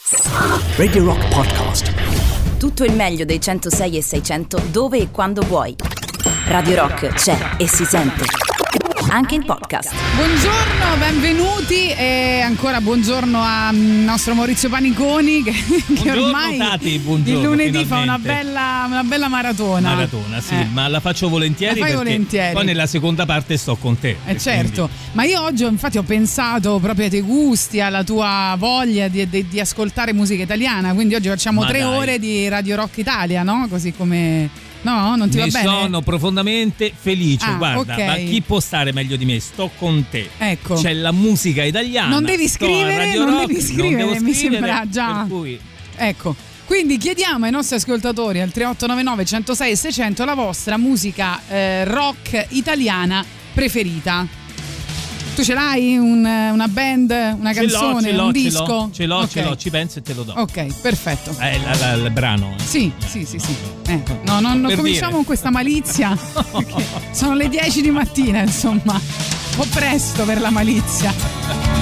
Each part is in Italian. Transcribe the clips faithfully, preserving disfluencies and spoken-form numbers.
Radio Rock Podcast. Tutto il meglio dei centosei e seicento dove e quando vuoi. Radio Rock c'è e si sente anche in podcast. Buongiorno, benvenuti e ancora buongiorno al nostro Maurizio Paniconi che, che ormai Tati, buongiorno, il lunedì finalmente. fa una bella, una bella maratona. Maratona, sì, eh. ma la faccio volentieri la fai perché volentieri. Poi nella seconda parte sto con te. Eh certo, quindi... ma io oggi infatti ho pensato proprio ai tuoi gusti, alla tua voglia di, di, di ascoltare musica italiana, quindi oggi facciamo ma tre dai. ore di Radio Rock Italia, no? Così come... No, non ti ne va bene? Sono profondamente felice. Ah, guarda, okay. ma chi può stare meglio di me? Sto con te. Ecco. C'è la musica italiana. Non devi scrivere, non Rock, devi scrivere, non devo mi scrivere, sembra già. Per cui... Ecco. Quindi chiediamo ai nostri ascoltatori al tre otto nove nove centosei e seicento la vostra musica eh, rock italiana preferita. Tu ce l'hai un, una band, una ce canzone, l'ho, ce l'ho, un ce disco? L'ho, ce l'ho, okay. ce l'ho, ci penso e te lo do. Ok, perfetto. Eh, la, la, il brano. Eh. Sì, sì, sì, sì. Eh, no, non Per cominciamo dire. con questa malizia. Sono le dieci di mattina, insomma. Un po' presto per la malizia.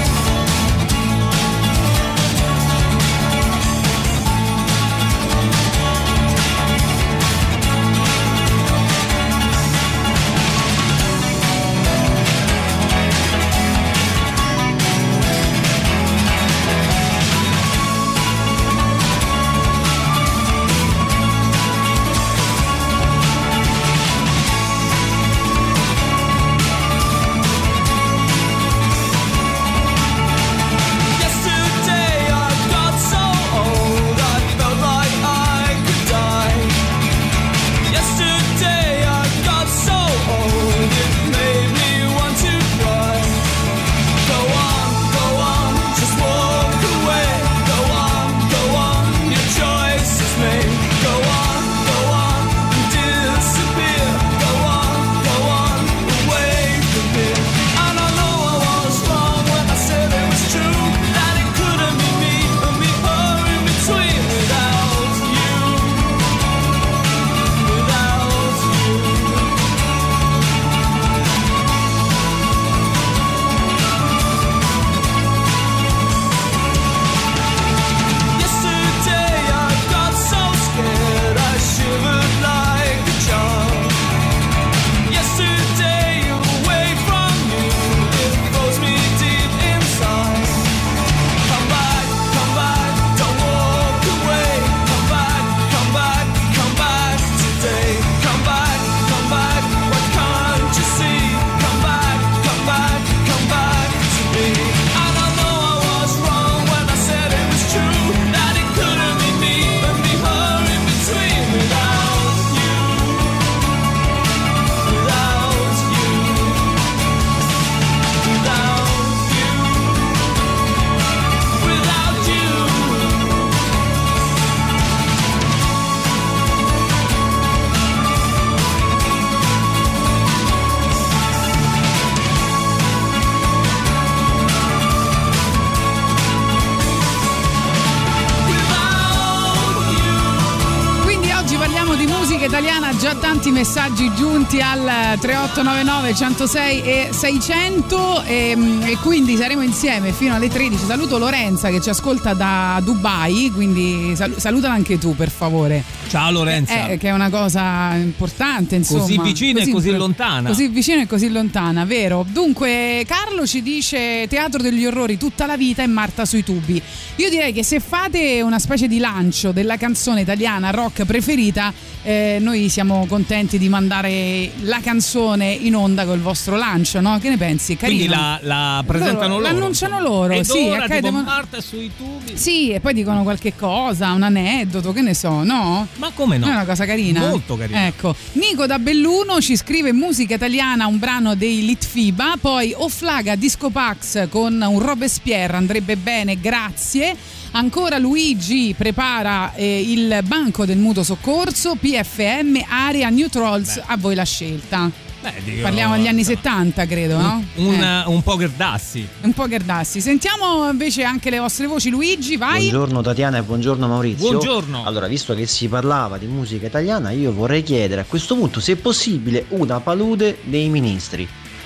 Italiana, già tanti messaggi giunti al tre otto nove nove centosei e seicento e, e quindi saremo insieme fino alle tredici. Saluto Lorenza che ci ascolta da Dubai, quindi sal- salutala anche tu per favore. Ciao Lorenza. Eh, che è una cosa importante, insomma. Così vicina così, e così lontana. Così vicina e così lontana, vero? Dunque Carlo ci dice Teatro degli Orrori tutta la vita e Marta sui tubi. Io direi che se fate una specie di lancio della canzone italiana rock preferita, eh, noi siamo contenti di mandare la canzone in onda col vostro lancio, no? Che ne pensi? Carino. Quindi la, la presentano loro, loro l'annunciano loro, ed sì, ora okay, tipo devono... Marta sui tubi. Sì, e poi dicono qualche cosa, un aneddoto, che ne so, no? Ma come no? È una cosa carina. Molto carina. Ecco, Nico da Belluno ci scrive musica italiana, un brano dei Litfiba, poi Oflaga Disco Pax con un Robespierre andrebbe bene, grazie. Ancora Luigi prepara eh, il banco del mutuo soccorso, P F M, Area, New Trolls, a voi la scelta. Beh, dico, parliamo degli anni insomma, settanta, credo, no? Un, un, eh. un po' Gerdassi. Un po' Gerdassi. Sentiamo invece anche le vostre voci, Luigi, vai. Buongiorno Tatiana e buongiorno Maurizio. Buongiorno. Allora, visto che si parlava di musica italiana, io vorrei chiedere a questo punto, se è possibile, una palude dei Ministri.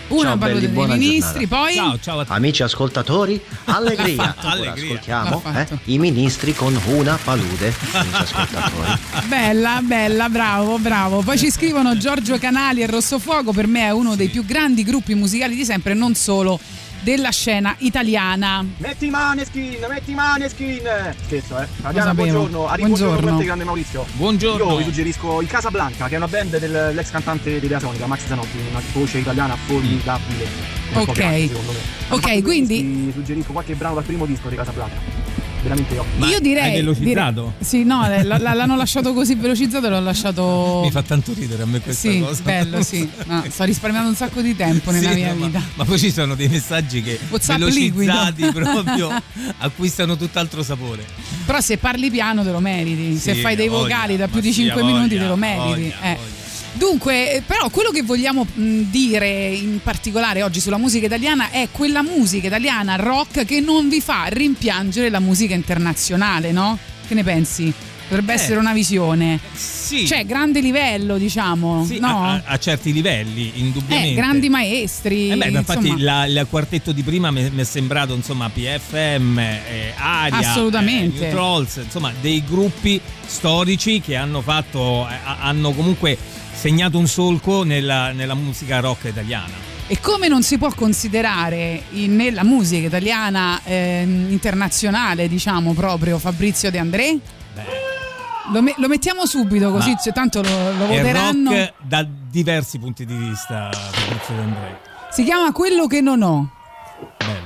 Una ciao palude belli, dei buona ministri, giornata. poi Ciao, ciao a tutti. Amici ascoltatori, allegria. Ora Allegria. ascoltiamo L'ha eh, fatto. i ministri con una palude. Amici ascoltatori. bella, bella, bravo, bravo. Poi ci scrivono Giorgio Canali e Rossofuoco, per me è uno dei più grandi gruppi musicali di sempre, non solo della scena italiana. Metti i Maneskin, metti i Maneskin. Scherzo, eh. Lo Adriana, sapevo. buongiorno. Arrivo Buongiorno. buongiorno. Grande Maurizio. Buongiorno. Io vi suggerisco i Casablanca, che è una band dell'ex cantante dell'Idea Sonica, Max Zanotti, una voce italiana formidabile. Come Ok. poche altre, secondo me. Hanno Ok, fatto quindi- due dischi, Vi suggerisco qualche brano dal primo disco di Casablanca. Veramente ottimo. Ma Io direi. hai velocizzato? direi- sì, no, l- l- l'hanno lasciato così velocizzato e l'ho lasciato. Mi fa tanto ridere a me questa sì, cosa. bello, sì. No, sto risparmiando un sacco di tempo nella Sì, mia no, vita. Ma, ma poi ci sono dei messaggi che WhatsApp velocizzati liquido. proprio acquistano tutt'altro sapore. Però se parli piano te lo meriti. Se Sì, fai dei voglia, vocali da ma più di sì, cinque voglia, minuti te lo meriti. voglia, eh. voglia. Dunque, eh, però quello che vogliamo mh, dire in particolare oggi sulla musica italiana è quella musica italiana rock che non vi fa rimpiangere la musica internazionale, no? Che ne pensi? Potrebbe Eh. essere una visione. Sì. Cioè, grande livello, diciamo, Sì, no? a, a- a certi livelli, indubbiamente. Eh, grandi maestri. Eh beh, ma infatti insomma. la- il quartetto di prima mi mi è sembrato insomma P F M, eh, Aria, Assolutamente. eh, New Trolls, insomma dei gruppi storici che hanno fatto, eh, hanno comunque segnato un solco nella, nella musica rock italiana. E come non si può considerare in- nella musica italiana ehm, internazionale, diciamo proprio Fabrizio De André? Beh, Lo, me- lo mettiamo subito così, Ma cioè, tanto lo, lo è voteranno. rock da diversi punti di vista, Fabrizio De André. Si chiama Quello che non ho. Bello.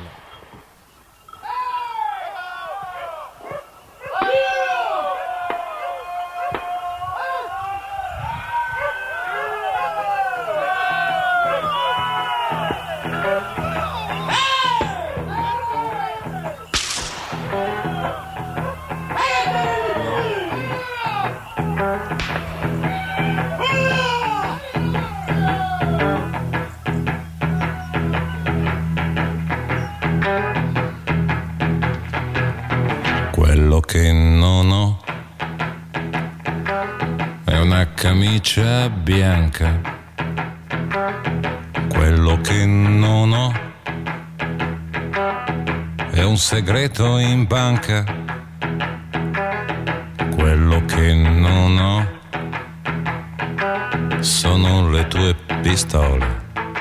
Quello che non ho è una camicia bianca. Quello che non ho è un segreto in banca. Quello che non ho sono le tue pistole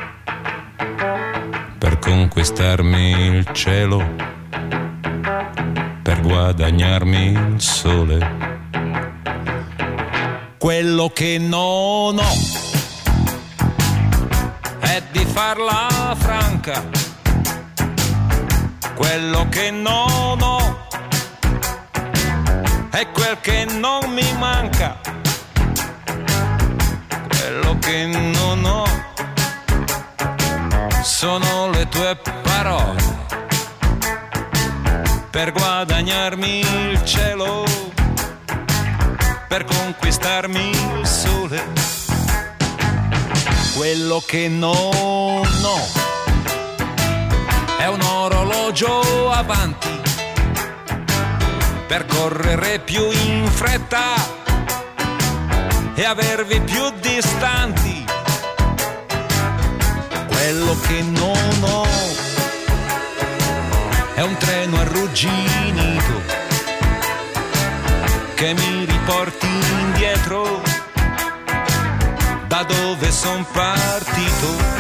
per conquistarmi il cielo, per guadagnarmi il sole. Quello che non ho è di farla franca. Quello che non ho è quel che non mi manca. Quello che non ho sono le tue parole per guadagnarmi il cielo, per conquistarmi il sole. Quello che non ho è un orologio avanti per correre più in fretta e avervi più distanti. Quello che non ho è un treno arrugginito che mi riporti indietro da dove son partito.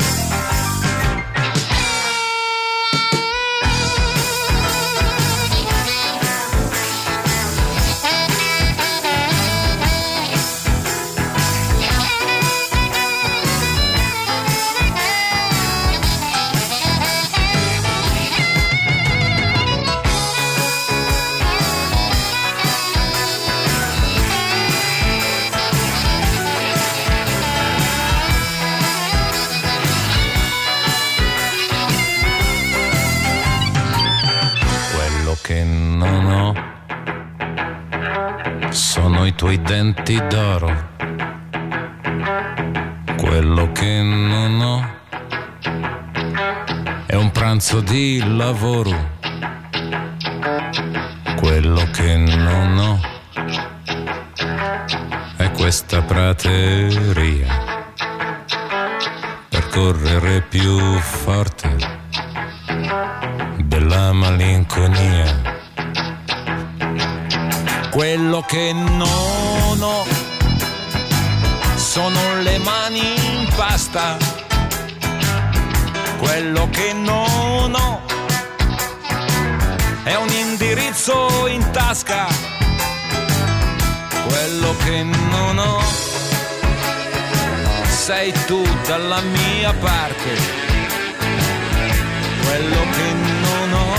Che non ho sono i tuoi denti d'oro. Quello che non ho è un pranzo di lavoro. Quello che non ho è questa prateria per scorrere più forte della malinconia. Quello che non ho sono le mani in pasta. Quello che non ho è un indirizzo in tasca. Quello che non ho sei tu dalla mia parte. Quello che non ho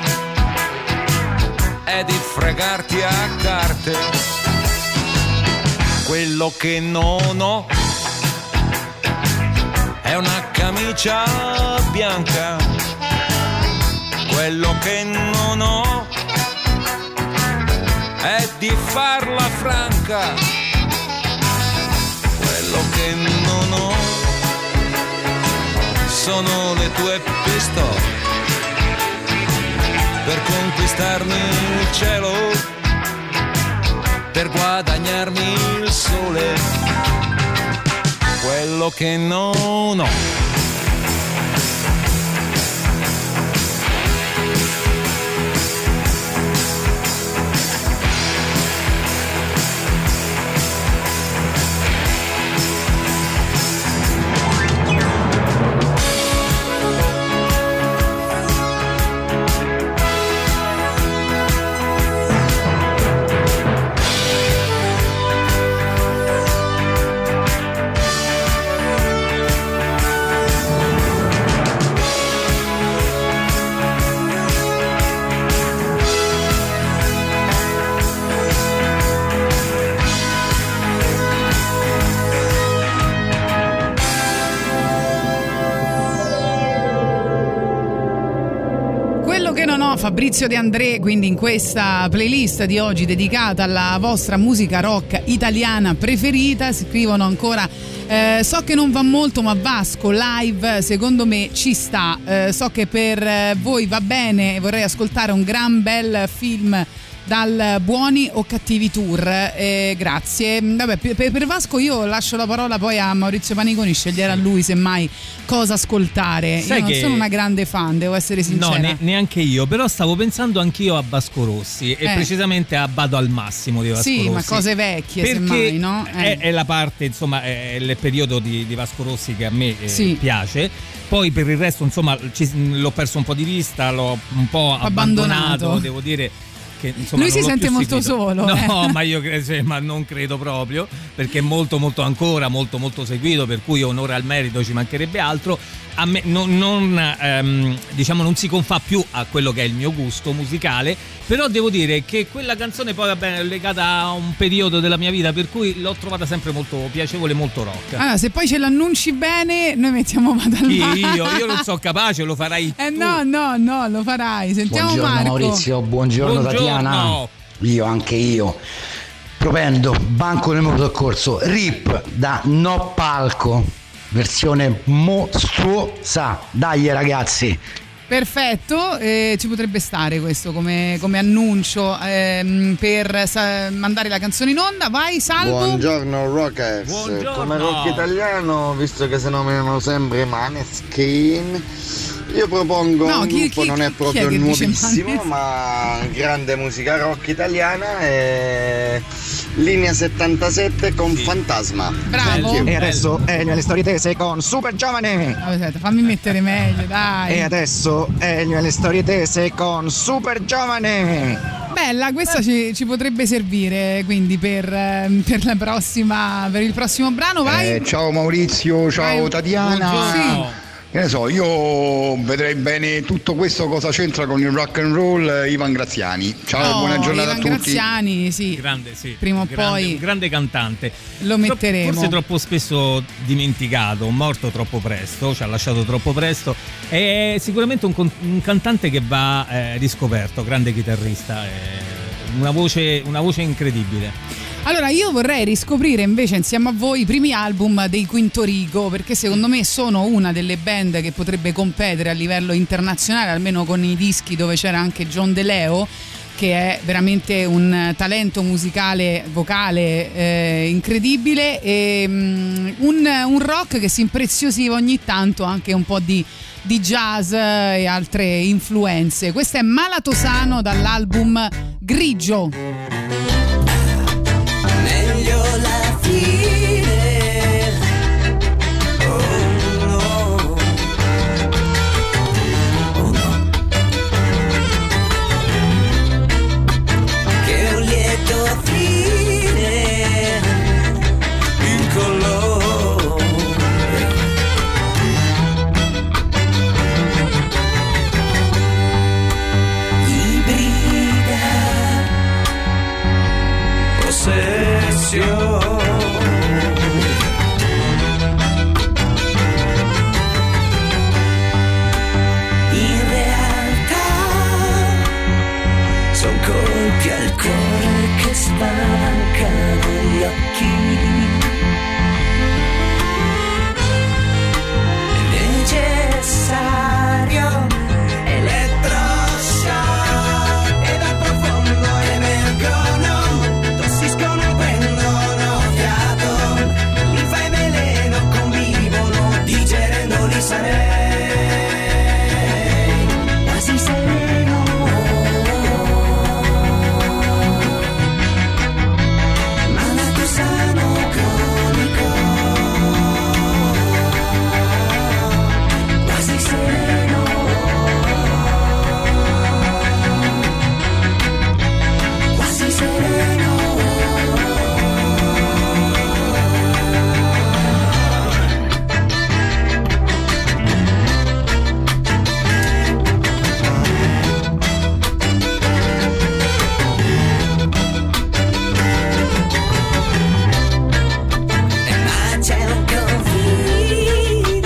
è di fregarti a carte. Quello che non ho è una camicia bianca. Quello che non ho è di farla franca. Quello che non ho sono le tue pistole per conquistarmi il cielo, per guadagnarmi il sole. Quello che non ho. Fabrizio De André, quindi in questa playlist di oggi dedicata alla vostra musica rock italiana preferita. Scrivono ancora eh, so che non va molto, ma Vasco live secondo me ci sta. Eh, so che per eh, voi va bene, vorrei ascoltare un gran bel film dal Buoni o Cattivi Tour. Eh, grazie. Vabbè, per, per Vasco io lascio la parola poi a Maurizio Paniconi, scegliere a lui semmai cosa ascoltare. Sai io non che... sono una grande fan, devo essere sincera. No, ne- neanche io, però stavo pensando anch'io a Vasco Rossi e eh. precisamente a Bado al Massimo di Vasco sì, Rossi. Sì, ma cose vecchie perché semmai, no? Eh. È, è la parte, insomma, è il periodo di, di Vasco Rossi che a me eh, sì. piace. Poi per il resto, insomma, ci, l'ho perso un po' di vista, l'ho un po' abbandonato, abbandonato devo dire. Che, insomma, lui si sente molto seguito. solo no eh. ma io credo, ma non credo proprio, perché è molto molto ancora molto molto seguito, per cui onore al merito, ci mancherebbe altro. A me non, non ehm, diciamo non si confà più a quello che è il mio gusto musicale, però devo dire che quella canzone poi vabbè, è legata a un periodo della mia vita, per cui l'ho trovata sempre molto piacevole, molto rock. Allora, se poi ce l'annunci bene, noi mettiamo Vado al Chi, io io non so capace, lo farai eh tu. no no no lo farai. Sentiamo buongiorno Marco. Maurizio, buongiorno, buongiorno Tatiana. Io anche io propendo banco nel mio soccorso Rip da No Palco, versione mostruosa. Dai ragazzi. Perfetto, eh, ci potrebbe stare questo come, come annuncio ehm, per sa- mandare la canzone in onda. Vai Salvo. Buongiorno Rockers. Buongiorno. Come rock italiano, visto che se nominano sempre Maneskin, io propongo no, un chi, gruppo chi, non è chi proprio è che nuovissimo, ma grande musica rock italiana, è Linea settantasette con sì. Fantasma. Bravo. E adesso Elio e le storie tese con Super Giovane. Aspetta, fammi mettere meglio, dai. E adesso Elio e le storie tese con Super Giovane. Bella, questa ci, ci potrebbe servire quindi per, per la prossima, per il prossimo brano. Vai. Eh, ciao Maurizio, ciao vai. Tatiana. Buongiorno. Sì. Che ne so, io vedrei bene tutto questo cosa c'entra con il rock and roll. Ivan Graziani. Ciao, oh, buona giornata Ivan a tutti. Graziani, sì. Grande, sì. Prima o grande, poi un grande cantante. Lo metteremo. Forse troppo spesso dimenticato, morto troppo presto, ci ha lasciato troppo presto. È sicuramente un, un cantante che va eh, riscoperto, grande chitarrista, eh, una voce, una voce incredibile. Allora io vorrei riscoprire invece insieme a voi i primi album dei Quinto Rico, perché secondo me sono una delle band che potrebbe competere a livello internazionale, almeno con i dischi dove c'era anche John De Leo. che è veramente un talento musicale, vocale eh, incredibile, e um, un, un rock che si impreziosiva ogni tanto anche un po' di, di jazz e altre influenze. Questo è Malatosano dall'album Grigio. Meglio la fine, oh no, oh no, che un lieto fine in colore, ibrida ossessione. In realtà son colpi al cuore che spalancano gli occhi. È necessario elettroshock e dal profondo emergono, tossiscono, prendono fiato, linfa e veleno convivono, digerendoli sarei quasi sereno. Malatosano cronico, quasi sereno, quasi sereno. Ma c'è un confine,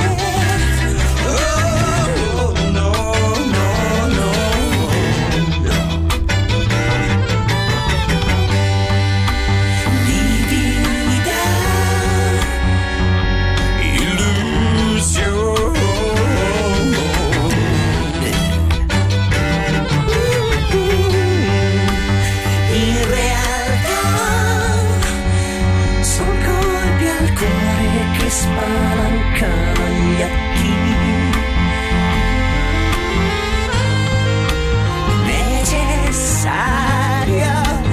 oh no, no, no, no, livida illusione. In realtà son colpi al cuore che spalancano gli occhi. Necessario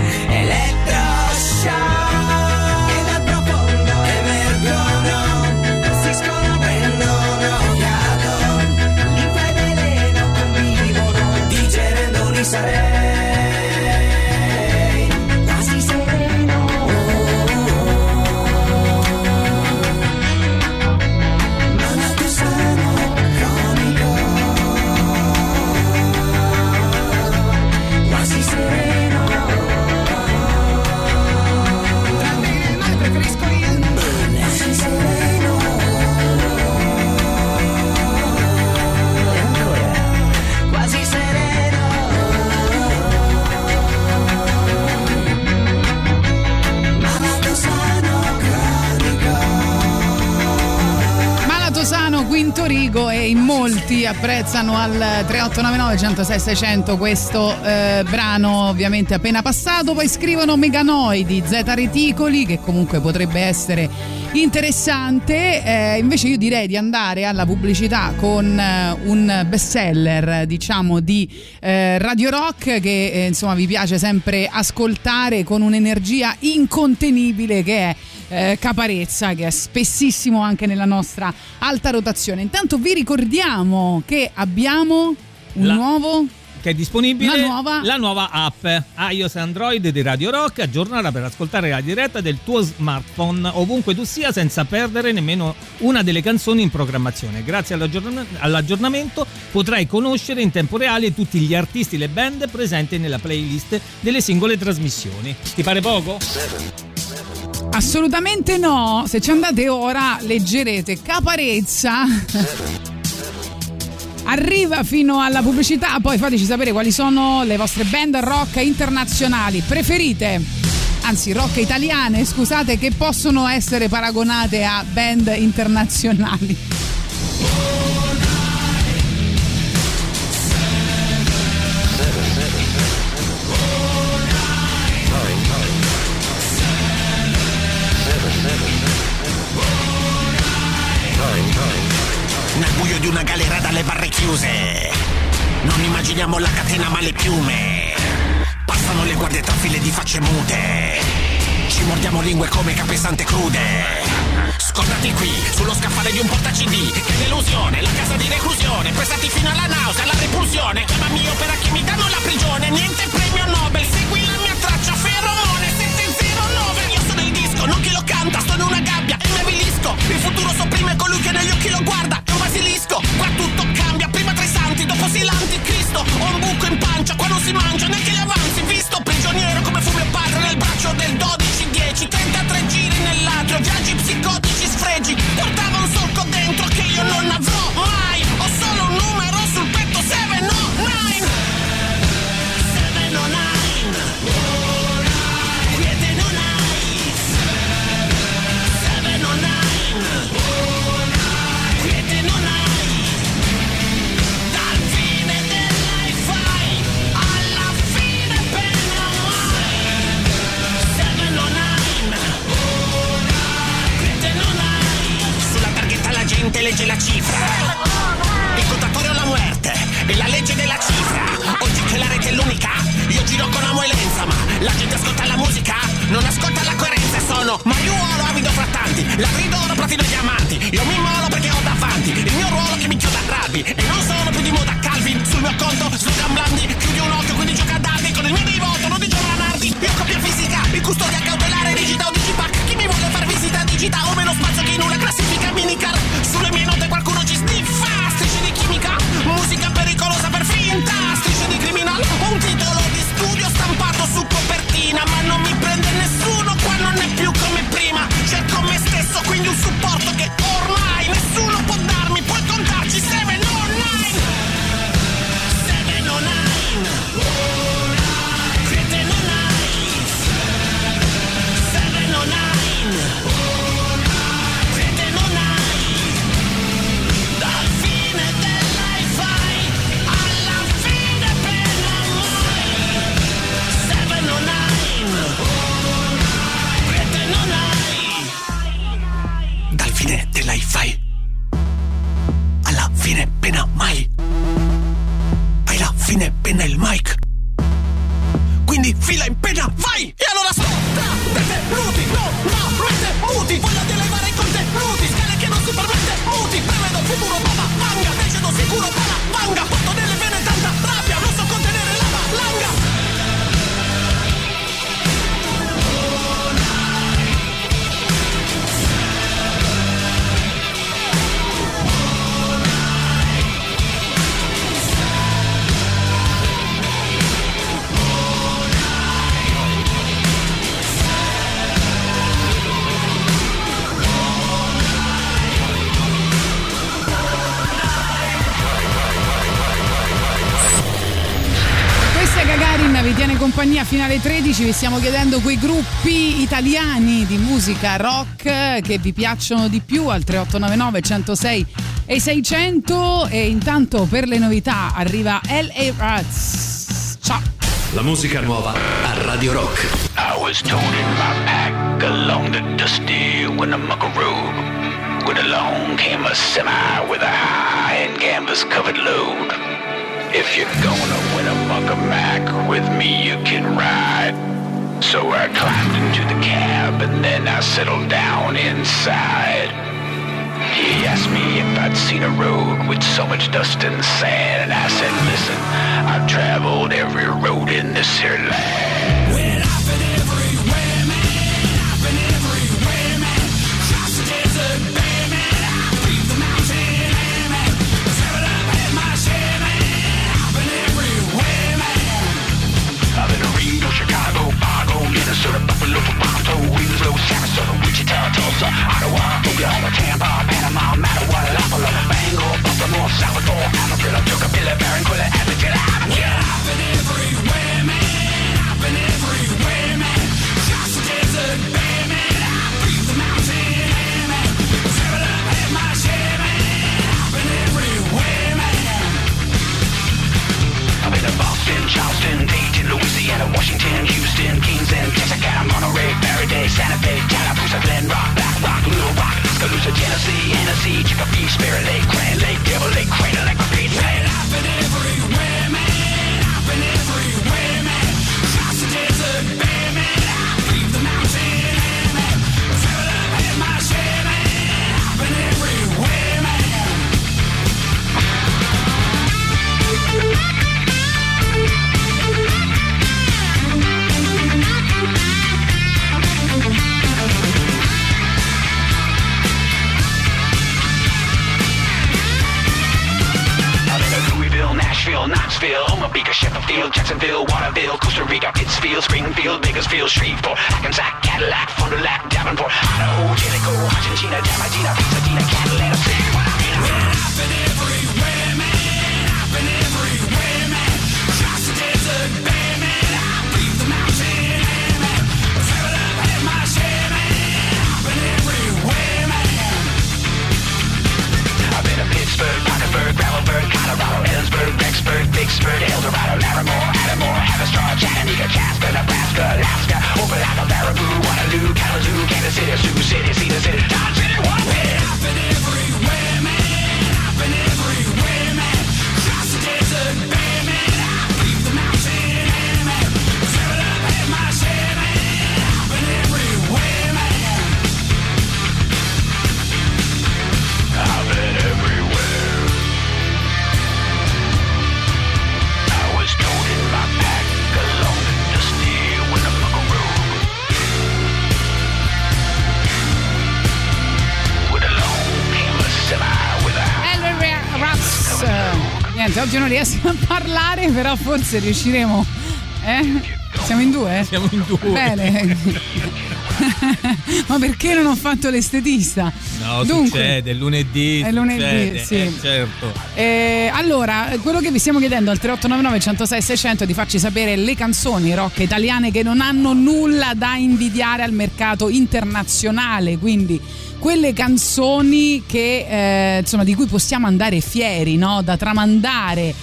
elettroshock e dal profondo emergono, tossiscono, prendono fiato, linfa e veleno convivono, digerendoli sarei quasi sereno. Malatosano cronico, quasi sereno. Tra me e il male preferisco il quasi sereno. E ancora quasi sereno. Malatosano cronico. Malatosano, Quinto Rigo, e in molti apprezzano al tre otto nove nove, centosei, seicento questo eh, brano ovviamente appena passato. Poi scrivono Meganoidi, Zeta Reticoli, che comunque potrebbe essere interessante. Eh, invece io direi di andare alla pubblicità con eh, un bestseller, diciamo, di eh, Radio Rock che eh, insomma vi piace sempre ascoltare con un'energia incontenibile, che è eh, Caparezza, che è spessissimo anche nella nostra alta rotazione. Intanto vi ricordiamo che abbiamo un La- nuovo che è disponibile La nuova- la nuova app iOS e Android di Radio Rock, aggiornata per ascoltare la diretta del tuo smartphone ovunque tu sia, senza perdere nemmeno una delle canzoni in programmazione. Grazie all'aggiorn- all'aggiornamento potrai conoscere in tempo reale tutti gli artisti e le band presenti nella playlist delle singole trasmissioni. Ti pare poco? Assolutamente no, se ci andate ora leggerete Caparezza arriva fino alla pubblicità, poi fateci sapere quali sono le vostre band rock internazionali preferite, anzi rock italiane, scusate, che possono essere paragonate a band internazionali. chiuse. Non immaginiamo la catena ma le piume. Passano le guardie tra file di facce mute. Ci mordiamo lingue come capesante crude. Scordati qui, sullo scaffale di un porta-C D. Che delusione, la casa di reclusione. Prestati fino alla nausea, alla repulsione. Chiamami opera che mi danno la prigione. Niente premio Nobel, segui la mia traccia. Feromone sette zero nove. Io sono il disco, non chi lo canta. Sto in una gabbia e mi avvilisco. Il futuro sopprime colui che negli occhi lo guarda. È un basilisco, qua tutto cambia. Prima tra i santi, dopo si l'anticristo. Ho un buco in pancia, qua non si mangia neanche gli avanzi. Visto prigioniero come fu mio padre nel braccio del dodici dieci. trentatré giri nell'atrio, viaggi psicotici sfregi. Portava un solco dentro che io non avrò mai. Ho solo un numero sul petto, sette o nove. sette o nove. Quiete non hai. sette o nove. Quiete non hai. Dal fine dell'hi-fi alla fine pena mai. sette o nove. Quiete non hai. Sulla targhetta la gente legge la cifra. Il contatore o la muerte e la legge della cifra. Oggi che la rete è l'unica, io giro con amoelenza, ma la gente ascolta la musica, non ascolta la coerenza. Sono mariuolo avido fra tanti, ladrido oro platino e diamanti. Io mi molo perché ho davanti il mio ruolo che mi chiuda a rabbi. E non sono più di moda Calvin, sul mio conto slogan blandi. Chiudi un occhio quindi gioca a dardi, con il mio di voto non di giovanardi. Io copia fisica, il custodia cautelare, rigida o digipack. Chi mi vuole far visita digita o meno spazio che in una classifica minicar. Sulle mie note qualcuno ci sniffa, strisce di chimica, musica pericolosa per finta, strisce di criminal. Un titolo di studio stampato su copertina, ma non mi prende nessuno, qua non è più come prima. Cerco me stesso, quindi un supporto che ormai nessuno può darmi. Puoi contarci sette o nove. sette o nove. Quiete non hai. sette o nove. Quiete non hai. Dal fine dell'hi-fi alla fine pena mai. sette o nove. Quiete non hai. Dal fine dell'hi-fi alla fine pena mai. Hai la fine penna il mic, quindi fila in penna, vai! E allora ascolta, detenuti, no, no, mette muti, voglio di elevare i contenuti, scale che non si permette muti, prevedo futuro baba vanga, decido sicuro baba vanga, porto nelle vene tanta rabbia, non so contenere la valanga. Gagarin vi tiene compagnia fino alle tredici. Vi stiamo chiedendo quei gruppi italiani di musica rock che vi piacciono di più al tre otto nove nove uno zero sei e seicento. E intanto per le novità arriva L A Rats. Ciao. La musica nuova a Radio Rock. I was toting my pack along the dusty Winnemucca Road when along came a semi with a high and canvas covered load. If you're gonna win a Mucka Mac with me, you can ride. So I climbed into the cab and then I settled down inside. He asked me if I'd seen a road with so much dust and sand, and I said, listen, I've traveled every road in this here land. Well, I've been everywhere, man. I've been everywhere, man. Crossed the desert, bare, man. I breathed the mountain air, man. Traveled up, had my share, man. I've been to Reno, Chicago, Fargo, Minnesota, Buffalo, Toronto, Winslow, Sarasota, Wichita, Tulsa, Ottawa, Oklahoma, Tampa, Panama, Mattawa, Bangor, Baltimore, Salvador, Amarillo, Tucapilla, Barranquilla, Atlanta. Yeah, I've been everywhere, man. I've been everywhere. Jacksonville, Waterville, Costa Rica, Pittsfield, Springfield, Bakersfield, Shreveport, Hackensack, Cadillac, Fond du Lac, Davenport, Idaho, Jellicoe, Argentina, Diamantina, Pasadena, Catalina, see what I mean? We're hopping everywhere, man, hopping everywhere, man. Across the desert, bare, man, I breathe the mountain air, man. Travel up, had my share, man, hopping everywhere, man. I've been to Pittsburgh, Parkersburg, Gravelburg, Colorado, Ellensburg, Rexburg, Vicksburg, Eldorado, Larimore, Adamore, Haverstraw, Chattanooga, Jasper, Nebraska, Alaska, Opelika, Baraboo, Waterloo, Kalamazoo, Kansas City, Sioux City, Cedar City, Dodge City, Waterhead. Hopping everywhere, man, hopping everywhere, man. Across the desert, bare, man, I breathe the mountain air, man. Travel up, had my share, man, hopping everywhere, man. Hopping everywhere. I was toting my pack along the dusty Winnemucca Road. With along came a semi with a Ellery Rats. Niente, oggi non riesco a parlare, però forse riusciremo. Eh? Siamo in due? Siamo in due. Bene. Ma perché non ho fatto l'estetista? No, Dunque, succede, è lunedì. è lunedì, succede, sì. eh, certo. Eh, allora, quello che vi stiamo chiedendo al tre otto nove nove, uno zero sei, sei zero zero è di farci sapere le canzoni rock italiane che non hanno nulla da invidiare al mercato internazionale, quindi quelle canzoni che eh, insomma di cui possiamo andare fieri, no? Da tramandare.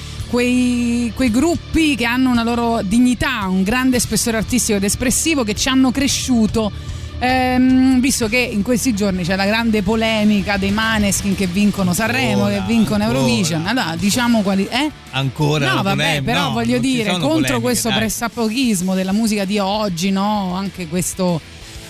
Quei, quei gruppi che hanno una loro dignità, un grande spessore artistico ed espressivo, che ci hanno cresciuto, ehm, visto che in questi giorni c'è la grande polemica dei Maneskin che vincono Sanremo, Ancora, che vincono ancora. Eurovision. Allora diciamo quali eh? Ancora No, vabbè, polem- però no, voglio non ci dire, sono contro polemiche, questo dai. pressapochismo della musica di oggi, no? Anche questo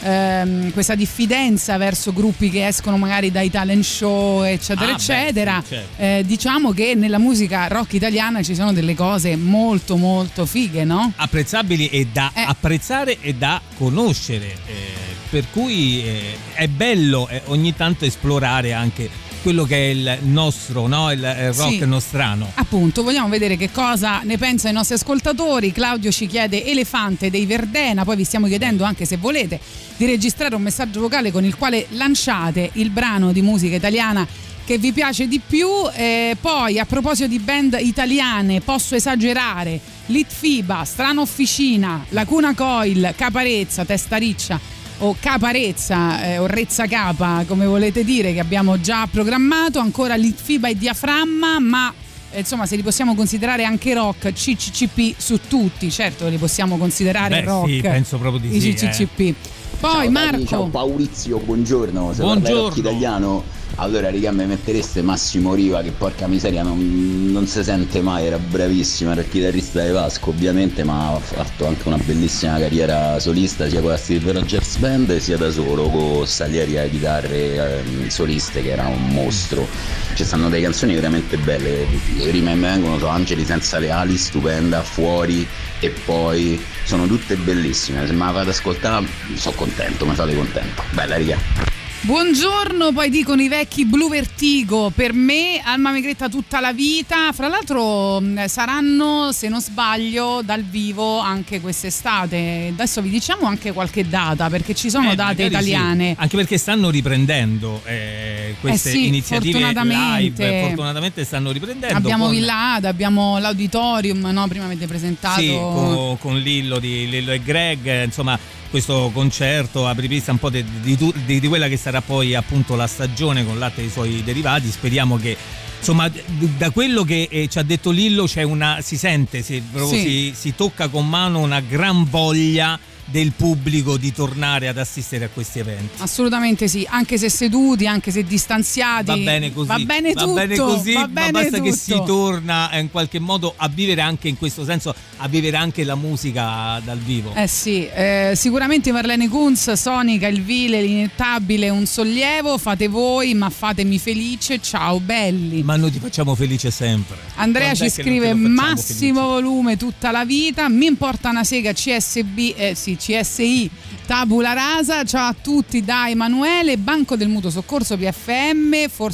ehm, questa diffidenza verso gruppi che escono magari dai talent show, eccetera, Ah, beh, eccetera. sì, certo. Eh, diciamo che nella musica rock italiana ci sono delle cose molto molto fighe, no? Apprezzabili e da Eh. apprezzare e da conoscere, eh, per cui eh, è bello eh, ogni tanto esplorare anche quello che è il nostro, no? il, il rock Sì. nostrano. Appunto, vogliamo vedere che cosa ne pensano i nostri ascoltatori. Claudio ci chiede Elefante dei Verdena, poi vi stiamo chiedendo anche se volete di registrare un messaggio vocale con il quale lanciate il brano di musica italiana che vi piace di più. Eh, poi a proposito di band italiane, posso esagerare: Litfiba, Strana Officina, Lacuna Coil, Caparezza, Testa Riccia o Caparezza eh, o Rezza Capa, come volete dire, che abbiamo già programmato, ancora Litfiba e Diaframma, ma eh, insomma se li possiamo considerare anche rock, C C C P su tutti, certo li possiamo considerare Beh, rock, sì, penso proprio di i sì, C C C P. Poi ciao, Marco, Dani, ciao Maurizio, buongiorno. Se Buongiorno. parla rock italiano, allora raga, mi mettereste Massimo Riva, che porca miseria non, non si sente mai, era bravissimo, era il chitarrista di Vasco ovviamente, ma ha fatto anche una bellissima carriera solista sia con la Steve Rogers Band sia da solo con Salieri alle chitarre ehm, soliste, che era un mostro. Ci stanno delle canzoni veramente belle, le prime mi vengono sono Angeli senza le ali, stupenda, Fuori, e poi sono tutte bellissime. Se me la fate ascoltare sono contento, mi fate contento. Bella riga. buongiorno. Poi dicono i vecchi Blu Vertigo, per me Alma Megretta tutta la vita. Fra l'altro mh, saranno, se non sbaglio, dal vivo anche quest'estate. Adesso vi diciamo anche qualche data, perché ci sono Eh, date magari italiane. sì. Anche perché stanno riprendendo eh, queste Eh sì, iniziative fortunatamente. live, fortunatamente stanno riprendendo. Abbiamo con... Villa Ada, abbiamo l'Auditorium, no? Prima avete presentato. Sì, con, con Lillo di Lillo e Greg, eh, insomma, questo concerto apripista un po' di, di, di, di quella che sarà poi appunto la stagione con latte e i suoi derivati. Speriamo che, insomma, da quello che eh, ci ha detto Lillo c'è una, si sente, si, proprio Sì. si, si tocca con mano una gran voglia del pubblico di tornare ad assistere a questi eventi. Assolutamente sì, anche se seduti, anche se distanziati. Va bene così, Va bene va tutto, bene così, va ma bene basta tutto. che si torna eh, in qualche modo a vivere anche in questo senso, a vivere anche la musica dal vivo. Eh sì, eh, sicuramente Marlene Kunz, Sonica, il vile, l'inettabile, un sollievo. Fate voi, ma fatemi felice. Ciao belli. Ma noi ti facciamo felice sempre. Andrea Quand'è ci che non scrive te lo facciamo massimo volume tutta la vita. Mi importa una sega C S B, eh sì, C S I tabula rasa. Ciao a tutti da Emanuele. Banco del Mutuo Soccorso P F M, forse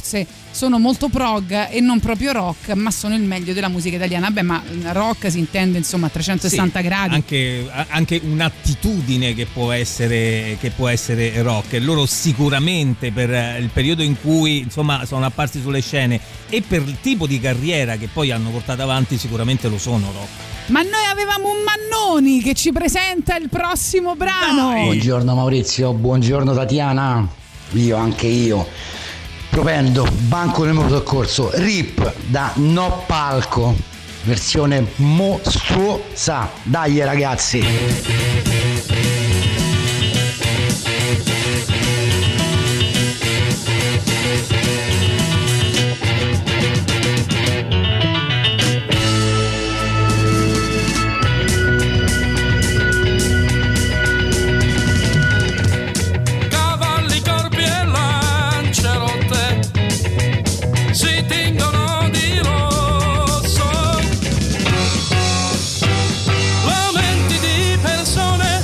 sono molto prog e non proprio rock, ma sono il meglio della musica italiana. Beh, ma rock si intende insomma a trecentosessanta sì, gradi. Anche, anche un'attitudine che può essere che può essere rock. E loro sicuramente per il periodo in cui insomma sono apparsi sulle scene e per il tipo di carriera che poi hanno portato avanti sicuramente lo sono rock. Ma noi avevamo un Mannoni che ci presenta il prossimo brano. Dai. Buongiorno Maurizio, buongiorno Tatiana. Io anche io propendo banco nel mio soccorso, Rip da No Palco, versione mostruosa. Dai ragazzi. Lamenti di persone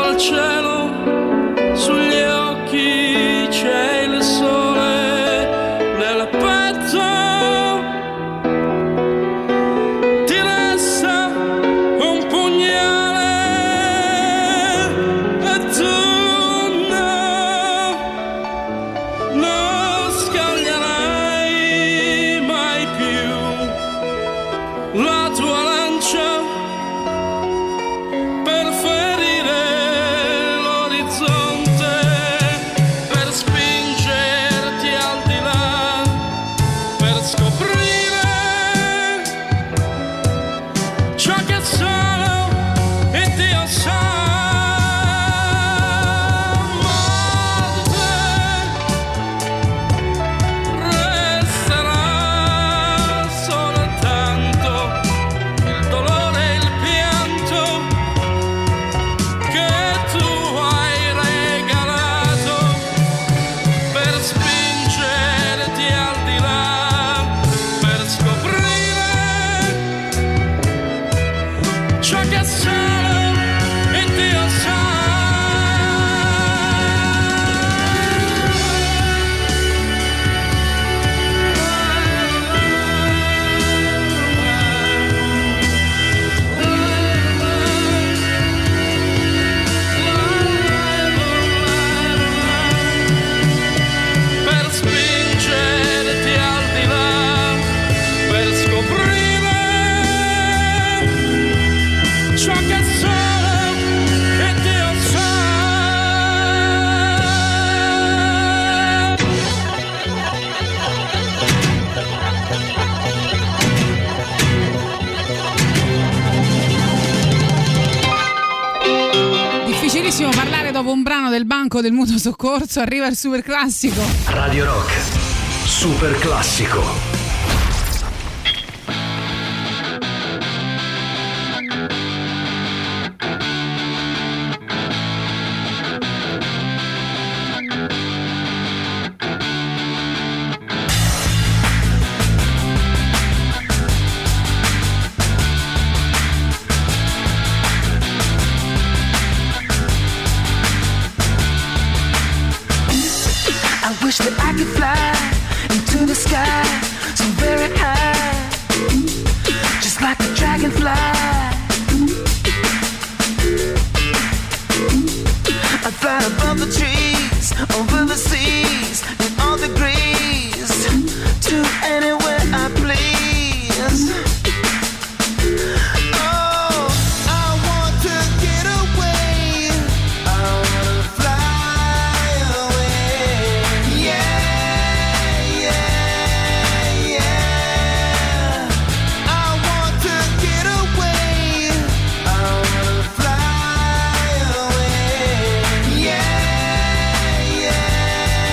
al cielo, sugli occhi c'è il sole, nel petto ti resta un pugnale e tu no, non scaglierai mai più la tua lancia per ferire l'orizzonte, per spingerti al di là, per scoprire ciò che solo e Dio sa. Ma di te resterà soltanto il dolore e il pianto che tu hai regalato per spingerti al di là, per scoprire ciò che solo e Dio sa. Per spingerti al di là, per scoprire ciò che solo e Dio sa. Difficilissimo parlare dopo un brano del banco del mutuo soccorso. Arriva il super classico. Radio Rock, super classico. I wish that I could fly into the sky so very high, just like a dragonfly. I'd fly above the trees, over the seas, in all degrees, to anywhere I please. Oh, I want to get away. I wanna fly away. Yeah, yeah, yeah. I want to get away. I wanna fly away. Yeah, yeah,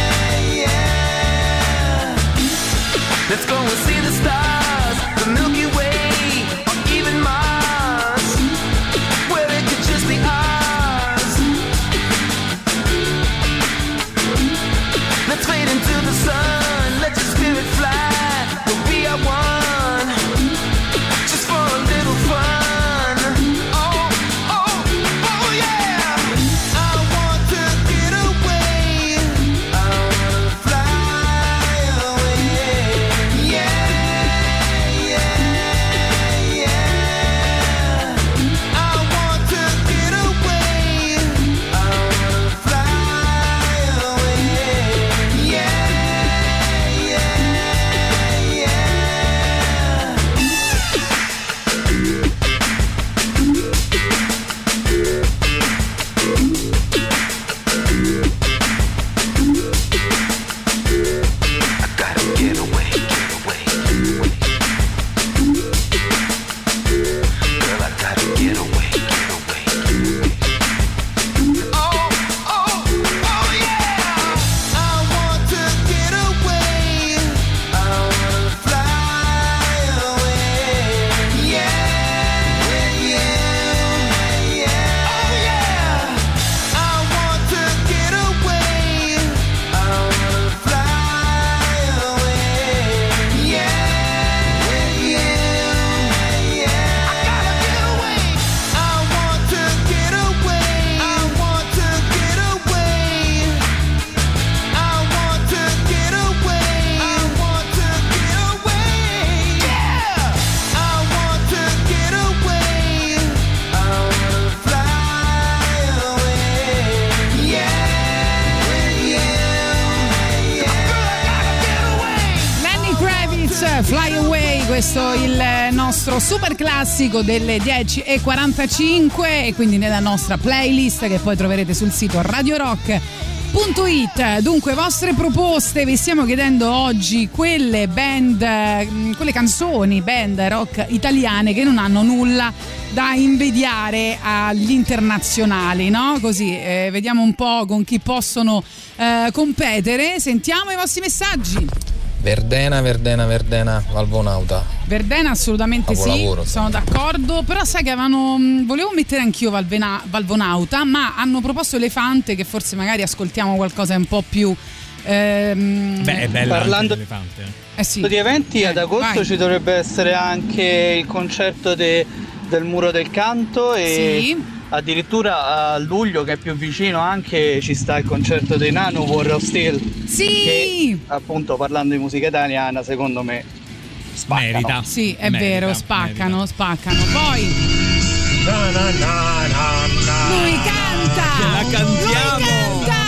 questo è il nostro super classico delle dieci e quarantacinque e quindi nella nostra playlist che poi troverete sul sito radio rock punto it. Dunque, vostre proposte, vi stiamo chiedendo oggi quelle band, quelle canzoni, band rock italiane che non hanno nulla da invidiare agli internazionali, no? Così eh, vediamo un po' con chi possono eh, competere. Sentiamo i vostri messaggi. Verdena, Verdena, Verdena, Valvonauta. Verdena assolutamente sì, Capolavoro, sono d'accordo, però sai che avevano, volevo mettere anch'io Valvena, Valvonauta, ma hanno proposto Elefante, che forse magari ascoltiamo qualcosa un po' più ehm... beh, è bella parlando Elefante. Eh sì. di eventi, eh, ad agosto vai. ci dovrebbe essere anche il concerto de, del Muro del Canto e sì. Addirittura a luglio, che è più vicino, anche ci sta il concerto dei Nano, War of Steel. Sì! Che, appunto, parlando di musica italiana, secondo me spaccano. Merita. Sì, è Merita, vero, spaccano, merita. spaccano. Poi Na, na, na, na, na. lui canta! Ce la cantiamo! Lui canta!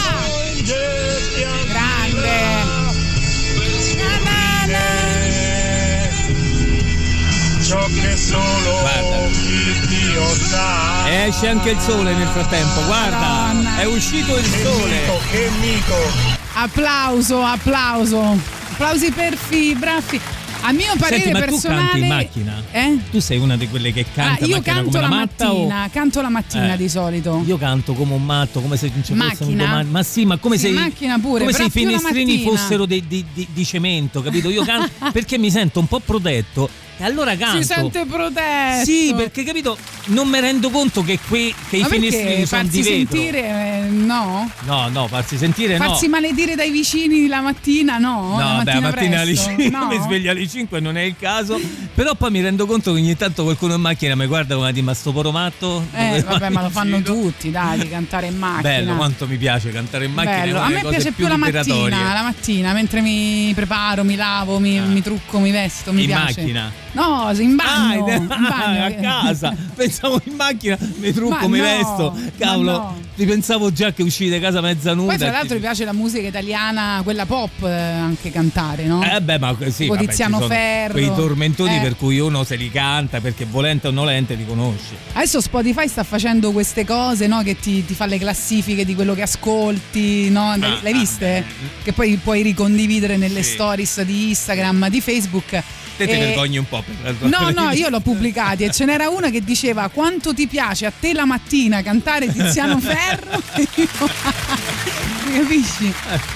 Grande! Na, na, na. Ciò che solo Guarda. il Dio sa. E esce anche il sole nel frattempo, guarda, Madonna. è uscito il Che sole. mito, che mito. Applauso, applauso. Applausi per Fibra. Fi- A mio parere Senti, ma personale. tu canti in macchina? Eh? Tu sei una di quelle che canta Ah, io in macchina canto come la una matta mattina, o... canto la mattina Eh. di solito. Io canto come un matto, come se non ci fosse un Macchina? domani. Ma sì, ma come Sì, se macchina pure, come se però i più la finestrini mattina. fossero di, di- di- di cemento, capito? Io canto perché mi sento un po' protetto e allora canto. Si sente protetto. Sì, perché capito, non mi rendo conto che qui che Ma i finestrini perché sono farsi di vetro. sentire eh, no? No, no, farsi sentire Farsi no. maledire dai vicini la mattina no? No, la vabbè, la mattina alle presto, cinque no? mi sveglio alle cinque, non è il caso. Però poi mi rendo conto che ogni tanto qualcuno in macchina mi guarda come di ma sto poro matto. Eh, Dove vabbè, vai ma lo in fanno giro?" tutti, dai, di cantare in macchina. Bello, quanto mi piace cantare in macchina. Bello. È una A delle me cose piace più la liberatorie. mattina, la mattina, mentre mi preparo, mi lavo, mi, mi trucco, mi vesto, mi In piace. macchina? No, in bagno, Ah, in- in bagno. a casa. Pensavo in macchina, mi trucco, Ma mi no, vesto. ma Cavolo, no. ripensavo già che uscite da casa mezza nuda. Poi tra e l'altro ti- mi piace la musica italiana, quella pop eh, anche cantare, no? Eh beh, ma sì, Tipo vabbè, Tiziano ci sono Ferro. quei tormentoni Eh. per cui uno se li canta perché volente o nolente li conosce. Adesso Spotify sta facendo queste cose, no? Che ti, ti fa le classifiche di quello che ascolti, no? L'hai, Ah, l'hai ah, viste? Che poi puoi ricondividere nelle Sì. stories di Instagram, di Facebook. Te ti E- vergogni un po' per la No, no, io l'ho pubblicati e ce n'era una che diceva quanto ti piace a te la mattina cantare Tiziano Ferro. Capisci?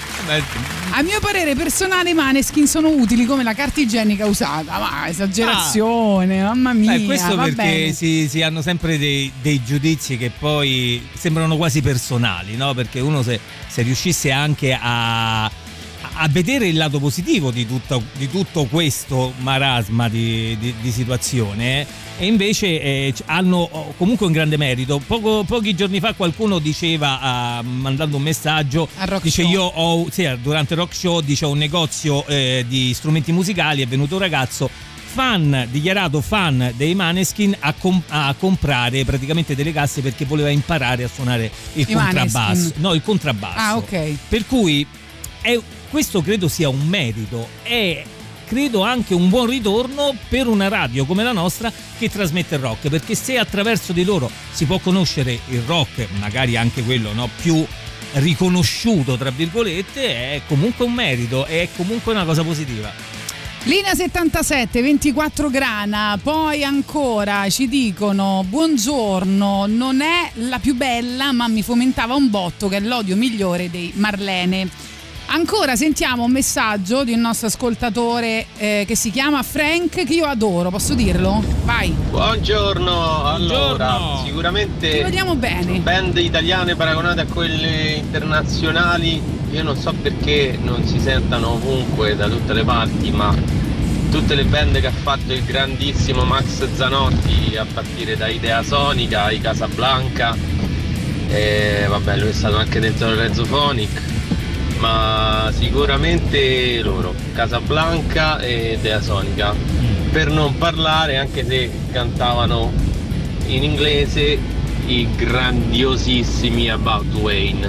A mio parere personale i Maneskin sono utili come la carta igienica usata. Ma esagerazione, mamma mia. Beh, questo va perché bene. si, si hanno sempre dei, dei giudizi che poi sembrano quasi personali, no? Perché uno se, se riuscisse anche a, a vedere il lato positivo di tutto, di tutto questo marasma di, di, di situazione, e invece eh, hanno comunque un grande merito. Poco, pochi giorni fa qualcuno diceva, ah, mandando un messaggio, dice show. io ho, sì, durante il rock show, dice, ho un negozio eh, di strumenti musicali, è venuto un ragazzo fan, dichiarato fan dei Maneskin, a, com- a comprare praticamente delle casse perché voleva imparare a suonare il I contrabbasso. Maneskin. No, il contrabbasso. Ah, ok. Per cui è, questo credo sia un merito, è credo anche un buon ritorno per una radio come la nostra che trasmette il rock, perché se attraverso di loro si può conoscere il rock, magari anche quello, no, più riconosciuto tra virgolette, è comunque un merito, è comunque una cosa positiva. Linea settantasette, ventiquattro grana, poi ancora ci dicono buongiorno, non è la più bella ma mi fomentava un botto, che è l'odio migliore dei Marlene. Ancora sentiamo un messaggio di un nostro ascoltatore eh, che si chiama Frank, che io adoro, posso dirlo? Vai. Buongiorno, allora Buongiorno. sicuramente Ti vediamo bene. band italiane paragonate a quelle internazionali, io non so perché non si sentano ovunque da tutte le parti, ma tutte le band che ha fatto il grandissimo Max Zanotti, a partire da Idea Sonica, i Casablanca, e vabbè, lui è stato anche dentro il Rezophonic, ma sicuramente loro, Casablanca e Idea Sonica, per non parlare, anche se cantavano in inglese, i grandiosissimi About Wayne,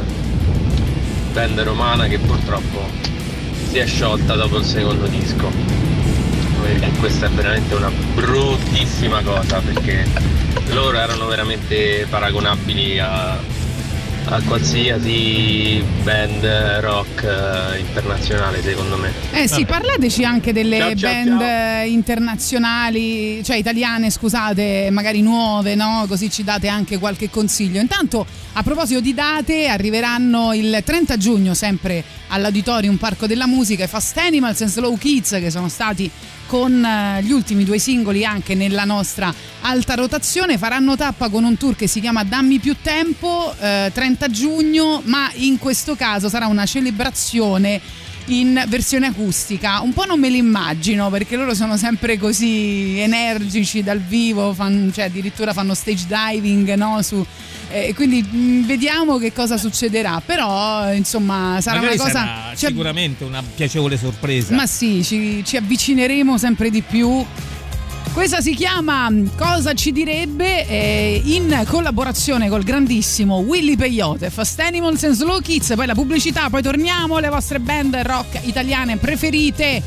band romana che purtroppo si è sciolta dopo il secondo disco. e questa è veramente una bruttissima cosa, perché loro erano veramente paragonabili a a qualsiasi band rock eh, internazionale, secondo me. Eh sì, Vabbè. parlateci anche delle Ciao, ciao, band ciao. internazionali, cioè italiane, scusate, magari nuove, no? Così ci date anche qualche consiglio. Intanto, a proposito di date, arriveranno il trenta giugno sempre all'Auditorium Parco della Musica i Fast Animals and Slow Kids, che sono stati con gli ultimi due singoli anche nella nostra alta rotazione. Faranno tappa con un tour che si chiama Dammi più tempo, eh, trenta giugno, ma in questo caso sarà una celebrazione in versione acustica. Un po' non me l'immagino, perché loro sono sempre così energici dal vivo, fan, cioè addirittura fanno stage diving, no? Su, eh, quindi mh, vediamo che cosa succederà, però insomma sarà Magari una cosa sarà ci av- sicuramente una piacevole sorpresa. ma sì, ci, ci avvicineremo sempre di più. Questa si chiama Cosa ci direbbe, eh, in collaborazione col grandissimo Willy Peyote, Fast Animals and Slow Kids. Poi la pubblicità, poi torniamo alle vostre band rock italiane preferite.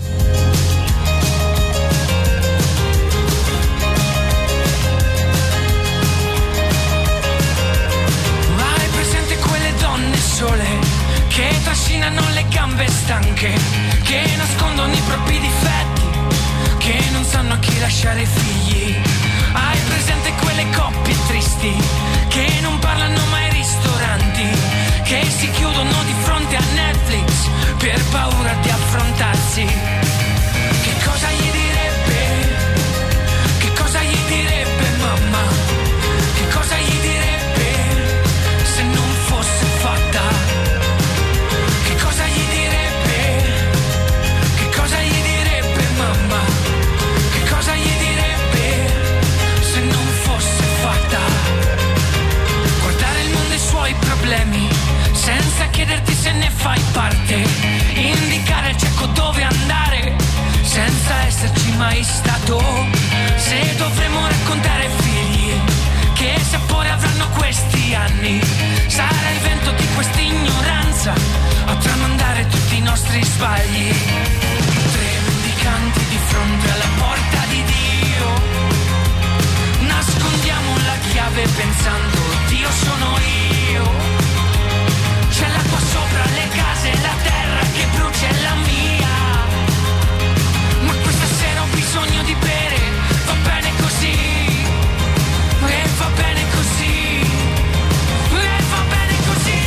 Hai presente quelle donne sole che trascinano le gambe stanche, che nascondono i propri difetti, che non sanno a chi lasciare i figli? Hai presente quelle coppie tristi che non parlano mai ai ristoranti, che si chiudono di fronte a Netflix per paura di affrontarsi? Che cosa gli direbbe? Che cosa gli direbbe mamma? Che cosa gli direbbe se non fosse fatta? Che cosa gli direbbe? Che cosa gli direbbe mamma? Che cosa gli direbbe se non fosse fatta? Guardare il mondo e i suoi problemi senza chiederti se ne fai parte, indicare al cieco dove andare senza esserci mai stato. Se dovremo raccontare ai figli che sapore avranno questi anni, sarà il vento di questa ignoranza a tramandare tutti i nostri sbagli. Tre mendicanti di fronte alla porta di Dio, nascondiamo la chiave pensando Dio sono io. C'è l'acqua sopra le case, la terra che brucia è la mia, ma questa sera ho bisogno di bere, va bene così, e va bene così, e va bene così.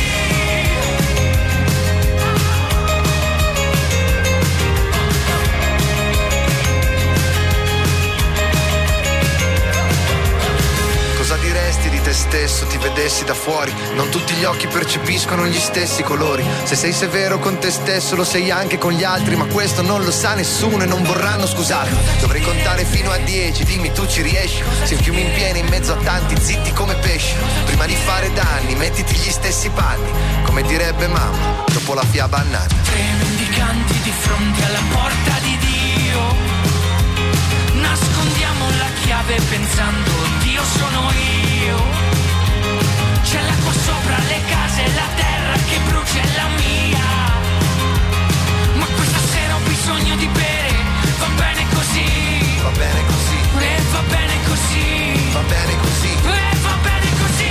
Cosa diresti di te stesso, ti vedessi da fuori? Non tutti gli occhi percepiscono gli stessi colori. Se sei severo con te stesso lo sei anche con gli altri, ma questo non lo sa nessuno e non vorranno scusarmi. Dovrei contare fino a dieci, dimmi tu ci riesci? Se fiumi in piena in mezzo a tanti zitti come pesci. Prima di fare danni mettiti gli stessi panni, come direbbe mamma dopo la fiaba annata. Tre mendicanti di fronte alla porta di Dio, nascondiamo la chiave pensando Dio sono io. C'è l'acqua sopra le case, la terra che brucia è la mia, ma questa sera ho bisogno di bere, va bene così, Va bene così, e va bene così, va bene così, e va bene così.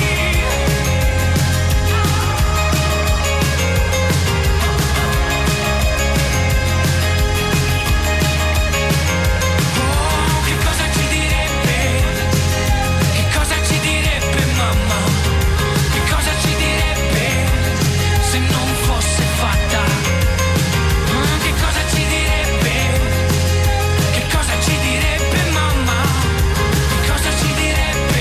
Oh, che cosa ci direbbe? Che cosa ci direbbe mamma? Che cosa ci direbbe se non fosse fatta? Oh, che cosa ci direbbe? Che cosa ci direbbe mamma? Che cosa ci direbbe?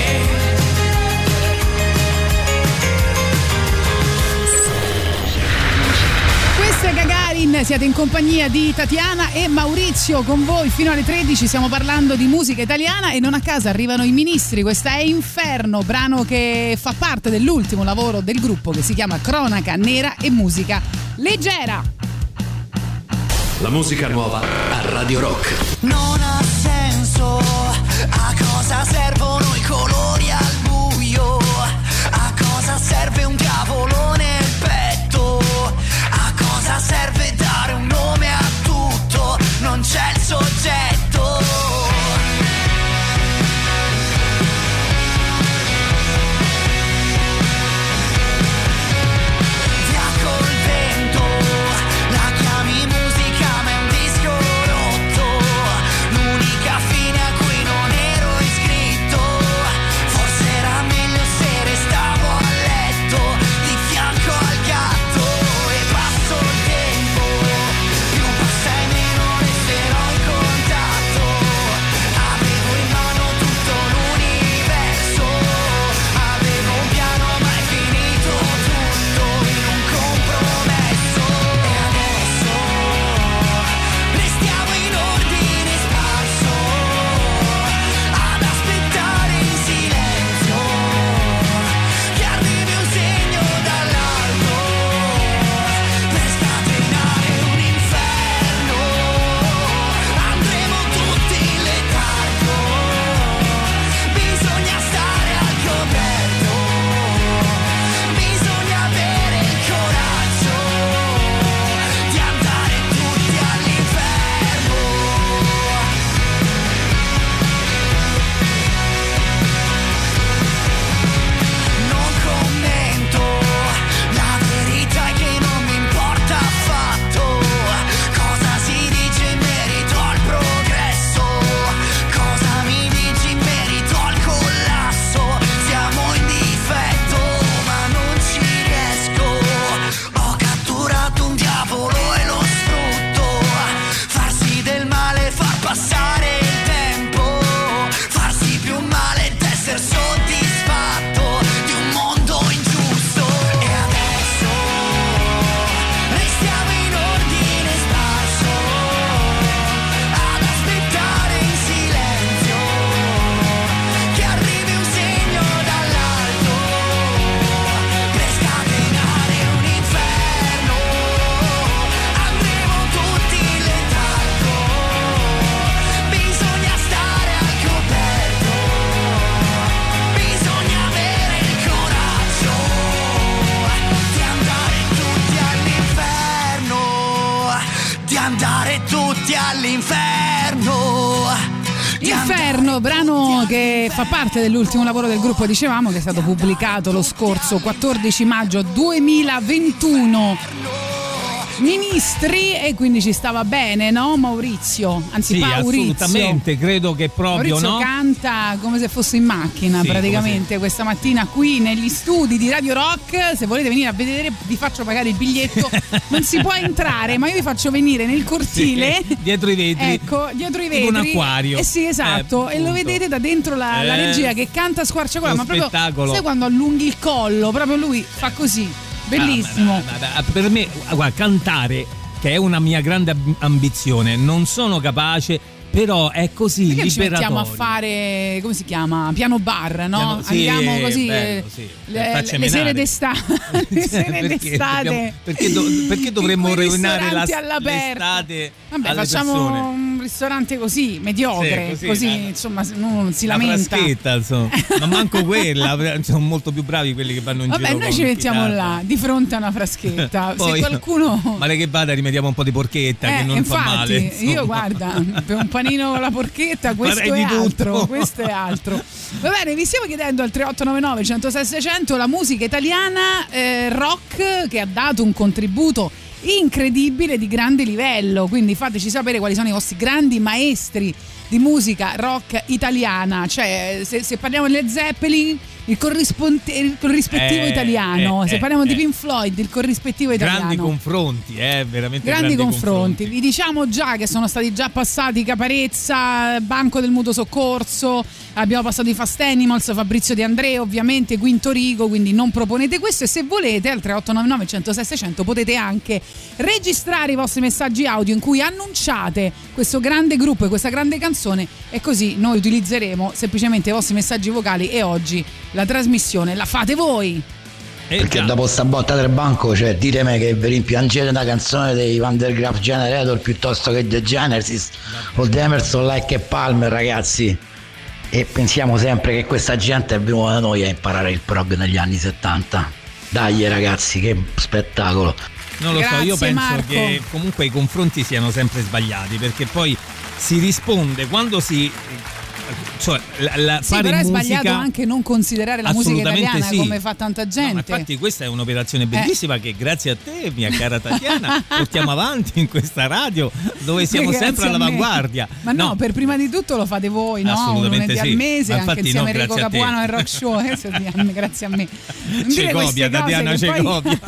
Questo è Gagarin, siete in compagnia di Tatiana e Maurizio con voi fino alle tredici, stiamo parlando di musica italiana e non a caso arrivano i Ministri. Questa è Inferno, brano che fa parte dell'ultimo lavoro del gruppo che si chiama Cronaca Nera e Musica Leggera. La musica nuova a Radio Rock. Non ha senso, a cosa servono i colori al buio? A cosa serve un diavolo nel petto? A cosa serve dare un nome a tutto? Non c'è il soggetto. andare tutti all'inferno. Inferno, brano che fa parte dell'ultimo lavoro del gruppo, dicevamo, che è stato pubblicato lo scorso quattordici maggio duemilaventuno. Ministri, e quindi ci stava bene, no Maurizio? Anzi, sì, Maurizio. assolutamente, credo che proprio Maurizio no? canta come se fosse in macchina, sì, praticamente questa mattina qui negli studi di Radio Rock. Se volete venire a vedere vi faccio pagare il biglietto. Non si può entrare, ma io vi faccio venire nel cortile, sì, dietro i vetri, ecco, dietro i vetri, un acquario. Eh sì, esatto, eh, e lo vedete da dentro la, eh, la regia che canta squarciagola, ma proprio spettacolo. Sai quando allunghi il collo, proprio lui fa così. Bellissimo. Ah, ma, ma, ma, per me, guarda, cantare, che è una mia grande ambizione, non sono capace, però è così. Perché liberatorio. ci mettiamo a fare, come si chiama? Piano bar, no? Piano, sì, andiamo così, bello, sì. le, le, le sere d'estate. Le sere perché, d'estate. Dobbiamo, perché, do, perché dovremmo rovinare la, all'aperto. l'estate? Vabbè, alle facciamo persone. un ristorante così, mediocre, sì, così, così una, insomma uno non si una lamenta. Fraschetta, insomma. Ma manco quella, sono molto più bravi quelli che vanno in Vabbè, giro. Vabbè, noi ci mettiamo chitarra. Là, di fronte a una fraschetta. Poi, se qualcuno. Male che vada, rimediamo un po' di porchetta, eh, che non infatti, fa male. Insomma. Io guarda, per un panino con la porchetta, questo Farei è altro. Tutto. Questo è altro. Va bene, vi stiamo chiedendo al tre otto nove nove, uno zero sei, sei zero zero la musica italiana eh, rock che ha dato un contributo incredibile di grande livello, quindi fateci sapere quali sono i vostri grandi maestri di musica rock italiana, cioè se, se parliamo delle Zeppelin il, il corrispettivo eh, italiano, eh, se parliamo eh, di Pink Floyd il corrispettivo italiano. Grandi confronti, eh, veramente grandi, grandi confronti. confronti. Vi diciamo già che sono stati già passati Caparezza, Banco del Mutuo Soccorso, abbiamo passato i Fast Animals, Fabrizio De André, ovviamente Quinto Rigo, quindi non proponete questo, e se volete al tre otto nove nove, uno zero sei, sei zero zero potete anche registrare i vostri messaggi audio in cui annunciate questo grande gruppo e questa grande canzone, e così noi utilizzeremo semplicemente i vostri messaggi vocali e oggi la trasmissione la fate voi. Eh, perché già. Dopo sta botta del banco, cioè ditemi che vi rimpiangete una canzone dei Van der Graaf Generator piuttosto che The Genesis no. o The Emerson, Lake e Palmer, ragazzi, e pensiamo sempre che questa gente è venuta da noi a imparare il prog negli anni settanta. Dai ragazzi, che spettacolo. Non lo Grazie, so, io penso Marco. che comunque i confronti siano sempre sbagliati, perché poi si risponde quando si, cioè la, la sì, fare però è musica, sbagliato anche non considerare la musica italiana sì. come fa tanta gente. No, infatti questa è un'operazione bellissima eh. che grazie a te, mia cara Tatiana, portiamo avanti in questa radio dove siamo sempre all'avanguardia. Ma no, no, per prima di tutto lo fate voi, no? Assolutamente un lunedì sì. al mese, ma anche insieme no, a Enrico Capuano e Rock Show, eh, grazie a me. C'è copia, Tatiana, c'è poi, copia.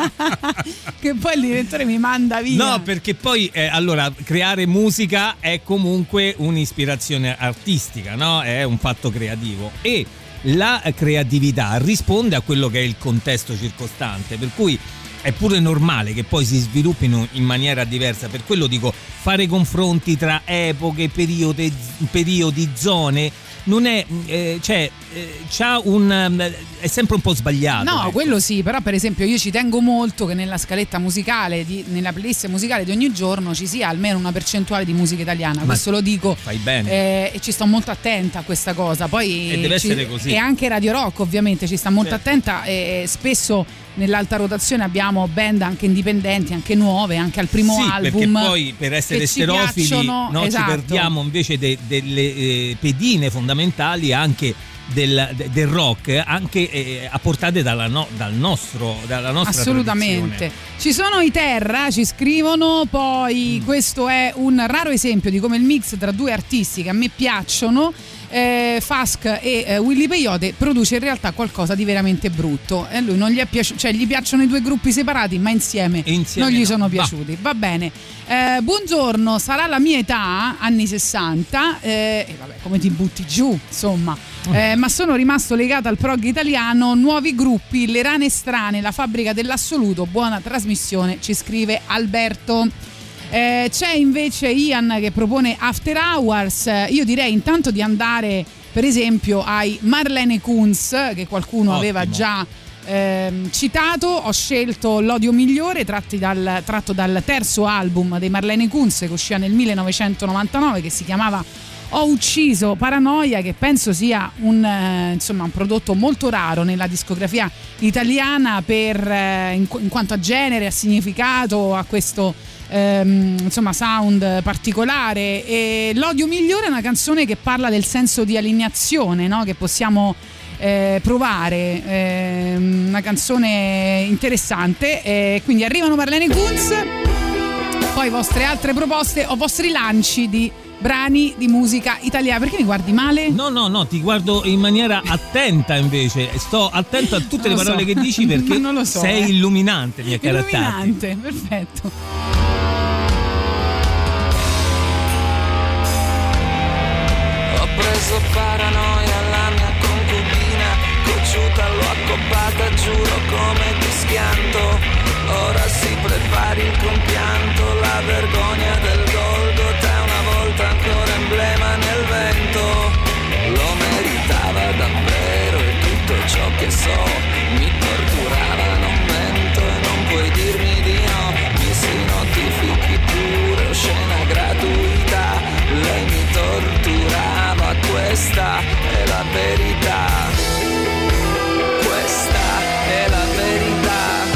Che poi il direttore mi manda via. No, perché poi eh, allora creare musica è comunque un'ispirazione artistica, no? È un fatto creativo e la creatività risponde a quello che è il contesto circostante, per cui è pure normale che poi si sviluppino in maniera diversa. Per quello dico, fare confronti tra epoche, periodi, periodi zone non è eh, cioè eh, c'ha un è sempre un po' sbagliato. No, ecco. Quello sì, però per esempio io ci tengo molto che nella scaletta musicale di, nella playlist musicale di ogni giorno ci sia almeno una percentuale di musica italiana. Ma questo lo dico, fai bene. Eh, e ci sto molto attenta a questa cosa. Poi e deve ci, essere così. E anche Radio Rock ovviamente ci sta molto certo. attenta, e spesso nell'alta rotazione abbiamo band anche indipendenti, anche nuove, anche al primo sì, album. Perché poi per essere sterofili piacciono, no, esatto. ci perdiamo invece de, delle eh, pedine fondamentali anche del, de, del rock, anche eh, apportate dalla, no, dal nostro, dalla nostra assolutamente tradizione. Ci sono i Terra, ci scrivono, poi mm. questo è un raro esempio di come il mix tra due artisti che a me piacciono, eh, Fask e eh, Willy Peyote, produce in realtà qualcosa di veramente brutto, e lui non gli è piaciuto, cioè gli piacciono i due gruppi separati ma insieme, insieme non gli no. sono piaciuti. Va, va bene, eh, buongiorno, sarà la mia età, anni sessanta, eh, e vabbè, come ti butti giù, insomma, eh, ma sono rimasto legato al prog italiano, nuovi gruppi, Le Rane Strane, La Fabbrica dell'Assoluto, buona trasmissione, ci scrive Alberto. Eh, c'è invece Ian che propone After Hours. Io direi intanto di andare per esempio ai Marlene Kunz, che qualcuno Ottimo. aveva già ehm, citato. Ho scelto L'odio migliore, tratti dal, tratto dal terzo album dei Marlene Kunz che usciva nel millenovecentonovantanove, che si chiamava Ho ucciso Paranoia, che penso sia un, eh, insomma, un prodotto molto raro nella discografia italiana per, eh, in, in quanto a genere, a significato, a questo ehm, insomma sound particolare. E L'odio migliore è una canzone che parla del senso di alienazione, no? Che possiamo eh, provare, eh, una canzone interessante. Eh, quindi arrivano Marlene Kunz, poi vostre altre proposte o vostri lanci di brani di musica italiana. Perché mi guardi male? No, no, no, ti guardo in maniera attenta invece. Sto attento a tutte le parole so. che dici perché non lo so, sei eh. illuminante, mia cara Tatti. Illuminante, perfetto. Ho preso Paranoia, la mia concubina, cocciuta, l'ho accoppata, giuro come di schianto. Ora si prepari il compianto, la vergogna del Golgotha è una volta ancora emblema nel vento. Lo meritava davvero e tutto ciò che so mi torturava, non mento e non puoi dirmi di no. Mi si notifichi pure, oscena gratuità. Lei mi torturava, questa è la verità. Questa è la verità.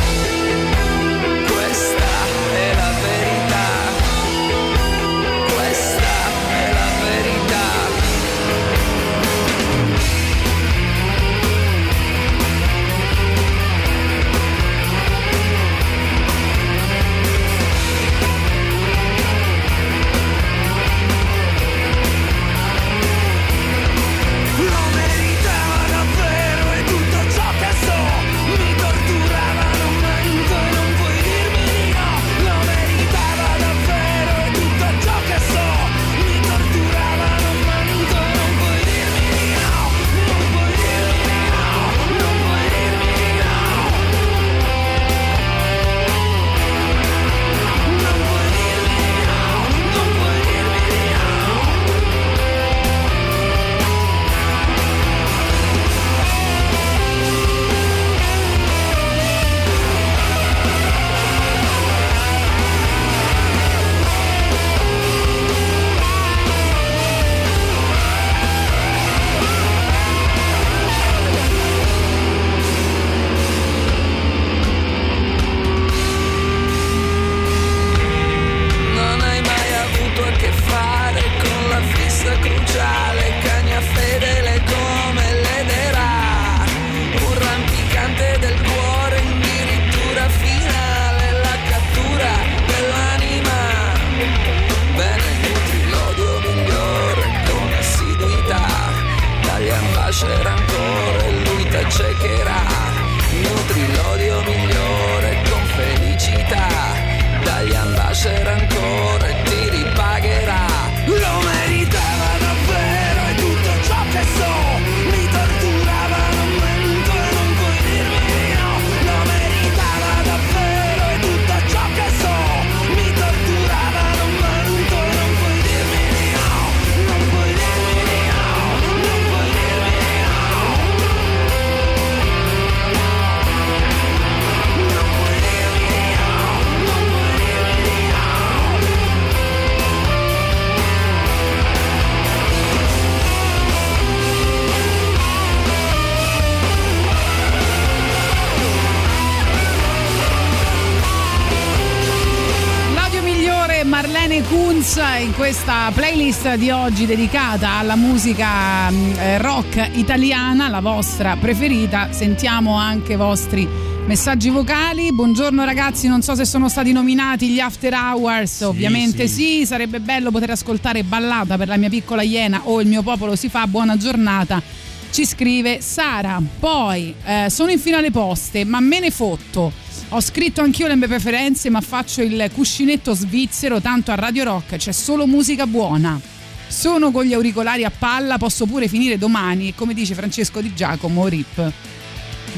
In questa playlist di oggi dedicata alla musica eh, rock italiana, la vostra preferita. Sentiamo anche i vostri messaggi vocali. Buongiorno ragazzi, non so se sono stati nominati gli After Hours, sì, ovviamente sì. sì, sarebbe bello poter ascoltare Ballata per la mia piccola iena o Il mio popolo si fa. Buona giornata, ci scrive Sara. Poi eh, sono in finale poste, ma me ne fotto. Ho scritto anch'io le mie preferenze, ma faccio il cuscinetto svizzero, tanto a Radio Rock c'è solo musica buona. Sono con gli auricolari a palla, posso pure finire domani e come dice Francesco Di Giacomo, rip. Beh,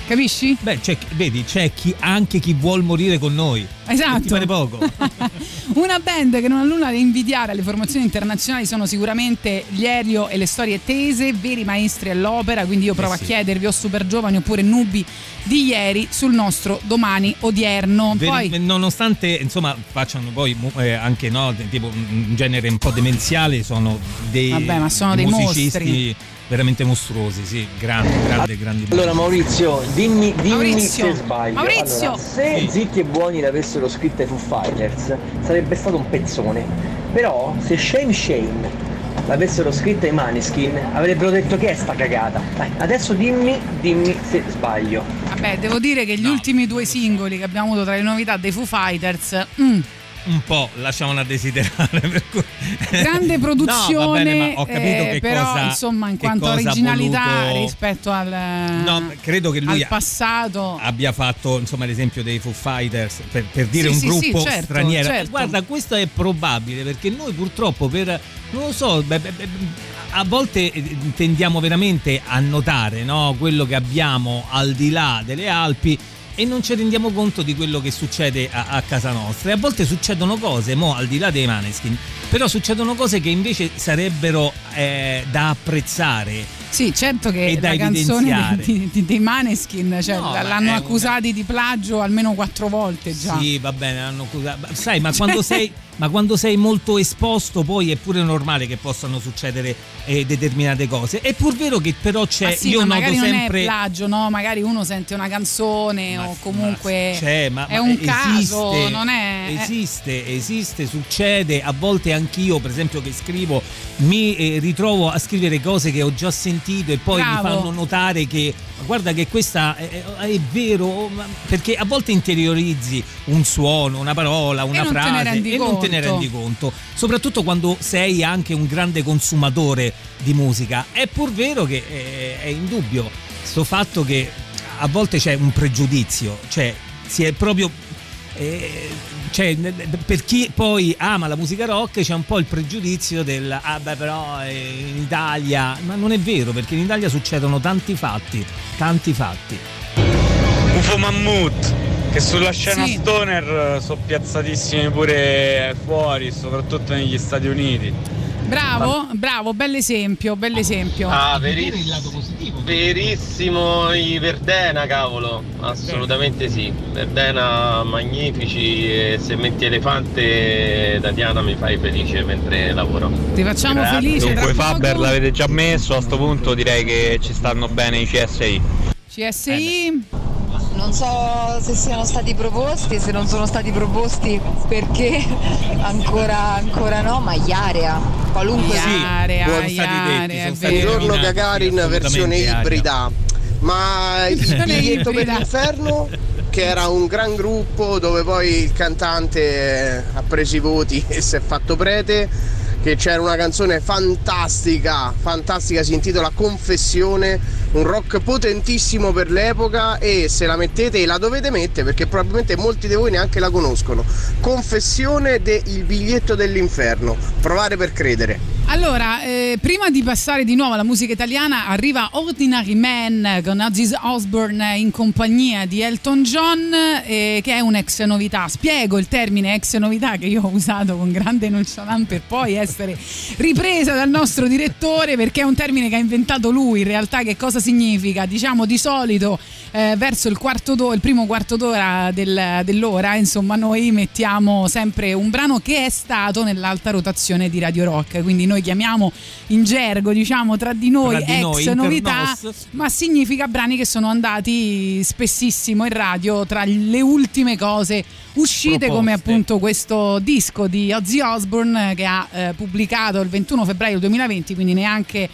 capisci? Beh, c'è, vedi, c'è chi, anche chi vuol morire con noi. Esatto. Ti pare poco. Una band che non ha nulla da invidiare alle formazioni internazionali sono sicuramente gli Elio e le Storie Tese, veri maestri all'opera, quindi io provo eh sì. a chiedervi o Super Giovani oppure Nubi di ieri sul nostro domani odierno. Veri, poi, nonostante insomma facciano poi eh, anche no, tipo un genere un po' demenziale, sono dei, vabbè, ma sono dei dei musicisti mostri. veramente mostruosi, sì, grandi, grandi, grandi. Allora Maurizio, dimmi, dimmi Maurizio. se sbaglio. Maurizio. Allora, se Sì. Zitti e Buoni l'avessero scritta i Foo Fighters, sarebbe stato un pezzone. Però se Shame Shame l'avessero scritta i Maneskin, avrebbero detto che è sta cagata. Dai, adesso dimmi, dimmi se sbaglio. vabbè, devo dire che gli ultimi due singoli che abbiamo avuto tra le novità dei Foo Fighters, mm, Un po' lasciavano a desiderare, per cui... grande produzione, no, va bene, ma ho capito eh, che però cosa, insomma in che quanto cosa ha originalità voluto... rispetto al, No, credo che lui al passato abbia fatto insomma l'esempio dei Foo Fighters per, per dire Sì, un sì, gruppo sì, certo, straniero. certo. Guarda, questo è probabile perché noi purtroppo per non lo so, beh, beh, beh, a volte tendiamo veramente a notare, no, quello che abbiamo al di là delle Alpi e non ci rendiamo conto di quello che succede a, a casa nostra. E a volte succedono cose, mo al di là dei Maneskin, però succedono cose che invece sarebbero eh, da apprezzare. Sì, certo che da la canzone evidenziare. di, di, dei Maneskin, cioè, No, ma l'hanno è accusati di plagio almeno quattro volte già. Sì, va bene, l'hanno accusato. Sai, ma quando sei ma quando sei molto esposto poi è pure normale che possano succedere eh, determinate cose. È pur vero che però c'è, Ma sì, io ma noto magari sempre non è plagio, no? Magari uno sente una canzone Ma- o comunque ma c'è, ma- è ma un esiste, caso, non è esiste, esiste, succede. A volte anch'io, per esempio, che scrivo mi eh, ritrovo a scrivere cose che ho già sentito e poi Bravo. mi fanno notare che guarda che questa è, è- è vero, ma- perché a volte interiorizzi un suono, una parola, una non te ne frase rendi e non te ne conto. rendi conto, soprattutto quando sei anche un grande consumatore di musica. È pur vero che è, è indubbio sto fatto che a volte c'è un pregiudizio, cioè si è proprio eh, cioè, per chi poi ama la musica rock c'è un po' il pregiudizio del ah beh però eh, in Italia, ma non è vero, perché in Italia succedono tanti fatti, tanti fatti. U F O Mammut, che sulla scena Sì. stoner sono piazzatissimi pure fuori, soprattutto negli Stati Uniti. Bravo, bravo, bell'esempio, bell'esempio. Ah, verissimo, verissimo i Verdena, cavolo, assolutamente sì. Verdena magnifici e se metti Elefante, Tatiana, mi fai felice mentre lavoro. Ti facciamo Grazie. felice. Dunque tra Faber poco. l'avete già messo, a sto punto direi che ci stanno bene i C S I. C S I. Non so se siano stati proposti, se non sono stati proposti perché ancora, ancora no, ma Iarea, qualunque Iarea, Buoni Iarea, stati detti, è sono vero. stati Buongiorno Gagarin versione ibrida. Ma il Versione biglietto per ibrida. l'inferno, che era un gran gruppo dove poi il cantante ha preso i voti e si è fatto prete, che c'era una canzone fantastica, fantastica, si intitola Confessione, un rock potentissimo per l'epoca e se la mettete la dovete mettere perché probabilmente molti di voi neanche la conoscono. Confessione de Il biglietto dell'inferno, provare per credere. Allora, eh, prima di passare di nuovo alla musica italiana, arriva Ordinary Man con Ozzy Osbourne in compagnia di Elton John, eh, che è un'ex novità. Spiego il termine ex novità che io ho usato con grande nonchalance per poi essere ripresa dal nostro direttore, perché è un termine che ha inventato lui. In realtà che cosa significa? Diciamo di solito eh, verso il quarto d'ora, il primo quarto d'ora del, dell'ora, insomma, noi mettiamo sempre un brano che è stato nell'alta rotazione di Radio Rock, quindi noi chiamiamo in gergo, diciamo tra di noi, Tra di ex noi, novità, internos. ma significa brani che sono andati spessissimo in radio tra le ultime cose uscite, Proposte. come appunto questo disco di Ozzy Osbourne che ha eh, pubblicato il ventuno febbraio duemilaventi, quindi neanche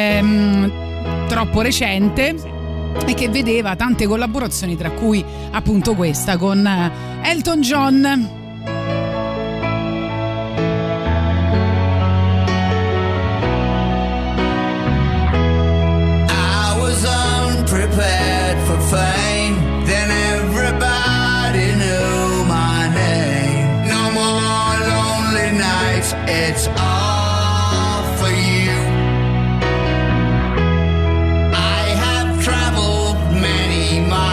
ehm, troppo recente, e che vedeva tante collaborazioni, tra cui appunto questa con eh, Elton John. I was unprepared for fame. Then everybody knew my name. No more lonely nights. It's all for you. I have traveled many miles.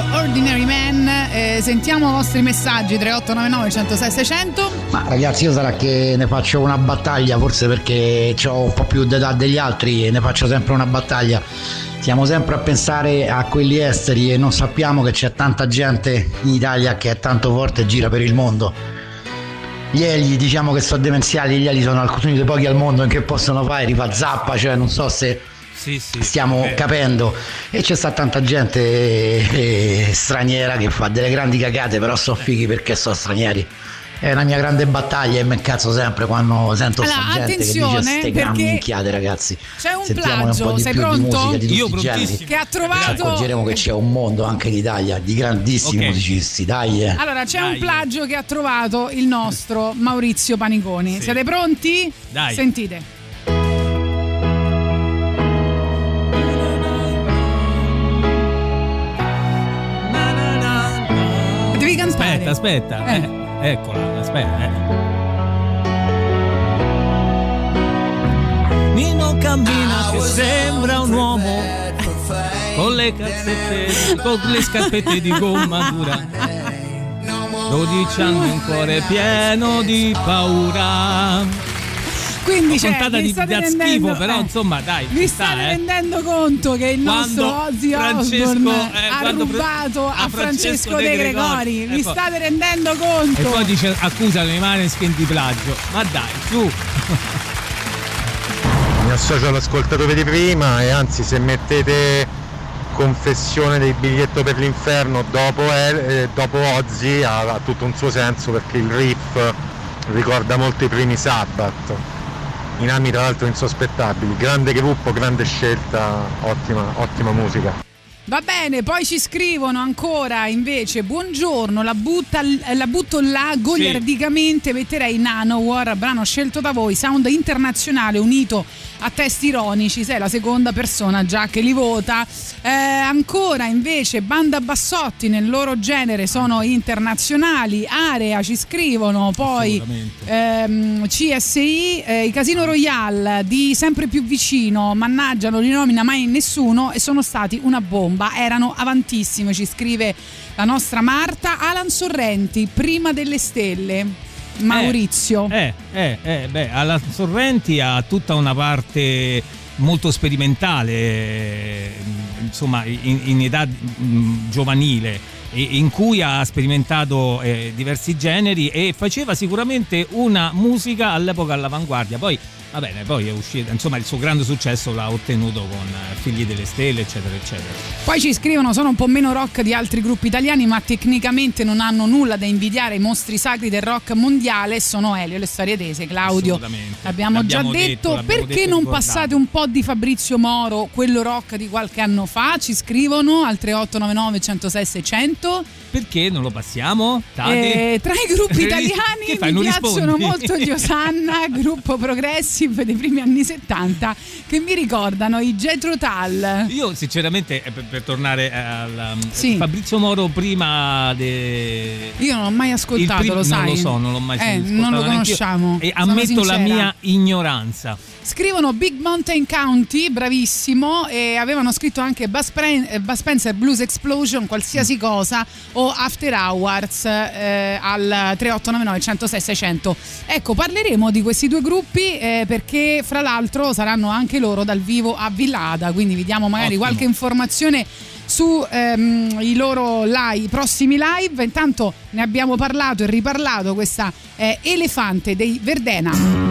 Ordinary Man. Eh, sentiamo i vostri messaggi tre otto nove nove uno zero sei sei zero zero. Ma ragazzi, io sarà che ne faccio una battaglia, forse perché ho un po' più d'età degli altri e ne faccio sempre una battaglia. Siamo sempre a pensare a quelli esteri e non sappiamo che c'è tanta gente in Italia che è tanto forte e gira per il mondo. Gli Eli, diciamo che sono demenziali, gli Eli sono alcuni dei pochi al mondo che possono fare, rifà Zappa, cioè non so se sì, sì, stiamo eh. capendo. E c'è sta tanta gente eh, straniera che fa delle grandi cagate, però sono fighi perché sono stranieri. È una mia grande battaglia e mi incazzo sempre quando sento allora, sta gente che dice ste gran minchiate, ragazzi. C'è un Sentiamo plagio, un po' di sei più pronto? di musica di tutti Io i generi. prontissimo. Che ha trovato. Ci accorgeremo che c'è un mondo anche in Italia di grandissimi Ok. musicisti, dai. Eh. Allora, c'è Dai. un plagio che ha trovato il nostro Maurizio Paniconi. Sì. Siete pronti? Dai. Sentite. Devi cantare. Aspetta, aspetta. Eh. Eh. Eccola, aspetta. Eh. Nino cammina che sembra un uomo con le calzette, con le scarpette di gomma dura. dodici anni, un cuore pieno di paura. Quindi Ho cioè, contata vi di state da rendendo, schifo, però eh, insomma dai, vi ci state sta, eh. rendendo conto che il Quando nostro Ozzy Francesco, Osbourne eh, ha quando pre- rubato a a Francesco, Francesco De De Gregori, Gregori. vi E poi- state rendendo conto? E poi dice accusano i Maneskin di plagio. Ma dai, su. Mi associo all'ascoltatore di prima e anzi se mettete Confessione del biglietto per l'inferno dopo, eh, dopo Ozzy ha, ha tutto un suo senso perché il riff ricorda molto i primi Sabbath, in anni tra l'altro insospettabili. Grande gruppo, grande scelta, ottima, ottima musica. Va bene, poi ci scrivono ancora invece buongiorno, la, butta, la butto là goliardicamente, metterei Nanowar, brano scelto da voi, sound internazionale unito a testi ironici, sei la seconda persona già che li vota. Eh, ancora invece Banda Bassotti nel loro genere sono internazionali. Area ci scrivono, poi ehm, C S I, eh, i Casino Royale di Sempre Più Vicino, mannaggia non li nomina mai nessuno e sono stati una bomba, erano avantissime, ci scrive la nostra Marta. Alan Sorrenti, Prima delle stelle. Maurizio. Eh, eh, eh, beh, alla Sorrenti ha tutta una parte molto sperimentale, eh, insomma, in, in età mh, giovanile, e, in cui ha sperimentato eh, diversi generi e faceva sicuramente una musica all'epoca all'avanguardia. Poi va bene, poi è uscito, insomma, il suo grande successo l'ha ottenuto con Figli delle Stelle, eccetera, eccetera. Poi ci scrivono, sono un po' meno rock di altri gruppi italiani, ma tecnicamente non hanno nulla da invidiare ai mostri sacri del rock mondiale. Sono Elio, le storie tese, Claudio. L'abbiamo, L'abbiamo già detto, detto. l'abbiamo Perché detto e non ricordato. passate un po' di Fabrizio Moro, quello rock di qualche anno fa? Ci scrivono al tre otto nove nove uno zero sei sei zero zero. Perché non lo passiamo? Tati? Eh, tra i gruppi italiani Che fai, mi non piacciono rispondi? molto gli Osanna, gruppo progressive dei primi anni settanta, che mi ricordano i Jethro Tull. Io sinceramente, eh, per, per tornare al Sì. Fabrizio Moro prima de... Io non l'ho mai ascoltato, il prim- lo sai? Non lo so, non l'ho mai eh, ascoltato non lo neanch'io. conosciamo. E sono ammetto la sincera. mia ignoranza. Scrivono Big Mountain County, bravissimo, e avevano scritto anche Bud Spren- eh, Bud Spencer Blues Explosion, qualsiasi cosa, o After Hours eh, al tre otto nove nove uno zero sei sei zero zero. Ecco, parleremo di questi due gruppi eh, perché fra l'altro saranno anche loro dal vivo a Villada, quindi vi diamo magari Ottimo. qualche informazione su ehm, i loro live, i prossimi live. Intanto ne abbiamo parlato e riparlato, questa è Elefante dei Verdena.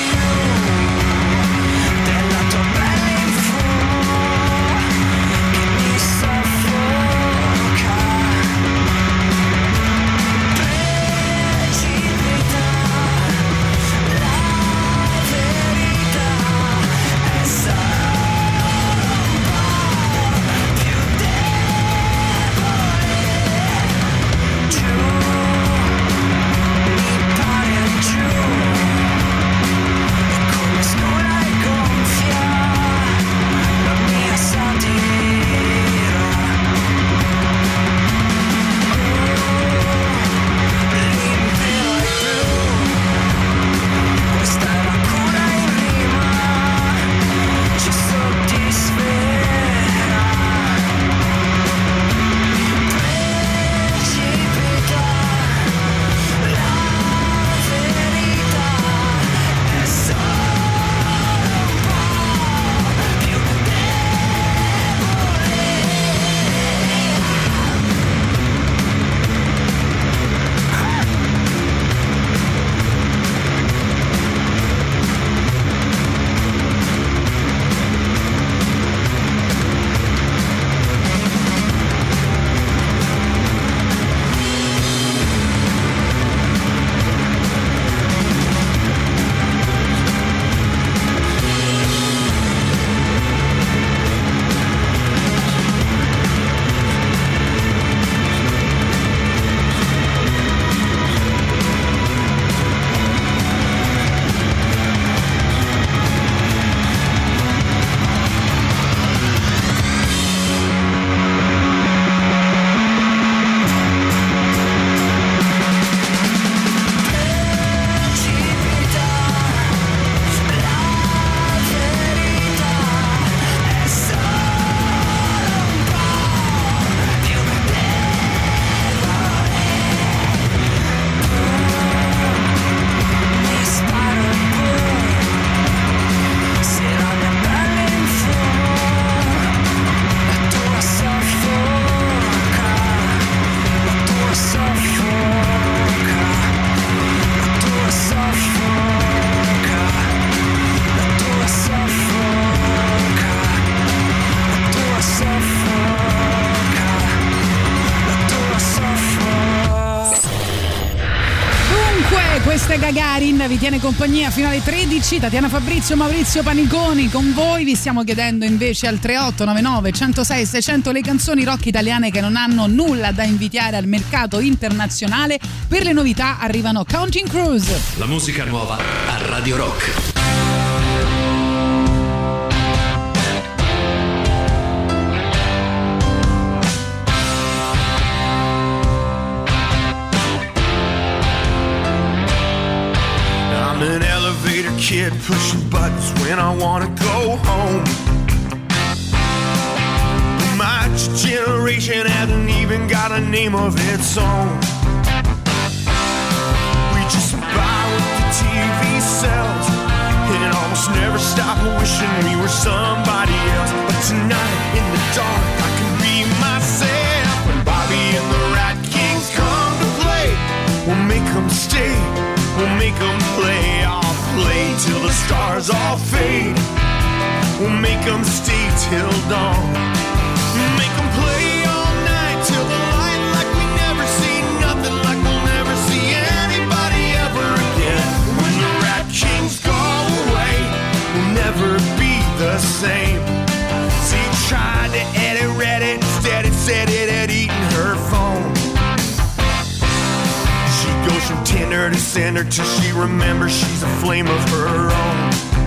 Della tua pelle in fumo che Alessandra Gagarin vi tiene compagnia fino alle tredici. Tatiana Fabrizio, Maurizio Paniconi con voi. Vi stiamo chiedendo invece al tre otto nove nove uno zero sei sei zero zero le canzoni rock italiane che non hanno nulla da invidiare al mercato internazionale. Per le novità arrivano Counting Crows. La musica nuova a Radio Rock. I'm an elevator kid pushing buttons when I wanna go home. My generation hasn't even got a name of its own. We just buy what the T V sells and almost never stop wishing we were somebody else. But tonight in the dark I can be myself. When Bobby and the Rat Kings come to play, we'll make them stay. We'll make them play, I'll play till the stars all fade. We'll make them stay till dawn. Make them play all night till the light, like we never see nothing, like we'll never see anybody ever again. When the Rat Kings go away, we'll never be the same. See, tried to edit Reddit, instead it said it had eaten her phone. Goes from Tinder to Cinder till she remembers she's a flame of her own.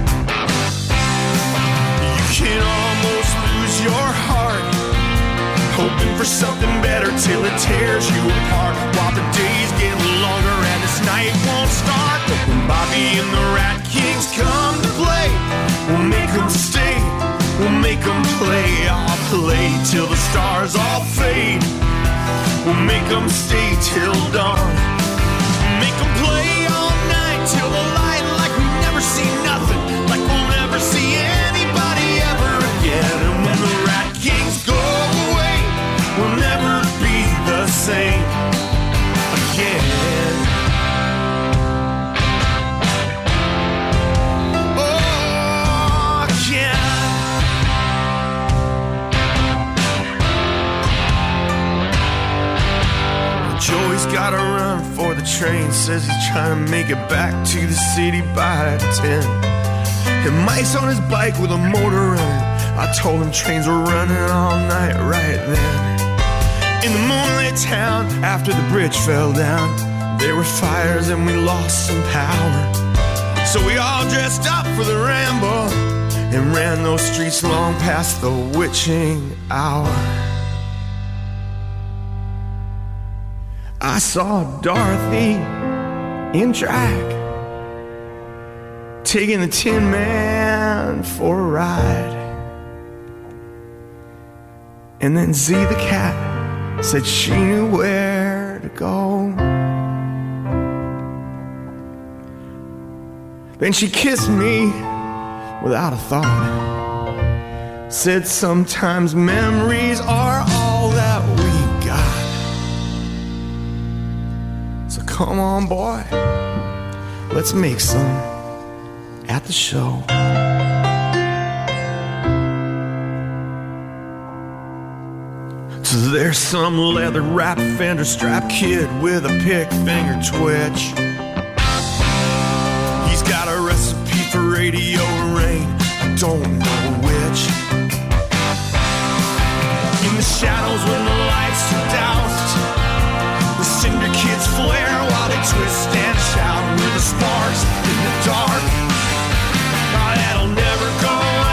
You can almost lose your heart, hoping for something better till it tears you apart. While the days get longer and this night won't start. But when Bobby and the Rat Kings come to play, we'll make them stay, we'll make them play. I'll play till the stars all fade. We'll make them stay till dawn. Make them play all night till the light, like we never see nothing, like we'll never see anybody ever again. And when the Rat Kings go away, we'll never be the same again. Oh, again. Joey's gotta run for the train, says he's trying to make it back to the city by ten. And Mike's on his bike with a motor running. I told him trains were running all night right then. In the moonlit town, after the bridge fell down, there were fires and we lost some power. So we all dressed up for the ramble and ran those streets long past the witching hour. I saw Dorothy in drag, taking the Tin Man for a ride. And then Z the cat said she knew where to go. Then she kissed me without a thought, said sometimes memories are all that we got. So come on, boy, let's make some at the show. So there's some leather wrapped fender strap kid with a pick finger twitch. He's got a recipe for radio rain, I don't know which. In the shadows when the lights are doused, the cinder kids flare while they twist and shout with the sparks in the dark. Oh, that'll never go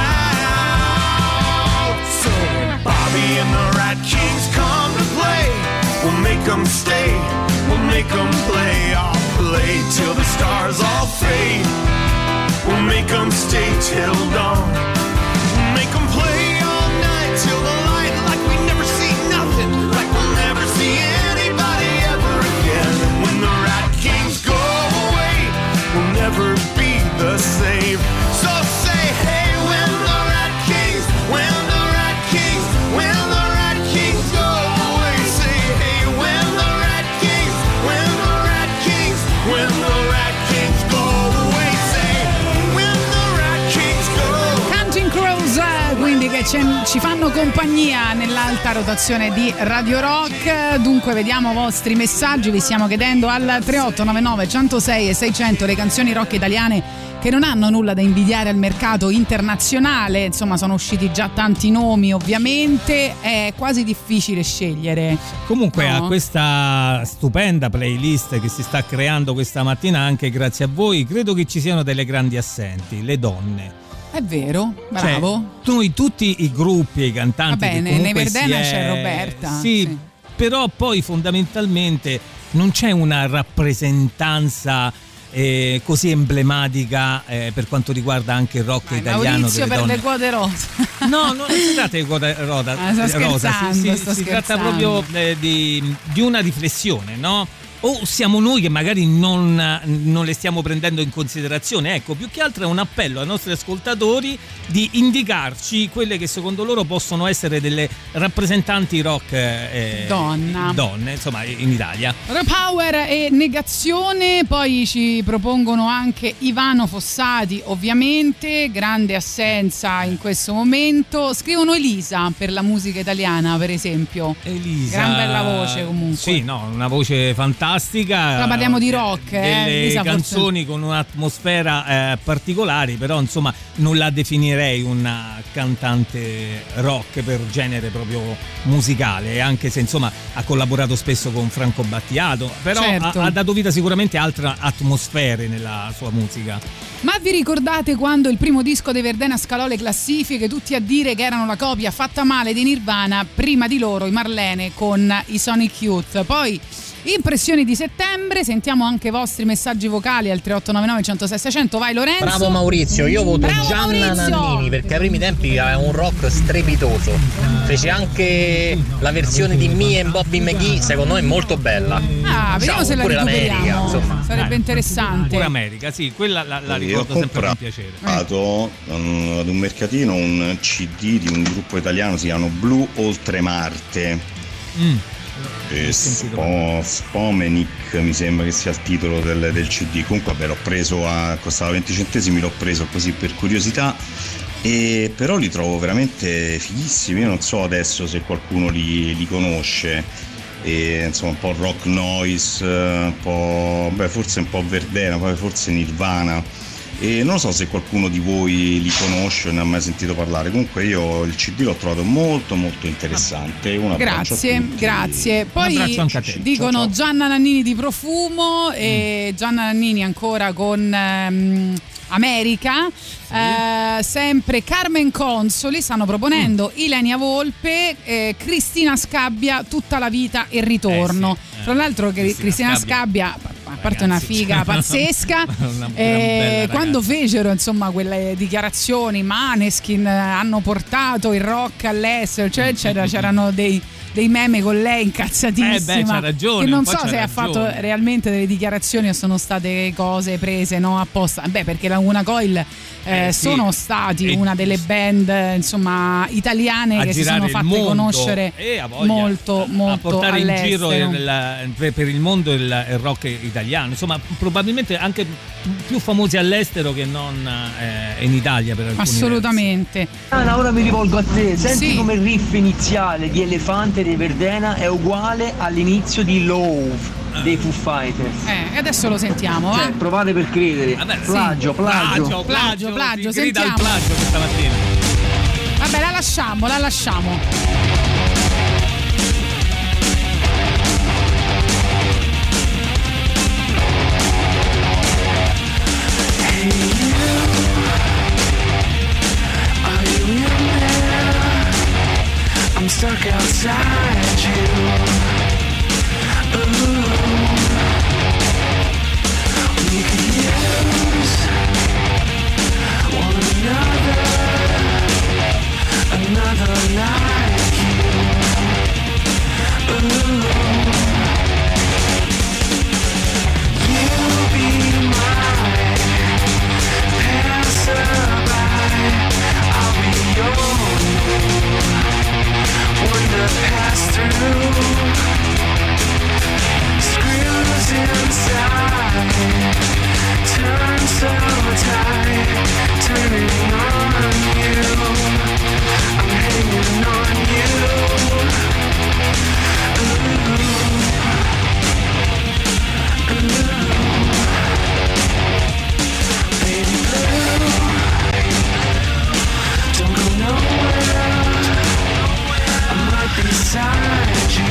out. So when Bobby and the Rat Kings come to play, we'll make them stay, we'll make them play. I'll play till the stars all fade. We'll make them stay till dawn. We'll make them play all night till the light, like we never see nothing, like we'll never see anybody ever again. And when the Rat Kings go away, we'll never be the same. So say hey when the Rat Kings, when the Rat Kings, when the Rat Kings go away. Say hey when the Rat Kings, when the Rat Kings, when the Rat Kings go away. Say when the Rat Kings go away. che ci fanno compagnia nell'alta rotazione di Radio Rock. Dunque vediamo i vostri messaggi, vi stiamo chiedendo al tre otto nove nove centosei e seicento le canzoni rock italiane che non hanno nulla da invidiare al mercato internazionale. Insomma, sono usciti già tanti nomi, ovviamente è quasi difficile scegliere. Comunque no? A questa stupenda playlist che si sta creando questa mattina, anche grazie a voi, credo che ci siano delle grandi assenti, le donne. È vero, bravo. Cioè, noi tutti i gruppi e i cantanti. Va bene, che nei comunque Verdena si è... c'è Roberta. Sì, sì, però poi fondamentalmente non c'è una rappresentanza eh, così emblematica eh, per quanto riguarda anche il rock Vai, italiano. Maurizio delle per donne. le quote rosa. No, non si tratta di quote rosa. Ah, sto rosa. scherzando, Si, si, sto si tratta scherzando. proprio eh, di, di una riflessione, no? O siamo noi che magari non, non le stiamo prendendo in considerazione. Ecco, più che altro è un appello ai nostri ascoltatori di indicarci quelle che secondo loro possono essere delle rappresentanti rock eh, Donna. donne, insomma, in Italia. Repower e Negazione, poi ci propongono anche Ivano Fossati, ovviamente, grande assenza in questo momento. Scrivono Elisa per la musica italiana, per esempio. Elisa. Gran bella voce comunque. Sì, no, una voce fantastica. Però parliamo di rock, eh. Delle Elisa canzoni forse... con un'atmosfera eh, particolari, però insomma non la definirei una cantante rock per genere proprio musicale, anche se insomma ha collaborato spesso con Franco Battiato, però certo. ha, ha dato vita sicuramente a altre atmosfere nella sua musica. Ma vi ricordate quando il primo disco dei Verdena scalò le classifiche, tutti a dire che erano la copia fatta male di Nirvana, prima di loro i Marlene con i Sonic Youth. Poi impressioni di settembre, sentiamo anche i vostri messaggi vocali al tre otto nove nove centosei seicento. Vai Lorenzo. Bravo Maurizio, io voto Bravo Gianna Maurizio. Nannini perché ai primi tempi aveva un rock strepitoso. Fece anche la versione di Me e Bobby McGee, secondo me molto bella. Ah, vediamo Ciao, se la pure l'America, recuperiamo. insomma. Sarebbe Eh, interessante. Pure America, sì, quella la, la Io ho ricordo sempre con piacere. comprato um, ad un mercatino un C D di un gruppo italiano, si chiamano Blu Oltre Marte. Mm. Eh, Spo, Spomenic mi sembra che sia il titolo del, del C D. Comunque vabbè, l'ho preso a costava venti centesimi, l'ho preso così per curiosità, e però li trovo veramente fighissimi. Io non so adesso se qualcuno li, li conosce, e, insomma un po' rock noise, un po', beh, forse un po' Verdena, poi forse Nirvana, e non so se qualcuno di voi li conosce o ne ha mai sentito parlare. Comunque io il C D l'ho trovato molto molto interessante. Un abbraccio a Grazie, tutti. grazie. Poi Un abbraccio anche a te. dicono Ciao, ciao. Gianna Nannini di Profumo e Gianna Nannini ancora con ehm, America. Eh, sempre Carmen Consoli stanno proponendo Mm. Ilenia Volpe, eh, Cristina Scabbia, Tutta la vita e ritorno. Eh sì, eh. Tra l'altro che Cristina Cristina Scabbia. Scabbia, a parte una Ragazzi, figa cioè, pazzesca, una- una eh, bella quando ragazza. fecero insomma quelle dichiarazioni, Maneskin hanno portato il rock all'estero, cioè c'era- c'erano dei dei meme con lei incazzatissima, Eh beh, c'ha ragione, che non un po' so c'ha se ha ragione. fatto realmente delle dichiarazioni o sono state cose prese no apposta. Beh, perché la Laguna Coil eh, Eh, sì. sono stati E- una delle band insomma italiane A che si girare sono il fatte mondo. conoscere Eh, a voglia. molto molto a portare in all'estero. giro il- per, per il mondo il, il rock italiano, insomma probabilmente anche più famosi all'estero che non eh, in Italia per alcuni Assolutamente. Anna, ora mi rivolgo a te. Senti Sì. come il riff iniziale di Elefante dei Verdena è uguale all'inizio di Love dei Foo Fighters. Eh, e adesso lo sentiamo, va? Cioè, provate per credere. Vabbè, sì. plagio, plagio. plagio, Plagio, plagio, si grida al sentiamo. plagio questa mattina. Vabbè, la lasciamo, la lasciamo. I'm stuck outside you. Ooh. We could use one another, another like you. Ooh. You be my passerby, I'll be your one to pass through. beside you.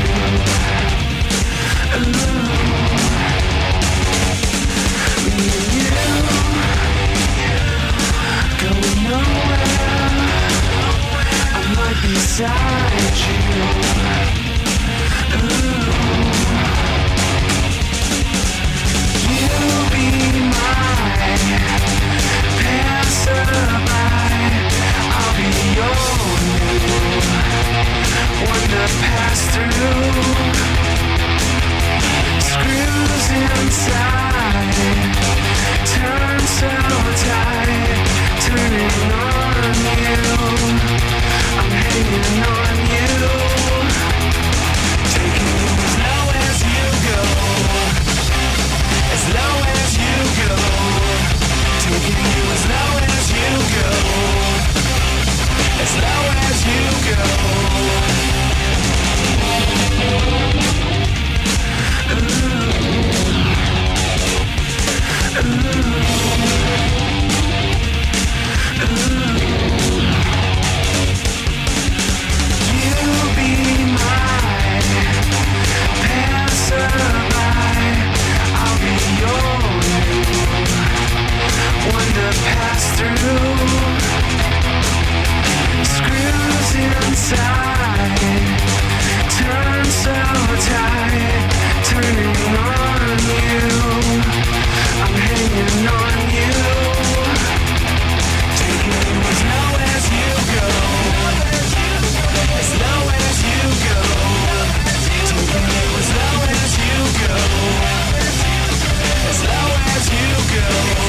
Ooh. Me and you going nowhere. I'm right beside you. Ooh. You'll be my passerby. I'll be your new one to pass through. Screws inside, turn so tight, turning on you. I'm hanging on you, taking you as low as you go, as low as you go, taking you as low as you go, as low as you go. You'll be my passerby. I'll be your new one to pass through. Screws inside, turn so tight, turning on you. I'm hanging on you, taking you as low as you go, as low as you go, taking you as low as you go, as low as you go.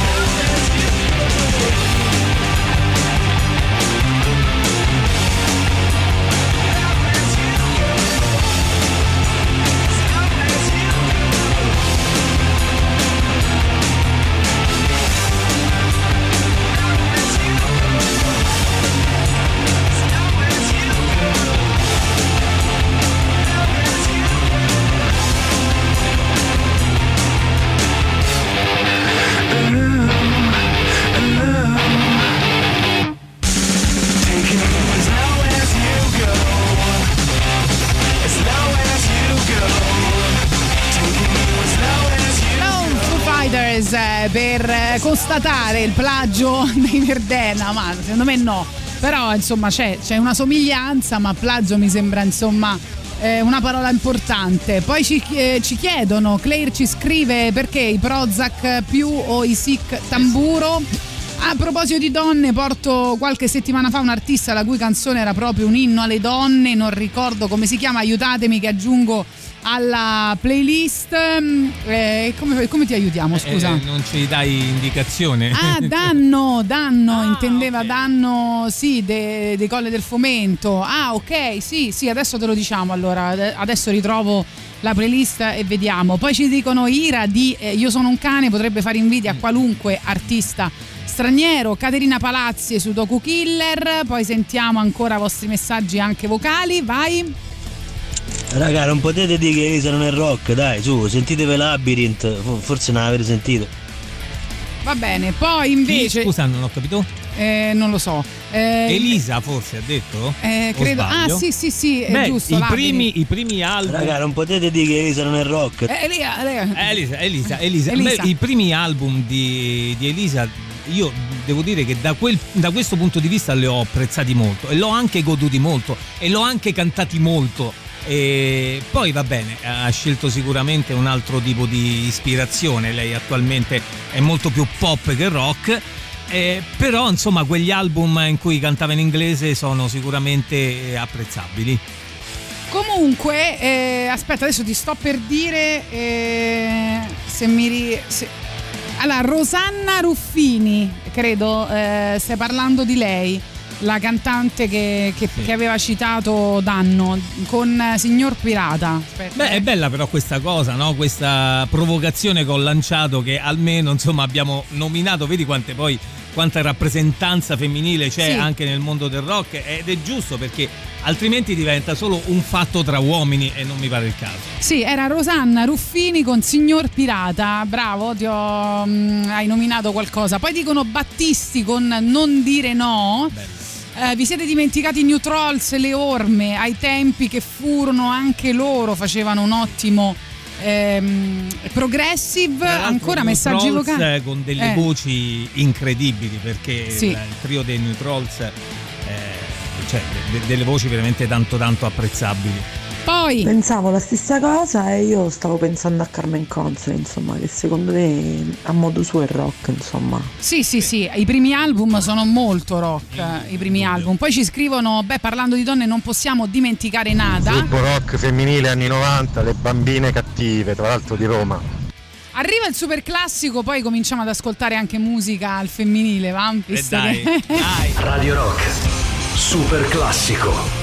Per constatare il plagio dei Verdena, ma secondo me no, però insomma c'è, c'è una somiglianza, ma plagio mi sembra insomma eh, una parola importante. Poi ci, eh, ci chiedono, Claire ci scrive perché i Prozac più o i Sick Tamburo. A proposito di donne, porto qualche settimana fa un artista la cui canzone era proprio un inno alle donne, non ricordo come si chiama, aiutatemi che aggiungo alla playlist. Eh, come, come ti aiutiamo, scusa? Eh, non ci dai indicazione? Ah, danno, danno, ah, intendeva okay. Danno, sì, dei de Colle del Fomento. Ah, ok, sì, sì, adesso te lo diciamo. Allora, adesso ritrovo la playlist e vediamo. Poi ci dicono Ira di eh, Io sono un cane, potrebbe fare invidia a qualunque artista straniero. Caterina Palazzi su Docu Killer. Poi sentiamo ancora i vostri messaggi anche vocali, vai. Raga, non potete dire che Elisa non è rock, dai, su, sentitevi Labyrinth, forse non l'avete sentito. Va bene, poi invece... Chi? Scusa, non ho capito. Eh, non lo so. Eh, Elisa forse ha detto? Eh, credo. Ah, sì, sì, sì, è Beh, giusto. I primi, I primi album. Raga, non potete dire che Elisa non è rock. Eh, Elisa, Elisa, Elisa, Elisa. Elisa. Beh, i primi album di, di Elisa, io devo dire che da, quel, da questo punto di vista li ho apprezzati molto e l'ho anche goduti molto e l'ho anche cantati molto. E poi va bene, ha scelto sicuramente un altro tipo di ispirazione, lei attualmente è molto più pop che rock, eh, però insomma quegli album in cui cantava in inglese sono sicuramente apprezzabili. Comunque eh, aspetta, adesso ti sto per dire eh, se mi ri... se... allora Rosanna Ruffini, credo eh, stai parlando di lei, la cantante che, che, sì. che aveva citato Danno con Signor Pirata. Aspetta. Beh, è bella però questa cosa, no? Questa provocazione che ho lanciato, che almeno insomma abbiamo nominato, vedi quante poi quanta rappresentanza femminile c'è, sì, anche nel mondo del rock, ed è giusto, perché altrimenti diventa solo un fatto tra uomini e non mi pare il caso. Sì, era Rosanna Ruffini con Signor Pirata. Bravo, ti ho, mh, hai nominato qualcosa. Poi dicono Battisti con Non dire no. Bello. Eh, vi siete dimenticati i New Trolls, le orme, ai tempi che furono anche loro, facevano un ottimo ehm, progressive. Ancora messaggi vocali con delle eh. voci incredibili, perché Sì. il, il trio dei New Trolls eh, cioè de- delle voci veramente tanto tanto apprezzabili. Poi pensavo la stessa cosa e io stavo pensando a Carmen Console, insomma, che secondo me a modo suo è rock, insomma. Sì, sì, sì, i primi album sono molto rock, i primi album. Poi ci scrivono, beh, parlando di donne non possiamo dimenticare Nada. Gruppo rock femminile anni novanta, Le Bambine Cattive, tra l'altro di Roma. Arriva il super classico, poi cominciamo ad ascoltare anche musica al femminile, va? Visto Eh dai, che... dai. Radio Rock, super classico.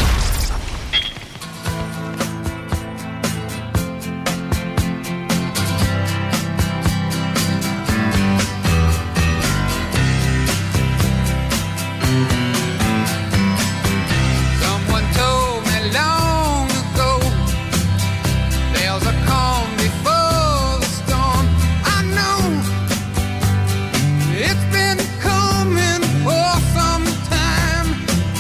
Someone told me long ago there's a calm before the storm. I know it's been coming for some time.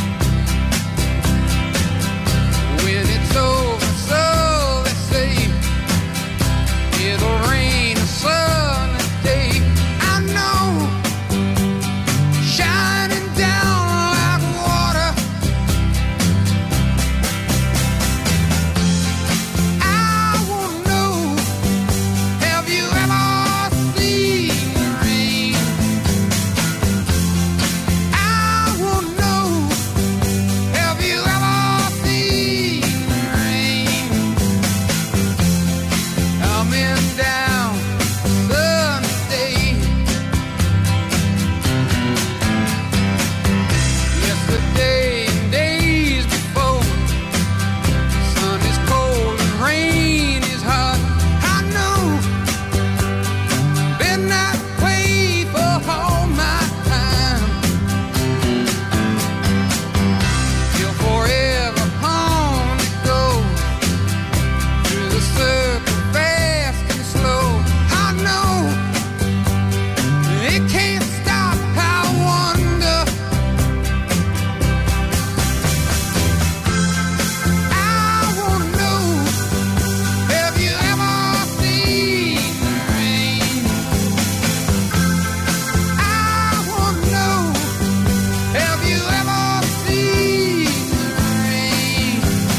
When it's over, so they say it'll rain a sunny day. I know, shining down like water. I wanna know, have you ever seen the rain? I wanna know, have you ever seen the rain? Coming down Sunday. Yesterday and days before, sun is cold and rain is hot. I know, been that way for all my time. Till forever on it goes, through the circle fast and slow. I know, it can't stop. I wonder, I wanna know, have you ever seen the rain? I wanna know, have you ever seen the rain?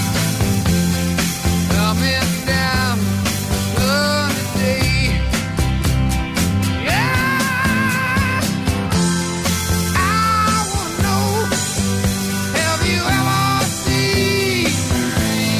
Coming down sunny day. Yeah, I wanna know, have you ever seen the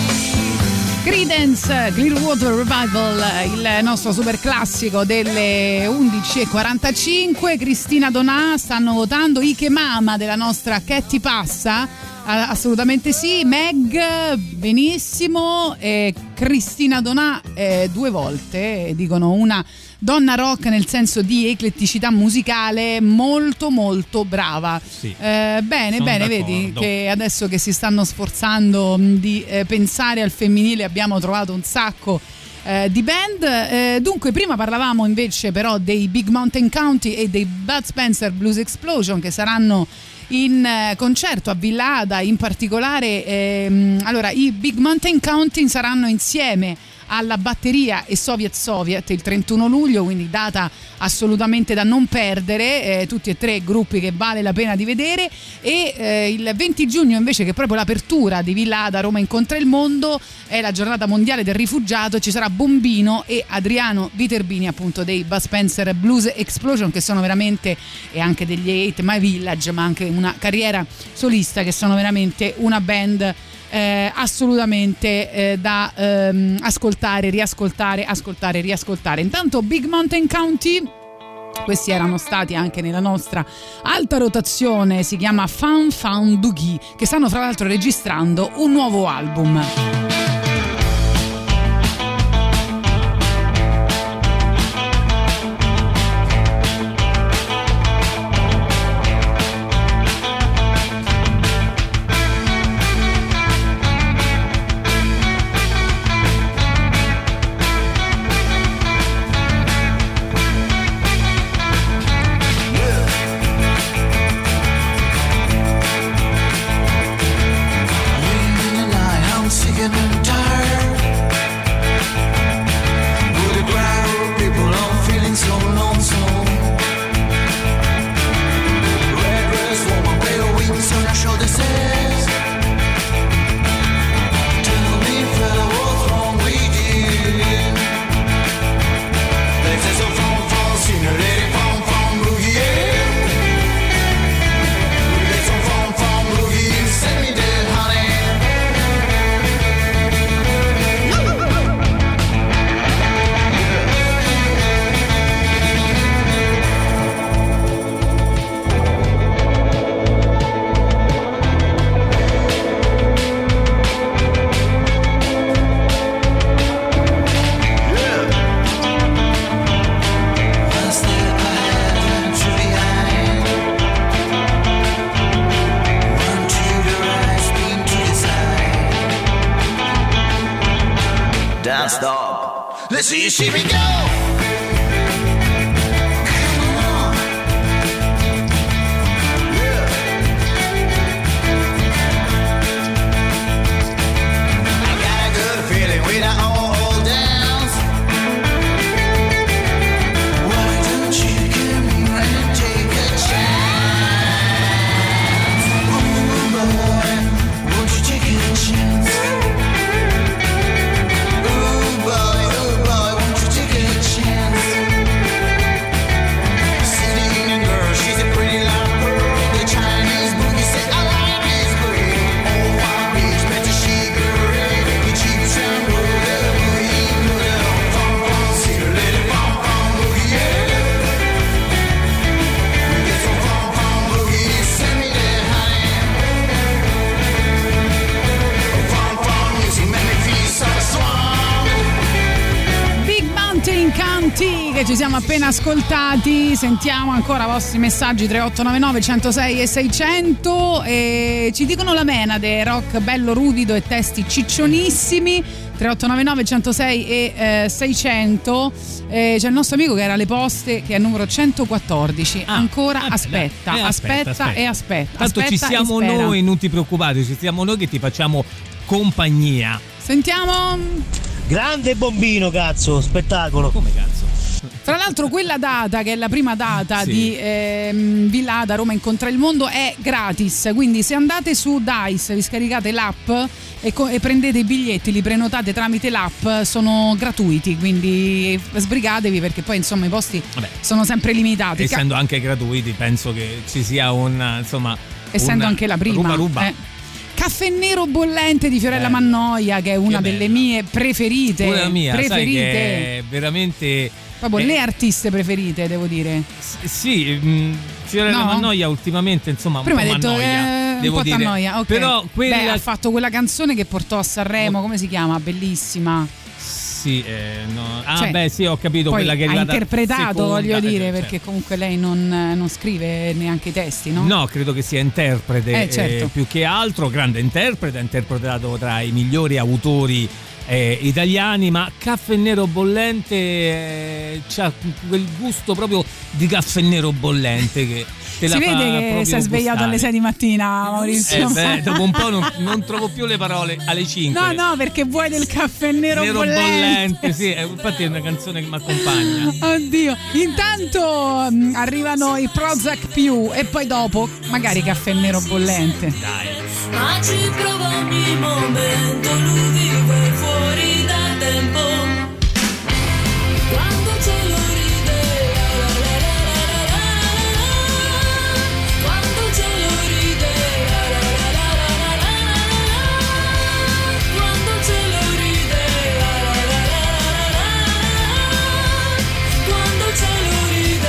rain? Creedence, Clearwater Revival, il nostro super classico delle undici e quarantacinque. Cristina Donà stanno votando. Ike Mama della nostra Ketty Passa, ah, assolutamente sì. Meg, benissimo. E Cristina Donà eh, due volte, eh, dicono una donna rock nel senso di ecletticità musicale molto molto brava. Sì. Eh, bene, Sono bene, d'accordo. vedi che adesso che si stanno sforzando mh, di eh, pensare al femminile abbiamo trovato un sacco eh, di band. Eh, dunque prima parlavamo invece però dei Big Mountain County e dei Bud Spencer Blues Explosion, che saranno in eh, concerto a Villa Ada. In particolare ehm, allora i Big Mountain County saranno insieme alla batteria e Soviet Soviet il trentuno luglio, quindi data assolutamente da non perdere, eh, tutti e tre gruppi che vale la pena di vedere. E eh, il venti giugno invece, che è proprio l'apertura di Villa Ada Roma incontra il mondo, è la giornata mondiale del rifugiato, ci sarà Bombino e Adriano Viterbini, appunto dei Bud Spencer Blues Explosion, che sono veramente, e anche degli Eight My Village, ma anche una carriera solista, che sono veramente una band Eh, assolutamente eh, da ehm, ascoltare, riascoltare, ascoltare, riascoltare. Intanto Big Mountain County, questi erano stati anche nella nostra alta rotazione, si chiama Fan Fan Doogie, che stanno fra l'altro registrando un nuovo album. Yeah. Let's see you see me go. Che ci siamo appena ascoltati, sentiamo ancora i vostri messaggi tre otto nove nove, centosei e seicento e ci dicono la Menade, rock bello ruvido e testi ciccionissimi. Tre otto nove nove, centosei e seicento. Eh, c'è il nostro amico che era alle poste, che è il numero centoquattordici. Ah, ancora ah, aspetta, dai, aspetta, aspetta, aspetta e aspetta. Tanto aspetta ci siamo noi, non ti preoccupare, ci siamo noi che ti facciamo compagnia. Sentiamo. Grande Bombino, cazzo, spettacolo. Come cazzo? Tra l'altro quella data, che è la prima data sì. di ehm, Villada Roma Incontra il Mondo, è gratis, quindi se andate su Dice, vi scaricate l'app e, co- e prendete i biglietti, li prenotate tramite l'app, sono gratuiti, quindi sbrigatevi perché poi insomma i posti Vabbè. sono sempre limitati. Essendo anche gratuiti penso che ci sia un, insomma, essendo un anche la prima ruba ruba. Eh. Caffè Nero Bollente di Fiorella eh, Mannoia, che è una che delle mie preferite. Una mia, preferite. Sai che è veramente proprio eh, le artiste preferite, devo dire. S- sì, mh, Fiorella no? Mannoia ultimamente, insomma, un Prima po' hai detto mannoia, eh, devo un po' dire. t'annoia, ok. Però quella... Beh, ha fatto quella canzone che portò a Sanremo, come si chiama? Bellissima. Sì, eh, no. ah cioè, beh sì, ho capito quella che è arrivata ha interpretato, seconda, eh, voglio dire, certo. perché comunque lei non, non scrive neanche i testi, no? No, credo che sia interprete, eh, certo. eh, più che altro, grande interprete, ha interpretato tra i migliori autori eh, italiani, ma Caffè Nero Bollente eh, c'ha quel gusto proprio di caffè nero bollente che te si la fa vede che si è svegliato gustare. alle sei di mattina, Maurizio. Eh beh, dopo un po' non, non trovo più le parole alle cinque. No, no, perché vuoi del caffè nero, nero bollente. bollente, sì, infatti è una canzone che mi accompagna. Oddio, intanto mh, arrivano i Prozac più e poi dopo magari caffè nero bollente. Dai. Ma ci prova ogni momento, lui vive fuori dal tempo. Quando ce lo ride, la la la la la la la. Quando ce lo ride, la la la la la la la. Quando ce lo ride, la la la la la la. Quando ce lo ride.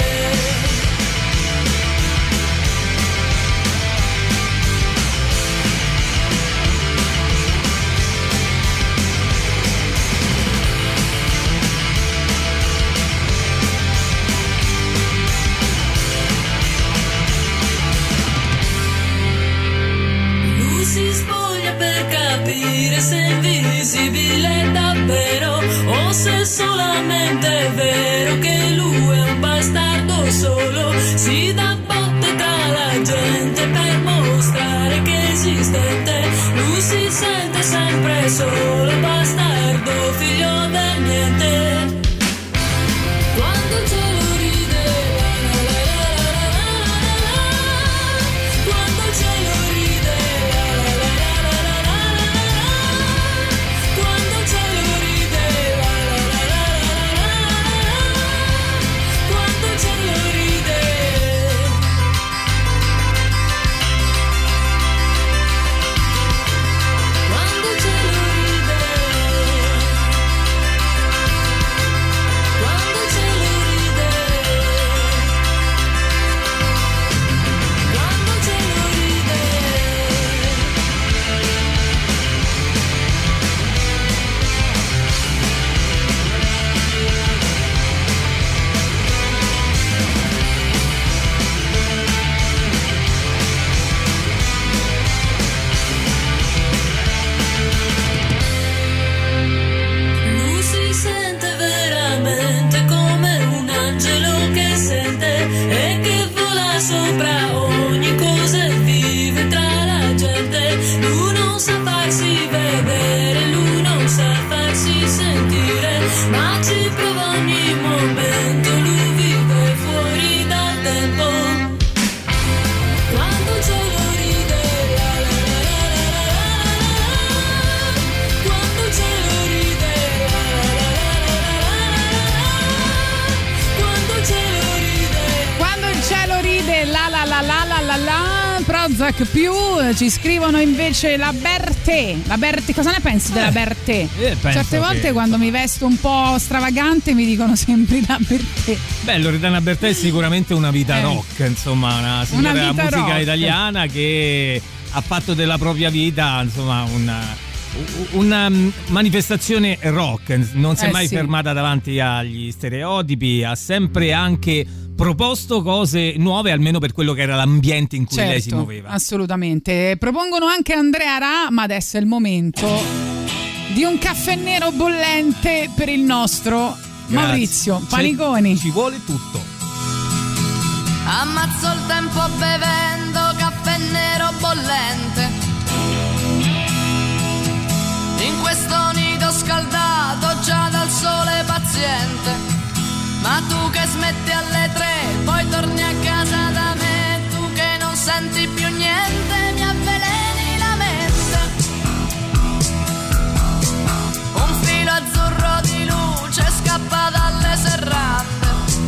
Si spoglia per capire se è invisibile davvero o se solamente è vero che lui è un bastardo solo. Si dà botte tra la gente per mostrare che è esistente. Lui si sente sempre solo, bastardo, figlio del niente. Quando ce lo ride, la la la la la la la. Quando ce lo ride. Quando ce lo ride la la, Prozac più, ci scrivono invece la Bertè. La Bertè, cosa ne pensi della Bertè? Eh, Certe volte che... quando mi vesto un po' stravagante mi dicono sempre la Bertè. Beh, Loredana Bertè è sicuramente una vita Eh. rock, insomma, una signora della vita musica rock. italiana che ha fatto della propria vita, insomma, una una manifestazione rock, non si è Eh, mai sì. fermata davanti agli stereotipi, ha sempre anche proposto cose nuove, almeno per quello che era l'ambiente in cui Certo, lei si muoveva. assolutamente. Propongono anche Andrea Ra, ma adesso è il momento di un caffè nero bollente per il nostro Grazie. Maurizio C'è- Paniconi. Ci vuole tutto. Ammazzo il tempo bevendo caffè nero bollente. In questo nido scaldato già dal sole paziente. Ma tu che smetti alle tre, poi torni a casa da me. Tu che non senti più niente, mi avveleni la mente. Un filo azzurro di luce scappa dalle serrande.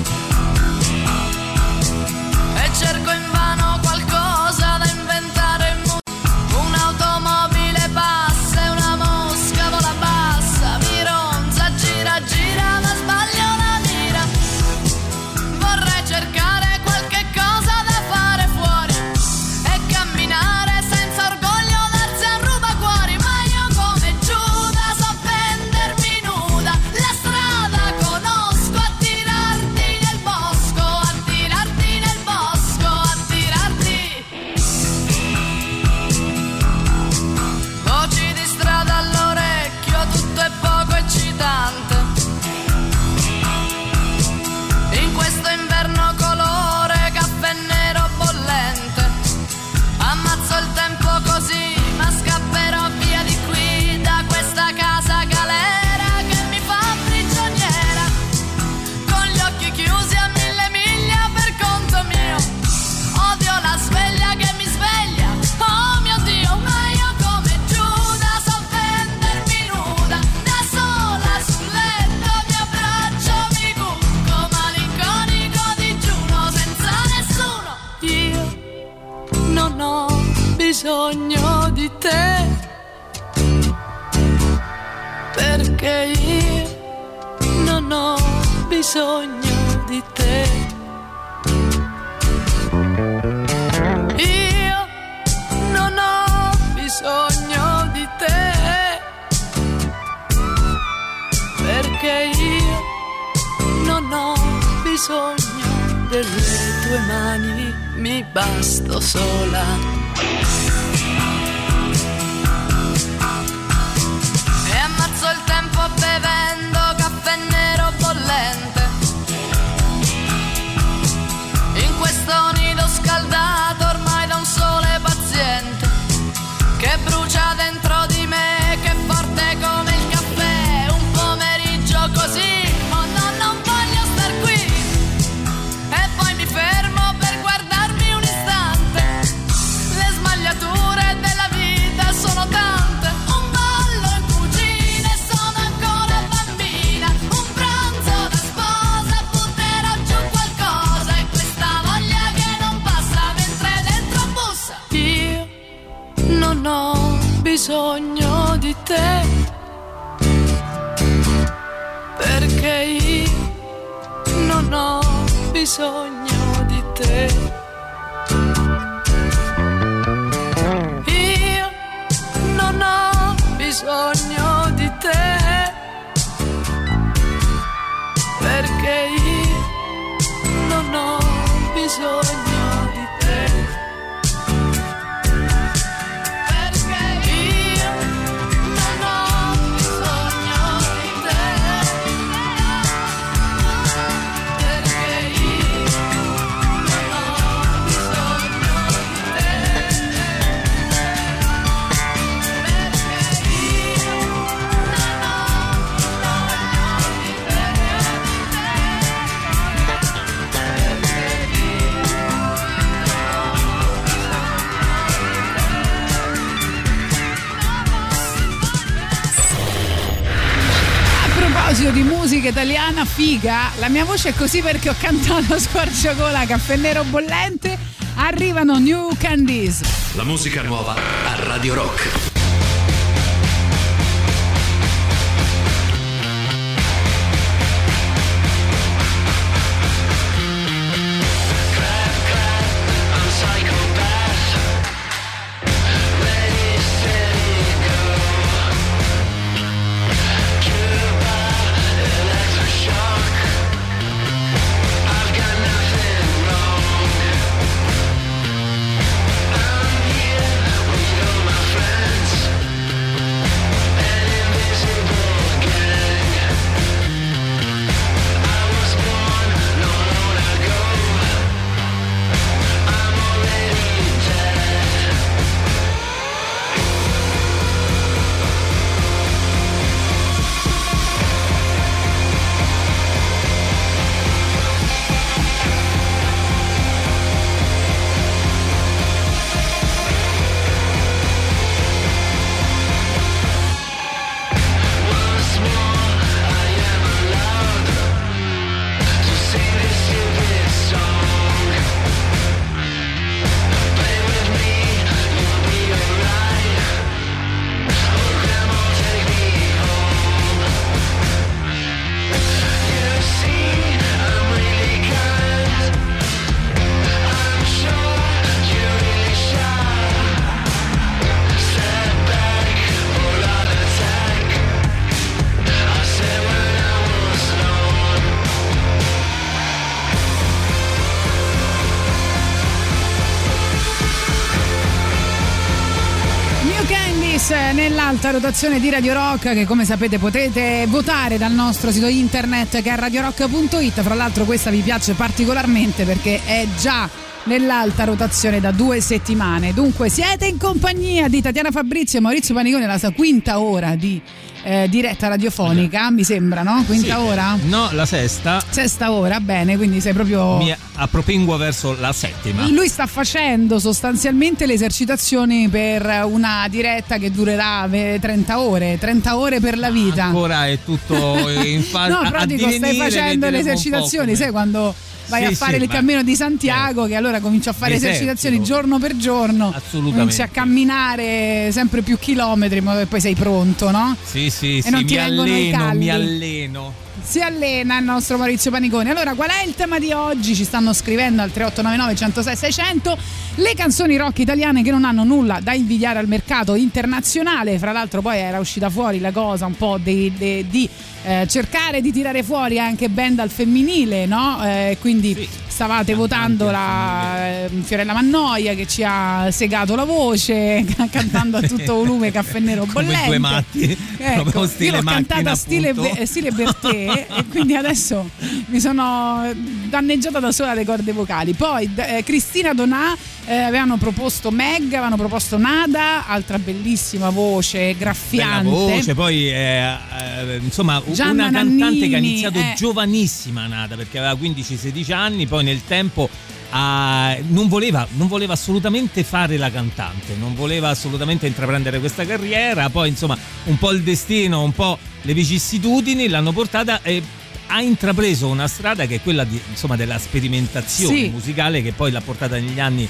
E cerco invano qualcosa da inventare. Un'automobile passa e una mosca vola bassa. Mi ronza, gira, gira, ma sbaglio la mira. Vorrei cercare qualche cosa da fare fuori e camminare senza orgoglio, darsi a rubacuori. Ma io come Giuda so vendermi nuda. La strada conosco, a tirarti nel bosco, a tirarti nel bosco, a tirarti. Voci di strada all'orecchio, tutto è poco eccitante. In questo inverno colore caffè nero bollente. Ammazzo il tempo così, ma scapperò via di qui, da questa casa galera che mi fa prigioniera. Con gli occhi chiusi a mille miglia per conto mio. Odio la sveglia che mi sveglia. Oh mio Dio, ma io come Giuda so vendermi nuda. Da sola sul letto mi abbraccio, mi cucco malinconico digiuno senza nessuno. Io non ho bisogno di te, perché io non ho bisogno di te. Io non ho bisogno di te, perché io non ho bisogno delle tue mani, mi basto sola. E ammazzo il tempo bevendo caffè nero bollente. In questo nido scaldato ormai da un sole paziente che brucia dentro di me, che è forte come il caffè. Un pomeriggio così, oh no, non voglio star qui. E poi mi fermo per guardarmi un istante. Le smagliature della vita sono tante. Un ballo in cucina e sono ancora bambina. Un pranzo da sposa, butterò giù qualcosa. E questa voglia che non passa mentre dentro bussa. Io non ho bisogno di te, perché io non ho bisogno di te. Io non ho bisogno di te, perché io non ho bisogno di te. Perché io non ho bisogno di te. Perché io non ho bisogno di te. proposito di musica italiana figa, la mia voce è così perché ho cantato Squarciagola, Caffè Nero Bollente. arrivano New Candies. La musica nuova a Radio Rock. Nell'alta rotazione di Radio Rock, che come sapete potete votare dal nostro sito internet che è radio rock punto it. Fra l'altro questa vi piace particolarmente perché è già nell'alta rotazione da due settimane. Dunque siete in compagnia di Tatiana Fabrizio e Maurizio Panicone, la sua quinta ora di eh, diretta radiofonica, mi sembra, no? Quinta sì, ora? No, la sesta. Sesta ora, bene, quindi sei proprio... Mi appropinguo verso la settima. Lui sta facendo sostanzialmente le esercitazioni per una diretta che durerà trenta ore, trenta ore per la vita. Ancora è tutto in fase. No, però dico, stai facendo le esercitazioni, sai quando vai sì, a fare sì, il cammino di Santiago, eh, che allora cominci a fare esercitazioni giorno per giorno, cominci a camminare sempre più chilometri in modo che poi sei pronto, no? Sì, sì, e sì, non ti mi alleno, mi alleno. Si allena il nostro Maurizio Panicone. Allora, qual è il tema di oggi? Ci stanno scrivendo al tre otto nove nove, centosei, seicento le canzoni rock italiane che non hanno nulla da invidiare al mercato internazionale. Fra l'altro poi era uscita fuori la cosa un po' di, di, di eh, cercare di tirare fuori anche band al femminile, no? Eh, quindi sì, stavate votando la eh, Fiorella Mannoia che ci ha segato la voce cantando a tutto volume Caffè Nero Bollente. Come due matti. Ecco, stile io l'ho macchina, cantata stile, stile Bertè e quindi adesso mi sono danneggiata da sola le corde vocali. Poi eh, Cristina Donà eh, avevano proposto Meg, avevano proposto Nada, altra bellissima voce, graffiante. Bella voce, poi eh, eh, insomma Gianna una Nannini, cantante che ha iniziato eh. giovanissima Nada, perché aveva quindici sedici anni, poi nel tempo Uh, non voleva, non voleva assolutamente fare la cantante, non voleva assolutamente intraprendere questa carriera, poi insomma un po' il destino, un po' le vicissitudini l'hanno portata e ha intrapreso una strada che è quella di, insomma, della sperimentazione sì. musicale, che poi l'ha portata negli anni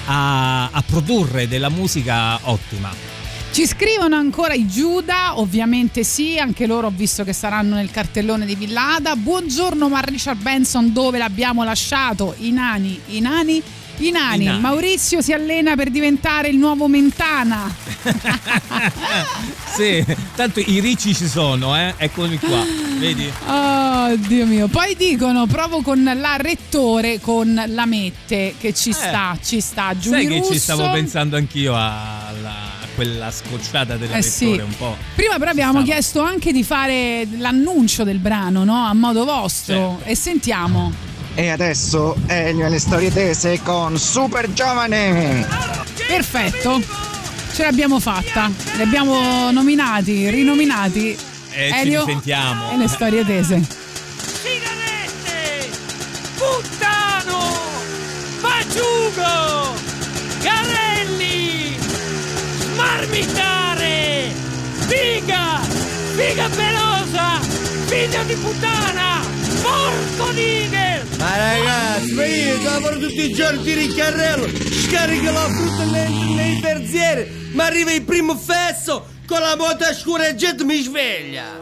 a, a produrre della musica ottima. Ci scrivono ancora i Giuda, ovviamente sì, anche loro ho visto che saranno nel cartellone di Villada. Buongiorno, ma Richard Benson dove l'abbiamo lasciato? I nani, i nani, i nani. nani. Maurizio si allena per diventare il nuovo Mentana. Sì, tanto i ricci ci sono, eh? Eccoli qua, vedi? Oh Dio mio. Poi dicono provo con la Rettore con la Mette, che ci sta, eh. ci sta. Giulio Sai che Russo. ci stavo pensando anch'io alla... quella scocciata della eh Rettore sì. un po'. Prima però abbiamo stava. chiesto anche di fare l'annuncio del brano, no? A modo vostro, certo. E sentiamo. E adesso Elio e le storie tese con Super Giovane. Perfetto, ce l'abbiamo fatta, li abbiamo nominati, rinominati e Elio ci risentiamo e le storie tese. Sigarette, puttano, Paciugo, Garelli, marmitare, figa, figa pelosa, figlio di puttana, porco nigger, ma ragazzi, ma io lavoro tutti i giorni, tiro il carrello, scarico la frutta nei, nei terzieri, ma arriva il primo fesso, con la moto a scureggetto mi sveglia.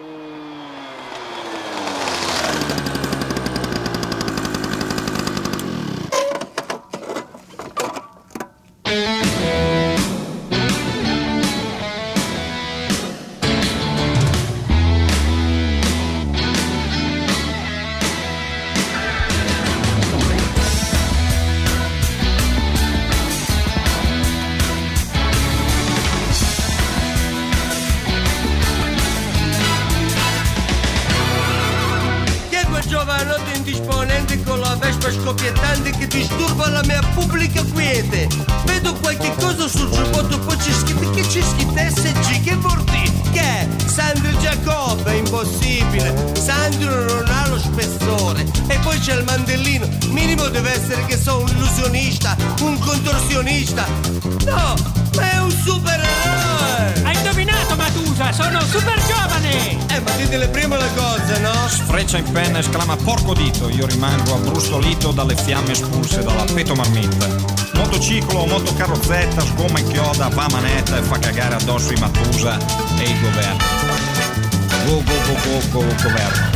Scoppiettante che disturba la mia pubblica quiete. Vedo qualche cosa sul giubbotto, poi c'è scritto che c'è scritto S G. Che vuol dire? Che è? Sandro Giacobbe, è impossibile. Sandro non ha lo spessore. E poi c'è il mandellino. Minimo deve essere che sono un illusionista, un contorsionista. No, ma è un supereroe. Hai indovinato, Matusa, sono super giovane. Eh, ma ditele prima la cosa, no? Sfreccia in penna, esclama porco dito. Io rimango abbrustolito dalle fiamme espulse dalla petomarmitta. Motociclo, motocarrozzetta, sgomma in chioda, va manetta e fa cagare addosso i Matusa e il governo. Go go go go go governo.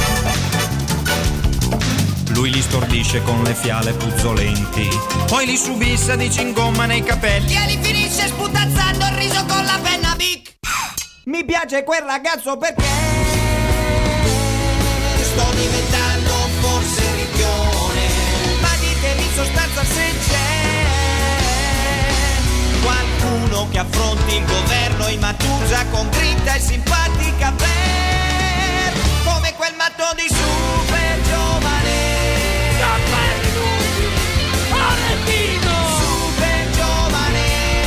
Lui li stordisce con le fiale puzzolenti, poi li subissa di cingomma nei capelli e li finisce sputazzando il riso con la penna Bic. Mi piace quel ragazzo perché sto diventando forse ricchione, ma ditemi in sostanza se c'è qualcuno che affronti il governo in Matusa con grinta e simpatica per come quel matto di super giovane. Super giovane.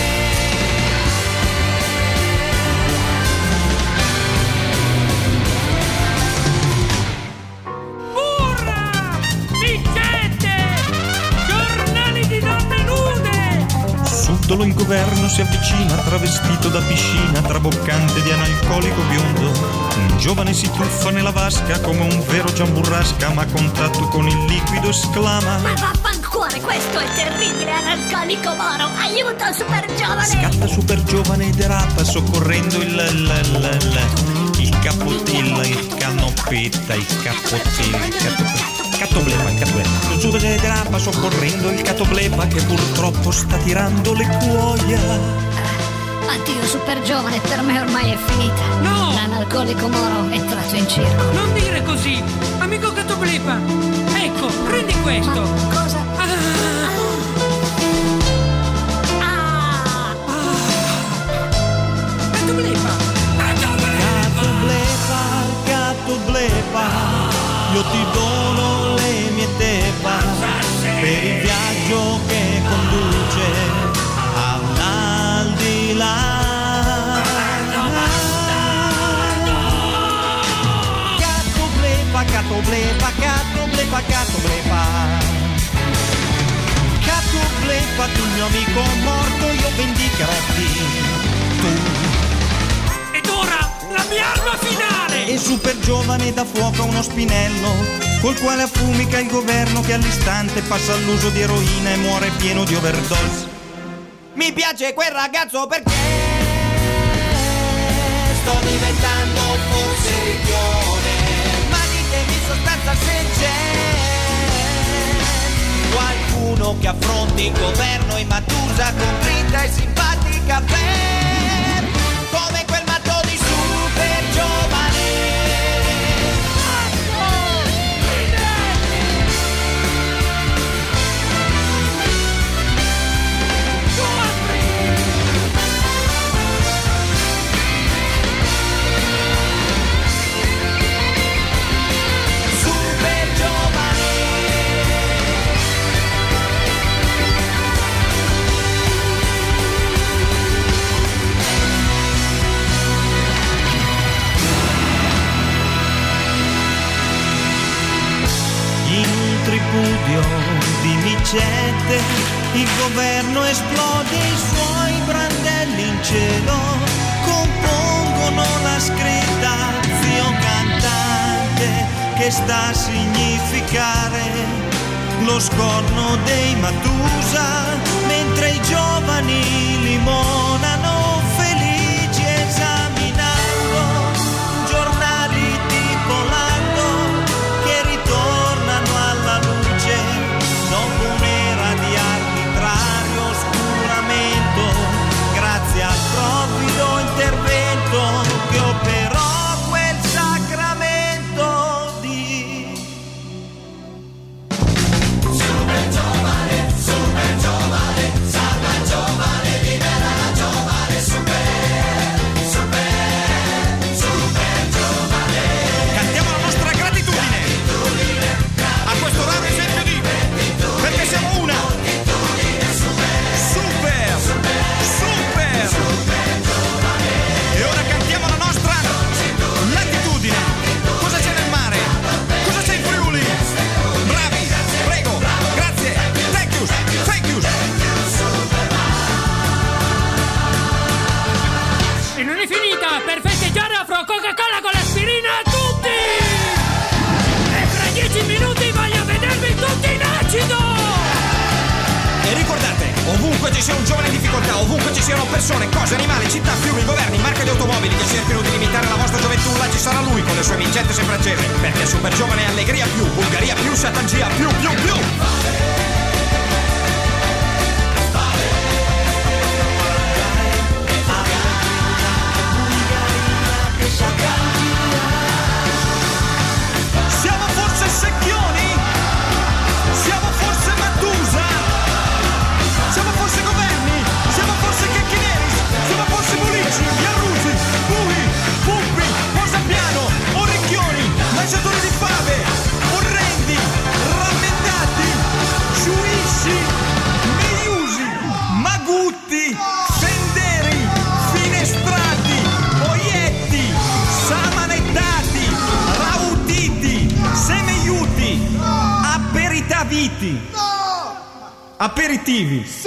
Urra! Vincente! Giornali di donne nude! Subdolo in governo si avvicina, travestito da piscina, traboccante di analcolico biondo. Un giovane si tuffa nella vasca come un vero giamburrasca, ma a contatto con il liquido esclama: ma vaffancuore, questo è terribile, analcolico moro, aiuto super giovane! Scatta super giovane e derapa soccorrendo il il il il capottillo, il canoppetta, il capottillo, il capottillo. Catoblepa, catoblepa. Super e derapa soccorrendo il catoblepa che purtroppo sta tirando le cuoia. Addio super giovane, per me ormai è finita. No! L'analcolico moro è tratto in circo. Non dire così, amico Catoblepa. Ecco, prendi questo. Ma cosa? Ah. Ah. Catoblepa. Catoblepa, catoblepa, io ti dono le mie tepa per il viaggio che conduce all'aldilà. Catoblepa, catoblepa, catoblepa, catoblepa. Catoblepa, tu mio amico morto, io vendicheroti. Tu. Ed ora la mia arma finale! E super giovane dà fuoco a uno spinello, col quale affumica il governo che all'istante passa all'uso di eroina e muore pieno di overdose. Mi piace quel ragazzo perché sto diventando forse ricchione, ma ditemi in sostanza se c'è qualcuno che affronti il governo in Matusa con grinta e simpatica per come quel matto di super giovane. Tripudio di micette, il governo esplode, i suoi brandelli in cielo compongono la scritta zio cantante, che sta a significare lo scorno dei Matusa, mentre i giovani limonano felici esaminando giornali tipo Lando che ritornano alla luce dopo un'era di arbitrario oscuramento, grazie al provvido intervento che operò quel sacramento di super giovane, super giovane, salva giovane, libera la giovane, super, super, super giovane. Cantiamo la nostra gratitudine a questo raro esempio di perché siamo una super, super, e ora cantiamo la nostra latitudine. Cosa c'è nel mare? Cosa c'è in Friuli? Bravi, prego, grazie, thank you, thank you. E non è finita, per festeggiare offro Coca-Cola con l'aspirina a tutti! E fra dieci minuti voglio vedervi tutti in acido! E ricordate, ovunque ci sia un giovane in difficoltà, ovunque ci siano persone, cose, animali, città, fiumi, governi, marche di automobili che cerchino di limitare la vostra gioventù, là ci sarà lui con le sue vincente sempre accese, perché super giovane è allegria più, Bulgaria più, satangia più, più, più. Siamo forse Secchioni? Siamo forse Matusa? Siamo forse Governi? Siamo forse Checchineris? Siamo forse Bulici, Iarrusi, Bui, Puppi, Posapiano, Orecchioni, lanciatori di fave, orrendi, rammendati, Giuisci, Meiusi, Magutti, Fenderi, Finestrati, Oietti, Samanettati, Rautiti, Semeiuti, Aperitaviti. Aperitivi. Sì!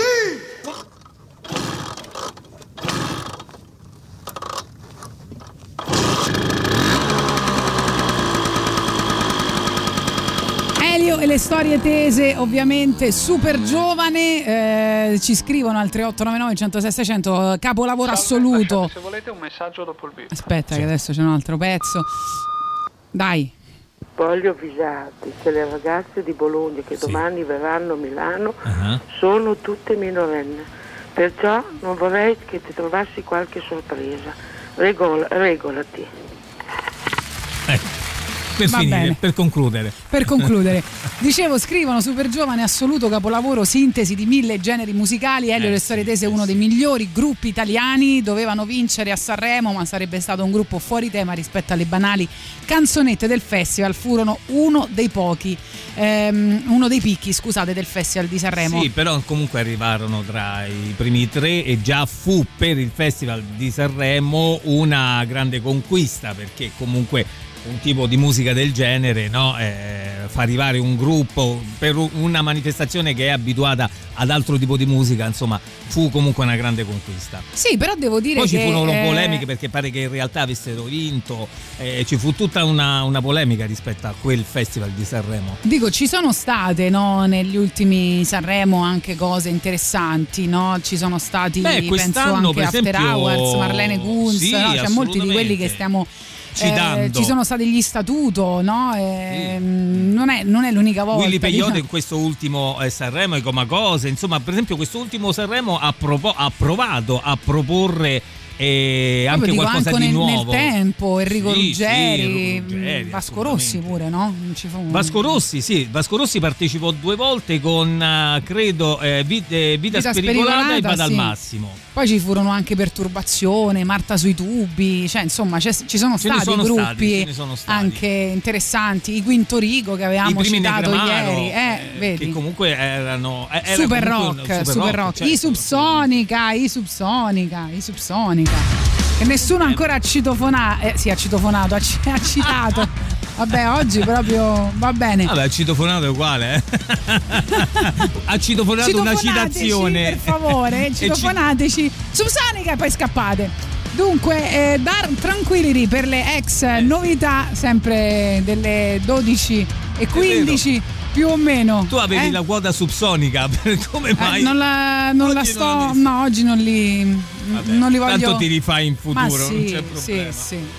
Elio e le storie tese, ovviamente super giovane, eh, ci scrivono al tre otto nove nove, centosei, seicento, capolavoro assoluto. Se volete un messaggio dopo il video. Aspetta che adesso c'è un altro pezzo. Dai. Voglio avvisarti che le ragazze di Bologna che domani verranno a Milano Uh-huh. sono tutte minorenni, perciò non vorrei che ti trovassi qualche sorpresa. Regola- regolati. Per Va finire, bene. per concludere. Per concludere, dicevo, scrivono super giovane, assoluto capolavoro, sintesi di mille generi musicali. Elio e le storie tese, uno dei migliori gruppi italiani, dovevano vincere a Sanremo, ma sarebbe stato un gruppo fuori tema rispetto alle banali canzonette del festival. Furono uno dei pochi, ehm, uno dei picchi, scusate, del festival di Sanremo. Sì, però comunque arrivarono tra i primi tre e già fu per il festival di Sanremo una grande conquista, perché comunque un tipo di musica del genere, no? eh, fa arrivare un gruppo per una manifestazione che è abituata ad altro tipo di musica, insomma fu comunque una grande conquista. Sì, però devo dire poi che ci furono eh... polemiche, perché pare che in realtà avessero vinto, eh, ci fu tutta una, una polemica rispetto a quel festival di Sanremo. Dico, ci sono state, no, negli ultimi Sanremo anche cose interessanti, no? Ci sono stati, Beh, penso anche per esempio, After Hours, Marlene Kunz, sì, no? C'è molti di quelli che stiamo citando. Eh, ci sono stati gli statuto, no? Eh, sì. non, è, non è l'unica volta. Willy Peyote diciamo. In questo ultimo eh, Sanremo e Comacose, insomma, per esempio questo ultimo Sanremo ha, provo- ha provato a proporre e anche dico, qualcosa anche di nel, nuovo. nel tempo Enrico sì, Ruggeri, sì, Ruggeri Vasco Rossi pure, no? Non ci fu un... Vasco Rossi, sì, Vasco Rossi partecipò due volte con uh, credo eh, Vita, eh, Vita, Vita Spericolata e Vada sì. al Massimo. Poi ci furono anche Perturbazione, Marta sui tubi, cioè insomma ci sono ce stati sono gruppi stati, sono stati. anche interessanti, i Quinto Rigo che avevamo citato Negramaro, ieri, eh, eh, vedi? che comunque erano era super comunque rock, super, super rock, rock certo, i Subsonica, i Subsonica, i Subsonica. Che nessuno ancora ha citofonato, eh, sì, ha citofonato, ha, c- ha citato. Vabbè, oggi proprio va bene. Vabbè, ha citofonato è uguale, eh? Ha citofonato una citazione. Per favore, citofonateci. Subsonica e poi scappate. Dunque, eh, dar tranquilli per le ex novità, sempre delle dodici e quindici. più o meno. Tu avevi eh? la quota subsonica, come mai? Eh, non la, non la sto, non no, oggi non li, Vabbè, non li voglio. Tanto ti rifai in futuro, Ma sì, non c'è problema. Sì, sì.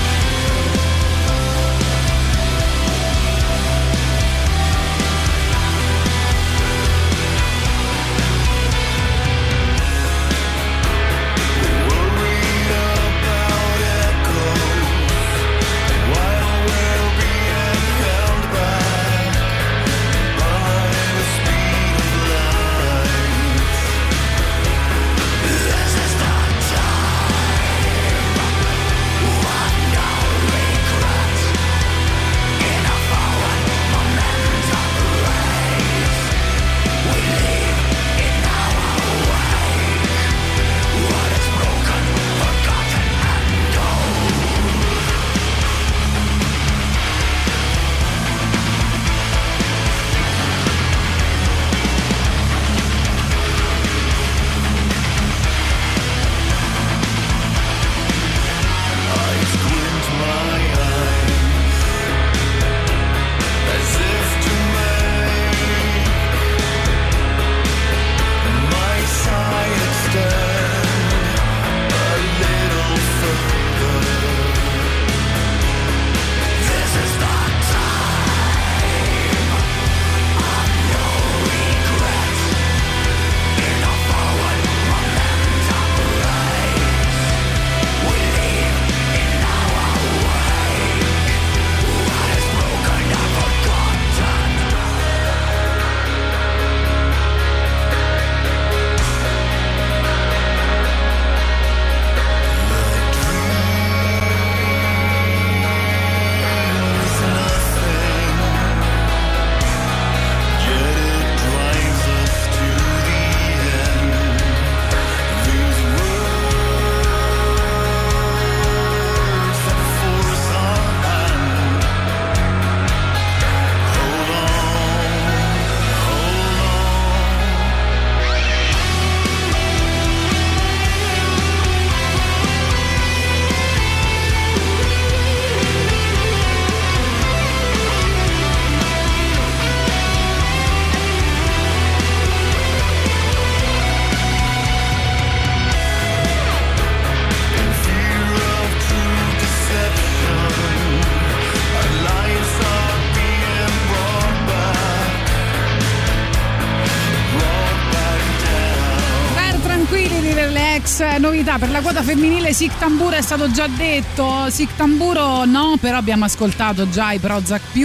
Novità per la quota femminile. Sic Tamburo è stato già detto, Sic Tamburo no, però abbiamo ascoltato già i Prozac più.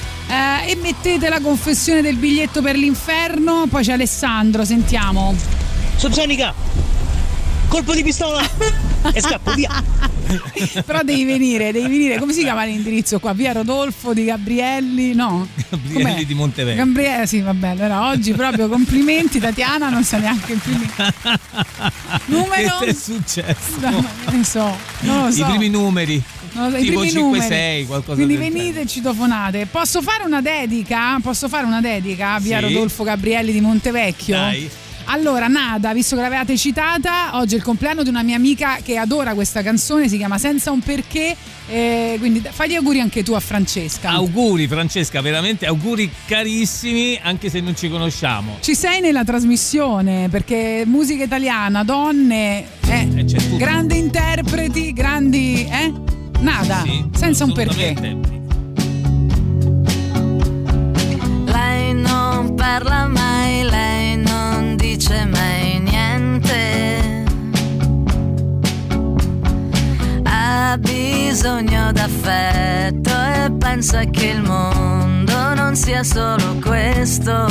Eh, e mettete la confessione del biglietto per l'inferno. Poi c'è Alessandro, sentiamo. Subsonica, colpo di pistola e scappo via. Però devi venire, devi venire. Come si chiama l'indirizzo qua? Via Rodolfo di Gabrielli? No, Gabrielli com'è? di Montevecchio. Gabriele, sì, vabbè. Allora oggi proprio complimenti, Tatiana non sa neanche più lì. Numero? Che è successo? No, non so, non lo so. I primi numeri. No, tipo i cinque sei, qualcosa quindi del venite e ci tofonate. Posso fare una dedica? Posso fare una dedica a via Sì. Rodolfo Gabrielli di Montevecchio? Dai. Allora, Nada, visto che l'avevate citata, oggi è il compleanno di una mia amica che adora questa canzone, si chiama Senza un perché, eh, quindi fai gli auguri anche tu a Francesca. Auguri Francesca, veramente auguri carissimi, anche se non ci conosciamo. Ci sei nella trasmissione, perché musica italiana, donne, eh, E c'è tutto. grandi interpreti, grandi... eh? Nada, Sì, senza un perché. Lei non parla mai, lei non dice mai niente. Ha bisogno d'affetto e pensa che il mondo non sia solo questo.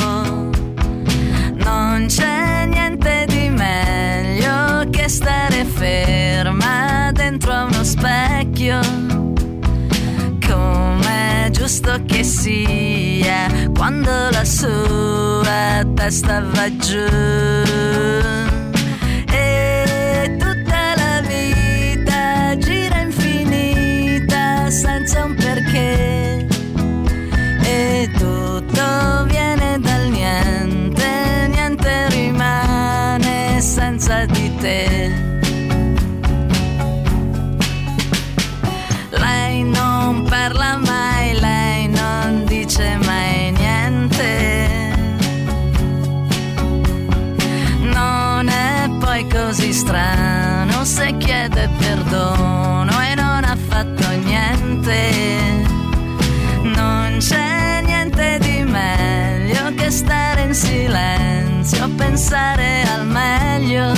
Non c'è niente di meglio che stare ferma dentro a uno specchio, come è giusto che sia quando la sua testa va giù. E tutta la vita gira infinita senza un perché, e tutto viene dal niente, niente rimane senza di te. Lei non parla mai, lei non dice mai niente. chiede perdono e non ha fatto niente. Non c'è niente di meglio che stare in silenzio, pensare al meglio,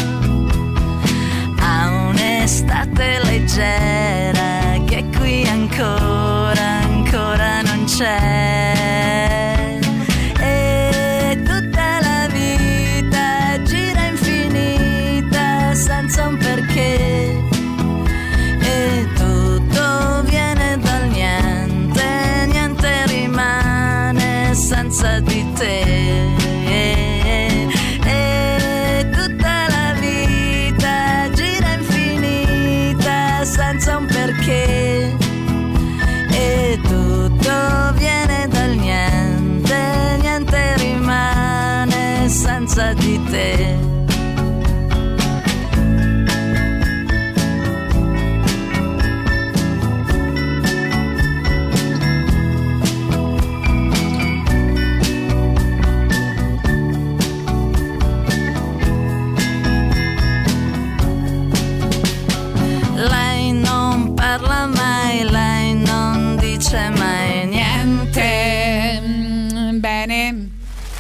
a un'estate leggera che qui ancora, ancora non c'è. E tutta la vita gira infinita senza un perché, e tutto viene dal niente, niente rimane senza di te. E tutta la vita gira infinita senza un perché, e tutto viene dal niente, niente rimane senza di te. Lei non parla mai, lei non dice mai niente. Mm, bene.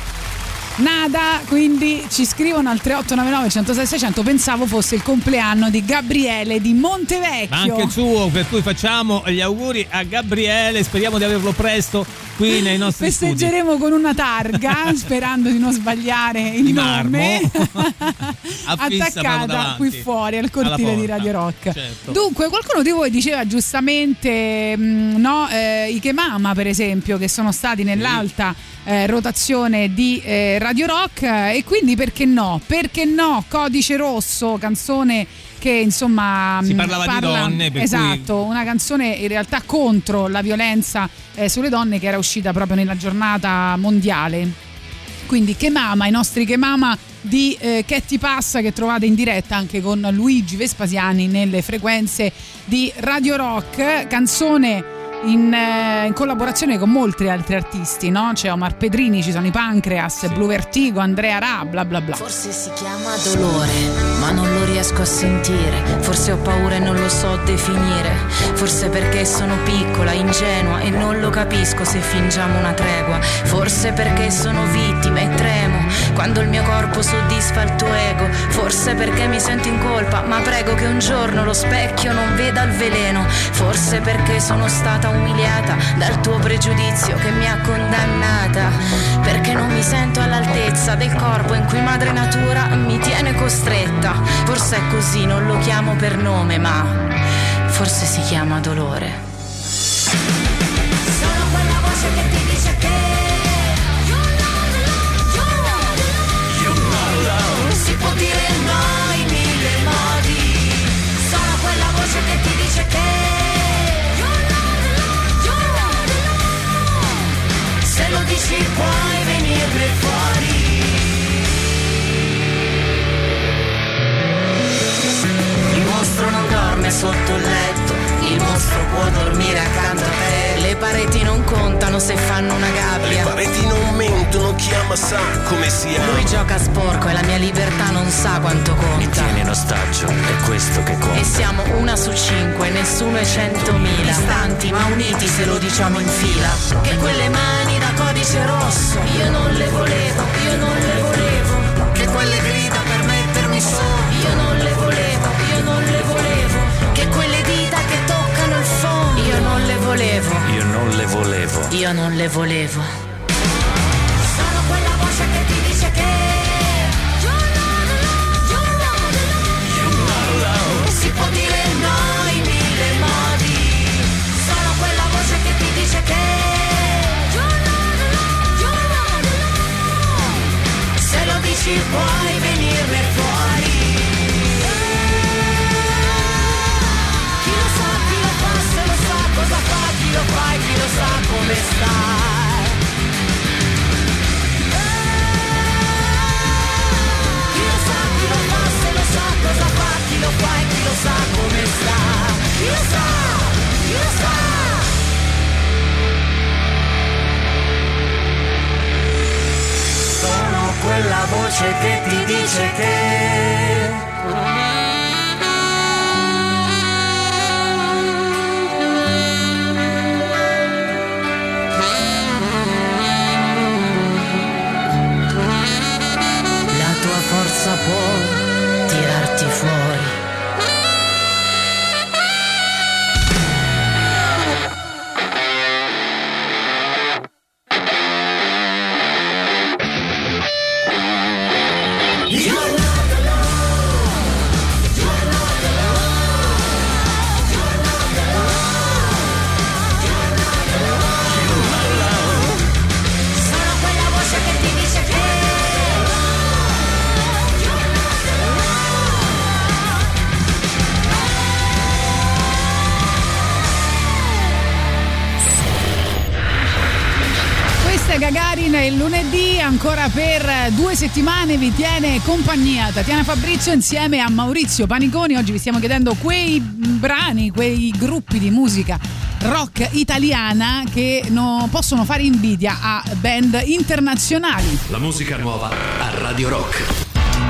Nada, quindi ci scrivono al tre otto nove nove, centosei, seicento. Pensavo fosse il compleanno di Gabriele di Montevecchio. Ma anche il suo, per cui facciamo gli auguri a Gabriele, speriamo di averlo presto qui nei nostri Festeggeremo studi. con una targa, sperando di non sbagliare il Di nome, Affissa attaccata qui fuori al cortile di Radio Rock. Certo. Dunque, qualcuno di voi diceva giustamente mh, no, eh, i Kemama, per esempio, che sono stati nell'alta eh, rotazione di eh, Radio Rock, eh, e quindi perché no? Perché no? Codice Rosso, canzone che insomma si parlava parla, di donne, per esatto, cui... una canzone in realtà contro la violenza eh, sulle donne, che era uscita proprio nella giornata mondiale. Quindi Kemama, i nostri Kemama di eh, Che ti passa, che trovate in diretta anche con Luigi Vespasiani nelle frequenze di Radio Rock, canzone in, eh, in collaborazione con molti altri artisti, no? C'è Omar Pedrini, ci sono i Pancreas, sì. Blue Vertigo, Andrea Ra, bla bla bla. Forse si chiama dolore, ma non lo riesco a sentire. Forse ho paura e non lo so definire. Forse perché sono piccola, ingenua e non lo capisco se fingiamo una tregua. Forse perché sono vittima e tremo quando il mio corpo soddisfa il tuo ego. Forse perché mi sento in colpa, ma prego che un giorno lo specchio non veda il veleno. Forse perché sono stata umiliata dal tuo pregiudizio che mi ha condannata, perché non mi sento all'altezza del corpo in cui madre natura mi tiene costretta. Forse è così, non lo chiamo per nome, ma forse si chiama dolore. Sono quella voce che ti dice che si può dire no in mille modi. Sono quella voce che ti dice che se lo dici puoi venirne fuori. Il mostro non dorme sotto il letto, il mostro può dormire accanto a te. Le pareti non contano se fanno una gabbia. Le pareti non mentono, chi ama sa come si ama. Lui gioca sporco e la mia libertà non sa quanto conta. Mi tiene in ostaggio, è questo che conta. E siamo una su cinque, nessuno è centomila. Distanti ma uniti se lo diciamo in fila. Che quelle mani da codice rosso io non le volevo, io non le volevo. Che quelle grida per mettermi su io non le volevo, io non le volevo. Che quelle dita che toccano il fondo io non le volevo, io non le volevo, io non le volevo. Sono quella voce che ti dice che si può dire no in mille modi. Sono quella voce che ti dice che se lo dici puoi venirne fuori. Chi lo sa, chi lo fa, se lo sa cosa fa, chi lo fa e chi lo sa come sta. Chi lo sa, chi lo fa, se lo sa cosa fa, chi lo fa e chi lo sa come sta. Chi lo sa, chi lo sa. Sono quella voce che ti dice che Gagarin il lunedì, ancora per due settimane vi tiene compagnia Tatiana Fabrizio insieme a Maurizio Paniconi. Oggi vi stiamo chiedendo quei brani, quei gruppi di musica rock italiana che no, possono fare invidia a band internazionali. La musica nuova a Radio Rock.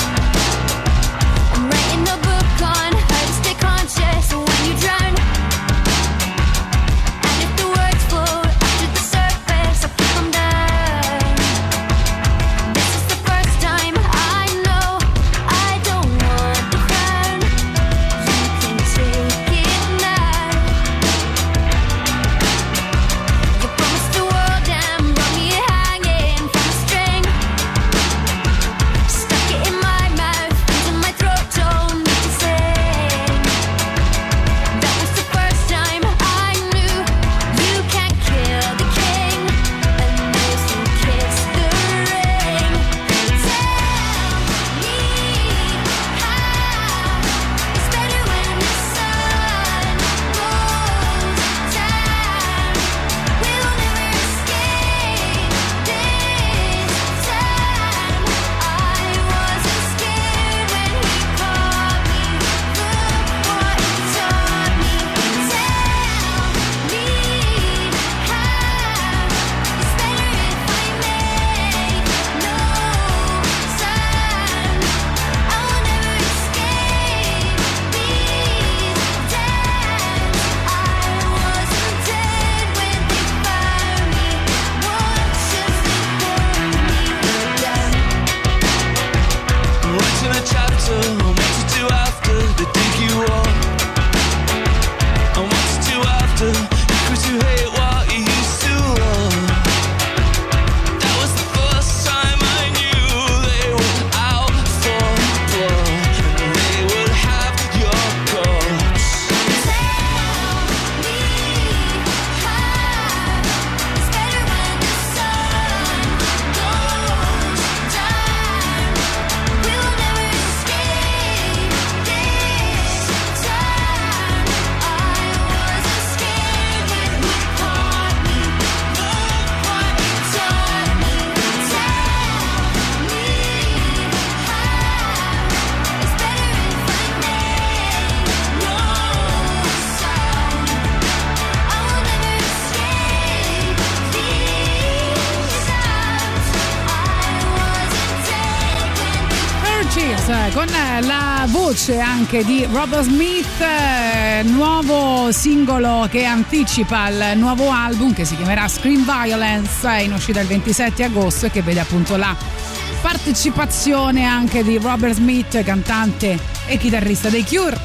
con la voce anche di Robert Smith, eh, nuovo singolo che anticipa il nuovo album che si chiamerà Scream Violence, è in uscita il ventisette agosto e che vede appunto la partecipazione anche di Robert Smith, cantante e chitarrista dei Cure.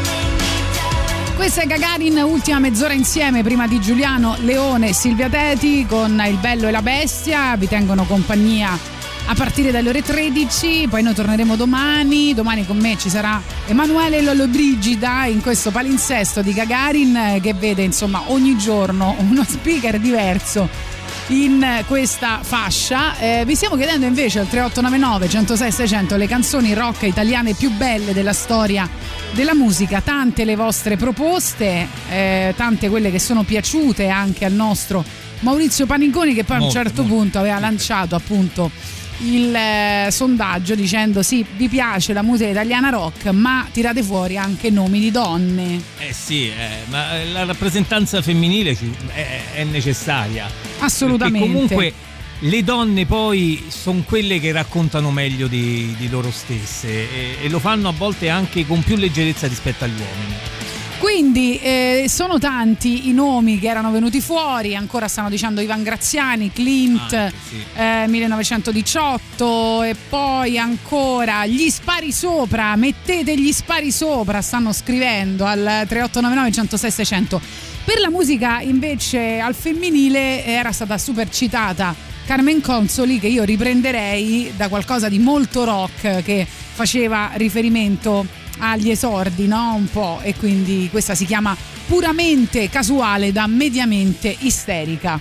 Questa è Gagarin, ultima mezz'ora insieme prima di Giuliano Leone e Silvia Teti con Il Bello e la Bestia, vi tengono compagnia a partire dalle ore tredici, poi noi torneremo domani, domani con me ci sarà Emanuele Lollobrigida in questo palinsesto di Gagarin che vede insomma ogni giorno uno speaker diverso in questa fascia. Eh, vi stiamo chiedendo invece al tre otto nove nove, centosei seicento le canzoni rock italiane più belle della storia della musica, tante le vostre proposte, eh, tante quelle che sono piaciute anche al nostro Maurizio Paniconi, che poi molto, a un certo molto. punto aveva lanciato appunto il eh, sondaggio dicendo sì, vi piace la musica italiana rock ma tirate fuori anche nomi di donne. Eh sì, eh, ma la rappresentanza femminile è, è necessaria, assolutamente, perché comunque le donne poi sono quelle che raccontano meglio di, di loro stesse e, e lo fanno a volte anche con più leggerezza rispetto agli uomini. Quindi eh, sono tanti i nomi che erano venuti fuori, ancora stanno dicendo Ivan Graziani, Clint, ah, sì. eh, millenovecentodiciotto, e poi ancora gli spari sopra, mettete gli spari sopra, stanno scrivendo al tre otto nove nove, centosei seicento. Per la musica invece al femminile era stata super citata Carmen Consoli, che io riprenderei da qualcosa di molto rock che faceva riferimento agli esordi, no? Un po', e quindi questa si chiama Puramente Casuale da Mediamente Isterica.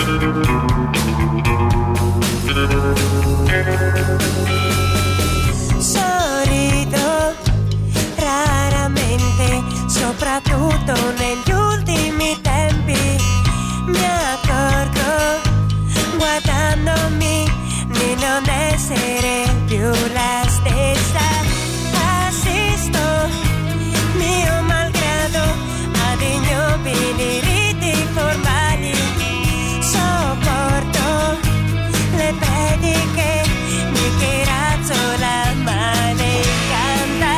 Sorrido raramente, soprattutto negli ultimi tempi. Mi accorgo guardandomi di non essere più la stessa. Assisto mio malgrado ad ignobili riti formali. Sopporto le prediche di chi razzola male canta.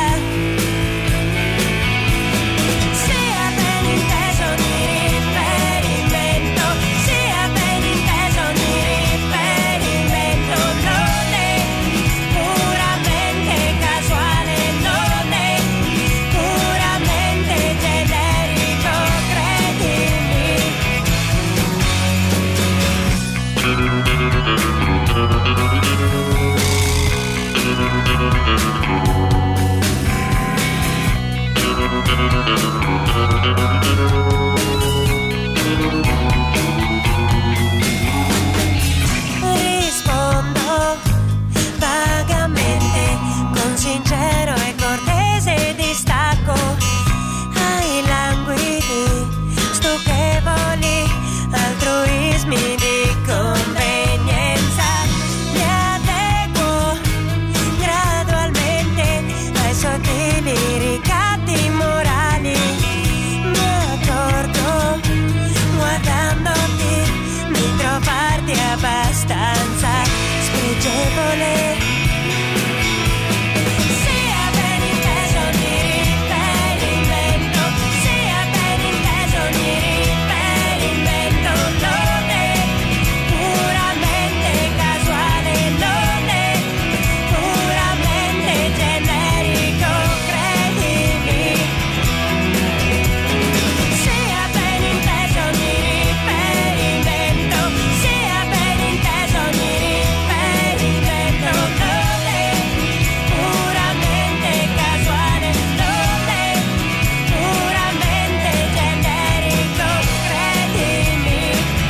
Sia ben inteso di riferimento, sia ben inteso di riferimento, non è puramente casuale, non è puramente generico, credimi. Rispondo vagamente con sincero e cortese distacco ai languidi, stucchevoli altruismi di convenienza. Mi adeguo gradualmente ai sottili ricatti morali. Mi accorgo guardandoti di trovarti abbastanza spregevole. Sia ben inteso di riferimento, sia ben inteso di riferimento, non è puramente casuale, non è puramente generico, credimi. Sia ben inteso di riferimento, sia ben inteso di riferimento, non è puramente casuale, non è puramente generico, credimi.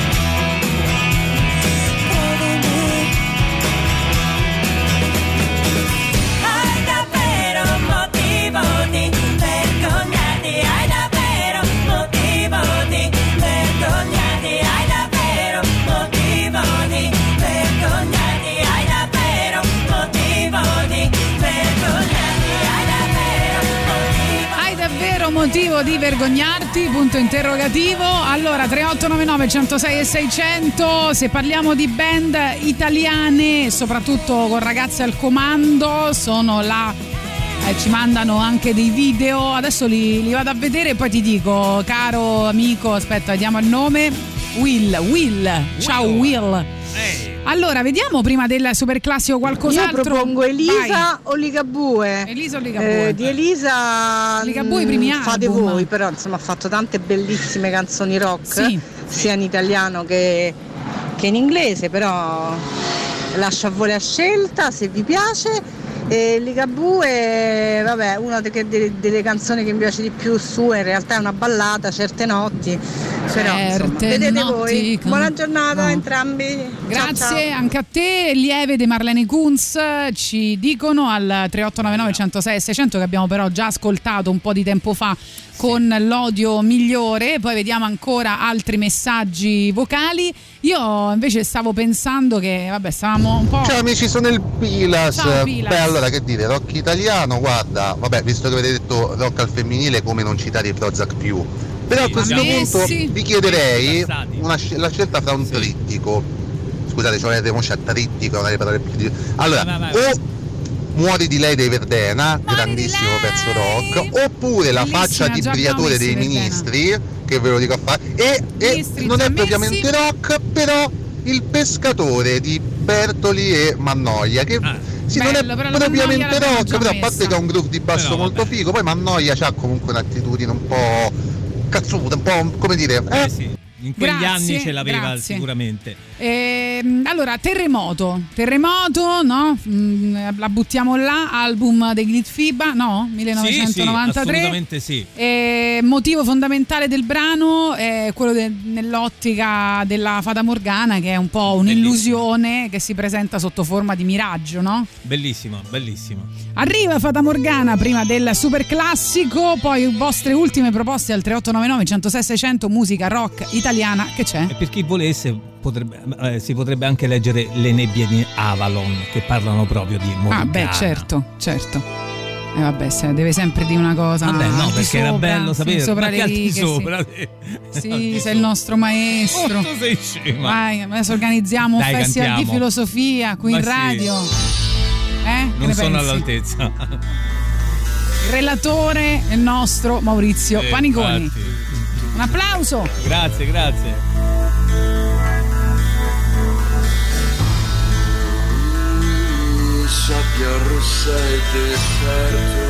Credimi. Hai davvero motivo di vergognarti, hai davvero motivo di vergognarti, hai davvero motivo di vergognarti, hai davvero motivo di vergognarti, hai davvero motivo. Hai davvero motivo di vergognarti? Punto interrogativo. Allora tre otto nove nove uno zero sei e seicento, se parliamo di band italiane, soprattutto con ragazze al comando, sono là, eh, ci mandano anche dei video, adesso li, li vado a vedere e poi ti dico, caro amico, aspetta, vediamo il nome. Will, Will, ciao Will. Allora, vediamo prima del super classico qualcos'altro. Io propongo Elisa Vai. o Ligabue. Elisa o Ligabue? Eh, di Elisa Ligabue i primi mh, fate album. voi, però insomma ha fatto tante bellissime canzoni rock, Sì. sia in italiano che, che in inglese, però lascio a voi la scelta se vi piace. E Ligabue, vabbè, una de- de- delle canzoni che mi piace di più sua in realtà è una ballata, Certe notti, però insomma, Certe vedete notti voi. con- Buona giornata no. a entrambi. Grazie Ciao, ciao. anche a te. Lieve di Marlene Kunz ci dicono al tre otto nove nove uno zero sei e seicento, che abbiamo però già ascoltato un po' di tempo fa con l'odio migliore. Poi vediamo ancora altri messaggi vocali. Io invece stavo pensando che vabbè, stavamo un po'. Ciao amici, sono il Pilas. Ciao, Pilas. Beh, allora che dire, rock italiano, guarda, vabbè, visto che avete detto rock al femminile, come non citare i Prozac più? Però a questo punto vi chiederei una sc- la scelta fra un trittico. Scusate, cioè avete voce a trittico, non le parole più di... Allora, Vai, vai, vai. o Muori di lei dei Verdena, grandissimo pezzo rock, oppure La faccia di già Briatore abbiamo dei visto i Ministri, che ve lo dico a fare, e, e Ministri non già è propriamente messi. rock, però Il pescatore di Bertoli e Mannoia, che sì, Bello, non però è la propriamente Mannoia l'abbiamo rock, già però a messa. parte che ha un groove di basso Però, molto figo, poi Mannoia c'ha comunque un'attitudine un po' cazzuta, un po' come dire, eh? sì. In quegli Grazie, anni ce l'aveva grazie. sicuramente. Eh, allora, Terremoto, Terremoto, no? Mm, la buttiamo là, album dei Glitfiba, no? millenovecentonovantatré. Sì, sì, assolutamente sì. Eh, motivo fondamentale del brano è quello de- nell'ottica della Fata Morgana, che è un po' un'illusione Bellissimo. Che si presenta sotto forma di miraggio, no? Bellissimo, bellissimo. Arriva Fata Morgana prima del super classico, poi vostre ultime proposte al tre otto nove nove, centosei, seicento, musica rock italiana, che c'è? E per chi volesse potrebbe, eh, si potrebbe anche leggere Le nebbie di Avalon, che parlano proprio di Morgana. Ah beh, certo, certo. E eh vabbè, se deve sempre dire una cosa. Vabbè, no, perché sopra, era bello sapere. Sopra Ma le che righe, di sopra? Sì, sì, sei il nostro maestro. Oh, tu sei scema. Vai, adesso organizziamo Dai, un festival cantiamo. di filosofia qui Ma in sì. radio. Eh? Che Non ne sono pensi? all'altezza. Il relatore è il nostro Maurizio Eh, Paniconi. infatti. Un applauso. Grazie, grazie. Sabbia rossa e deserto.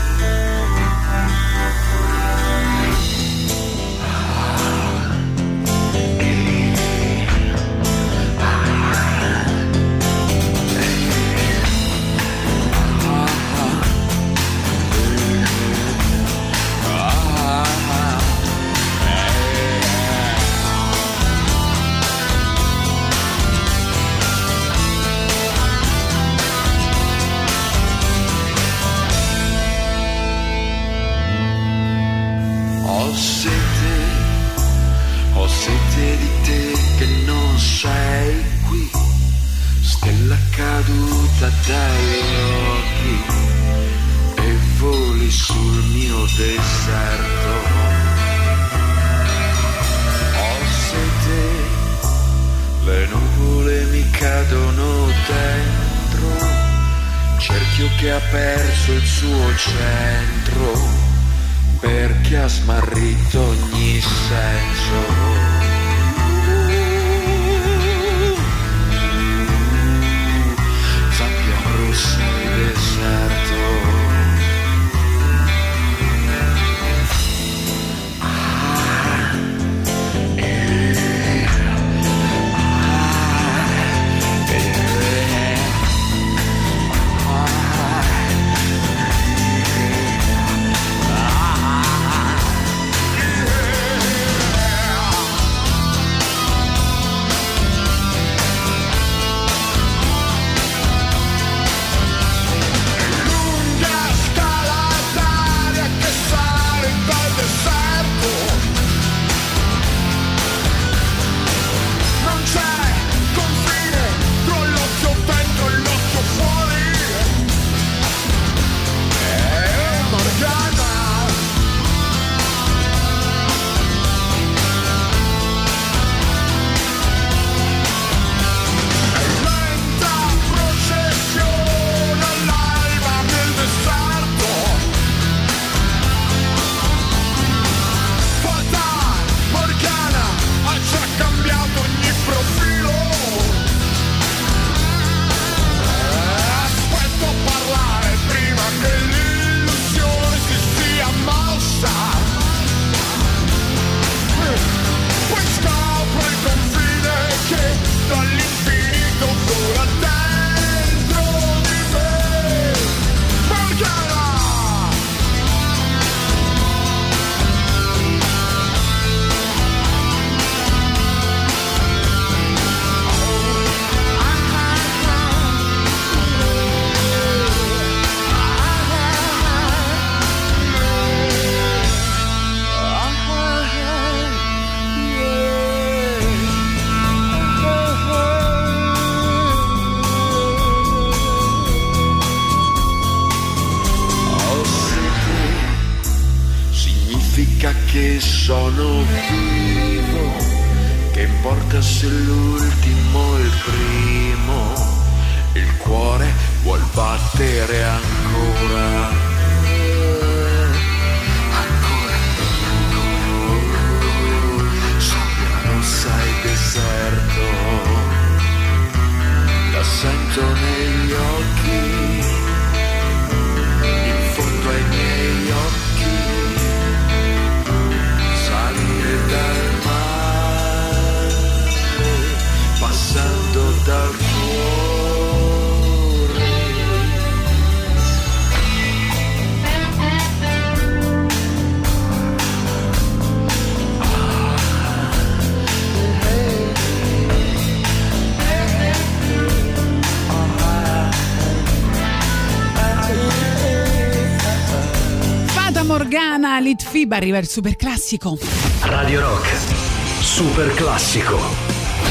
Ho sete, ho sete di te che non sei qui, stella caduta dagli occhi e voli sul mio deserto. Ho sete, le nuvole mi cadono dentro, cerchio che ha perso il suo centro, perché ha smarrito ogni senso. Sabbia rossa e deserto. Ah, eh, ah, eh, che sono vivo, che importa se l'ultimo o il primo, il cuore vuol battere ancora, ancora e ancora, sabbia rossa e deserto, la sento negli occhi, in fondo ai miei occhi, salire dal mare Night Fever, arriva il super classico. Radio Rock, super classico.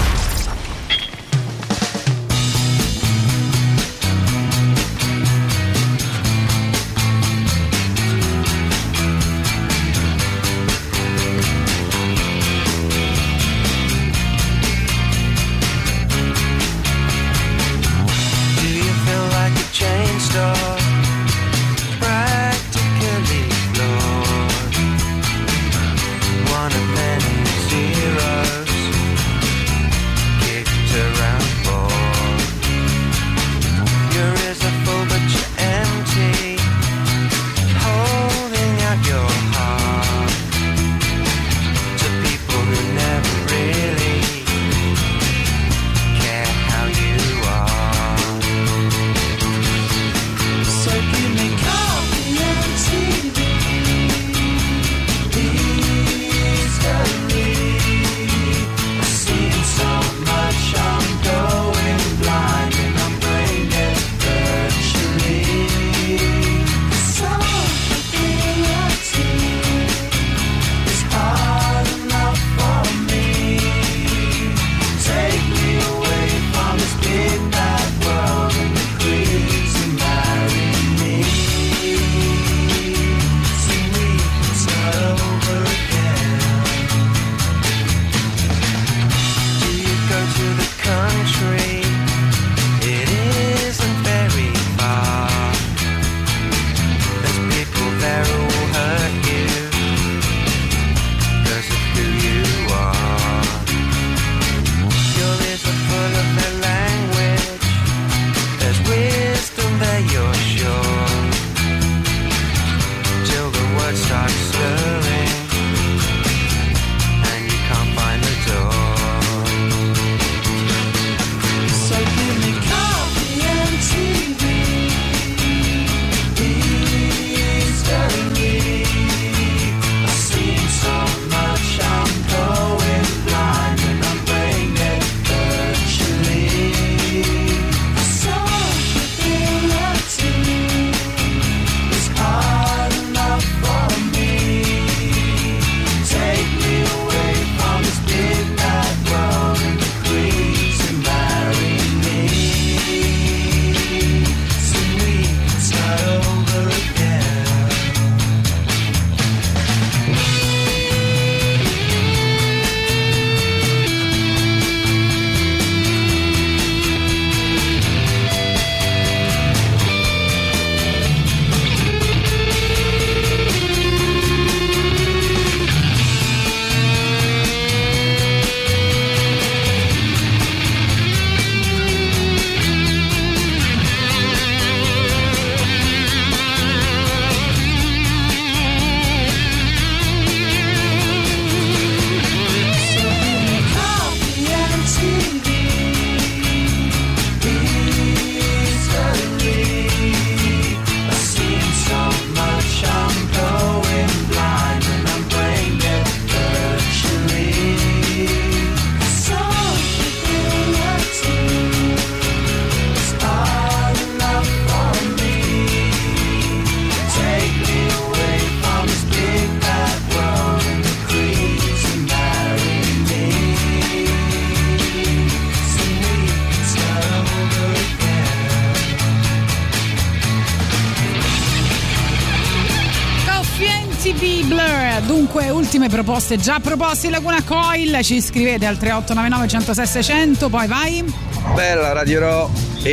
Dunque, ultime proposte già proposte, Laguna Coil, ci scrivete al tre otto nove nove uno zero sei sei zero zero, poi vai. Bella Radio Rock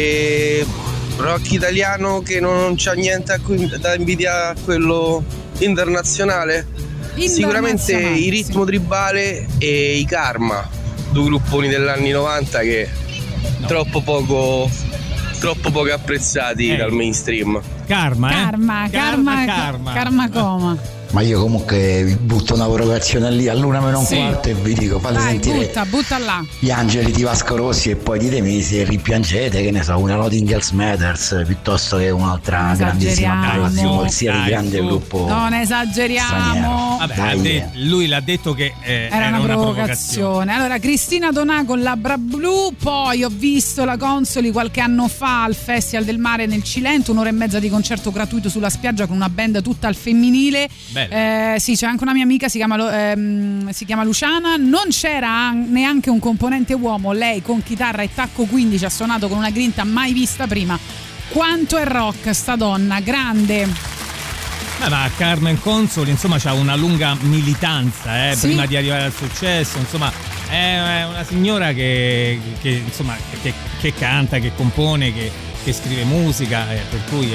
e rock italiano che non c'ha niente a cui, da invidiare a quello internazionale. Sicuramente i Ritmo sì. Tribale e i Karma, due grupponi degli anni novanta che no. troppo poco troppo poco apprezzati eh. dal mainstream. Karma, eh? Karma, karma, karma, karma, karma coma. Ma io comunque vi butto una provocazione lì all'una meno un sì. quarto e vi dico fate Dai, sentire butta, butta là. Gli Angeli di Vasco Rossi e poi ditemi se ripiangete, che ne so, una Nothing Else Matters piuttosto che un'altra grandissima ballad di qualsiasi grande su. gruppo. Non esageriamo. Vabbè, ha de- lui l'ha detto che eh, era, era una, una provocazione. provocazione. Allora, Cristina Donà con Labbra Blu, poi ho visto la Consoli qualche anno fa al Festival del Mare nel Cilento, un'ora e mezza di concerto gratuito sulla spiaggia con una band tutta al femminile. Bello. Eh, sì, c'è anche una mia amica, si chiama, ehm, si chiama Luciana. Non c'era neanche un componente uomo. Lei con chitarra e tacco quindici ha suonato con una grinta mai vista prima. Quanto è rock sta donna, grande. Eh, ma Carmen Consoli insomma c'ha una lunga militanza eh, sì. prima di arrivare al successo, insomma è una signora che, che insomma che, che canta, che compone, che, che scrive musica, eh, per cui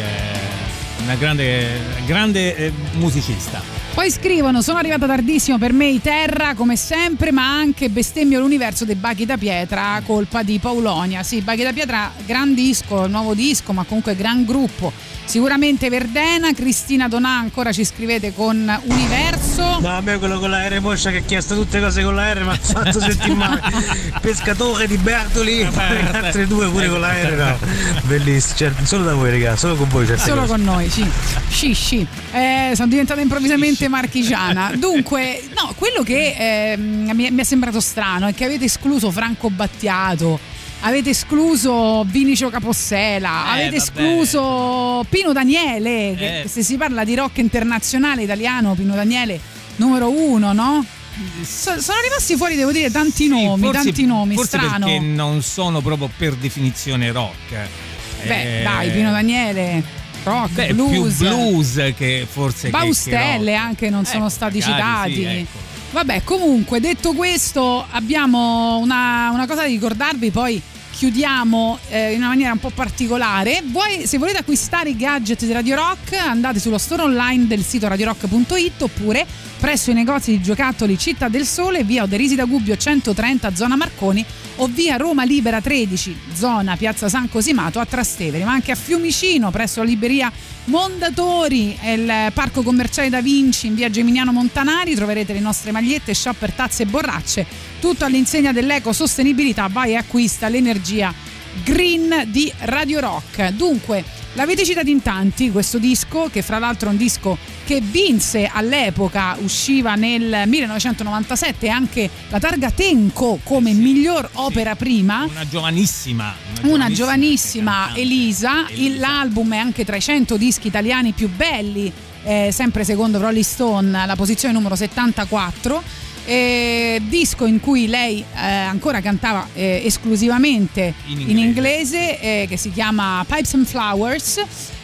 è una grande, grande eh, musicista. Poi scrivono: sono arrivata tardissimo, per me i Terra come sempre, ma anche bestemmio l'universo dei Bachi da Pietra, colpa di Paulonia. Sì, Bachi da Pietra, gran disco, nuovo disco, ma comunque gran gruppo. Sicuramente Verdena. Cristina Donà ancora ci scrivete con Universo. No, a me quello con la R moscia che ha chiesto tutte cose con la R mi ha fatto sentire male. Pescatore di Bertoli, le altre due pure con la R, no. Bellissimo, cioè, solo da voi raga, solo con voi certe solo cose. Con noi, sì. Sì, sì. Eh, sono diventata improvvisamente marchigiana. Dunque, no, quello che eh, mi, mi è sembrato strano è che avete escluso Franco Battiato, avete escluso Vinicio Capossela, eh, avete vabbè. escluso Pino Daniele, che eh. se si parla di rock internazionale italiano, Pino Daniele numero uno, no? So, sono rimasti fuori, devo dire, tanti sì, nomi, forse, tanti nomi, forse strano. Perché non sono proprio per definizione rock. Beh, eh, dai, Pino Daniele, rock, beh, più blues. blues che forse Baustelle che, che anche non eh, sono stati magari, citati. Sì, ecco. Vabbè, comunque, detto questo, abbiamo una, una cosa da ricordarvi, poi chiudiamo eh, in una maniera un po' particolare. Voi, se volete acquistare i gadget di Radio Rock, andate sullo store online del sito radiorock punto it oppure presso i negozi di giocattoli Città del Sole, via Oderisida Gubbio centotrenta, zona Marconi, o via Roma Libera tredici, zona Piazza San Cosimato a Trastevere, ma anche a Fiumicino presso la libreria Mondatori e il parco commerciale Da Vinci in via Geminiano Montanari. Troverete le nostre magliette, shopper, tazze e borracce, tutto all'insegna dell'ecosostenibilità. Vai e acquista l'energia green di Radio Rock. Dunque, l'avete citato in tanti questo disco, che fra l'altro è un disco che vinse all'epoca, usciva nel millenovecentonovantasette anche la targa Tenco come sì, miglior sì. opera prima. Una giovanissima, una, una giovanissima Elisa. Elisa. L'album è anche tra i cento dischi italiani più belli, eh, sempre secondo Rolling Stone, la posizione numero settantaquattro. Eh, disco in cui lei eh, ancora cantava eh, esclusivamente in inglese, in inglese eh, che si chiama Pipes and Flowers,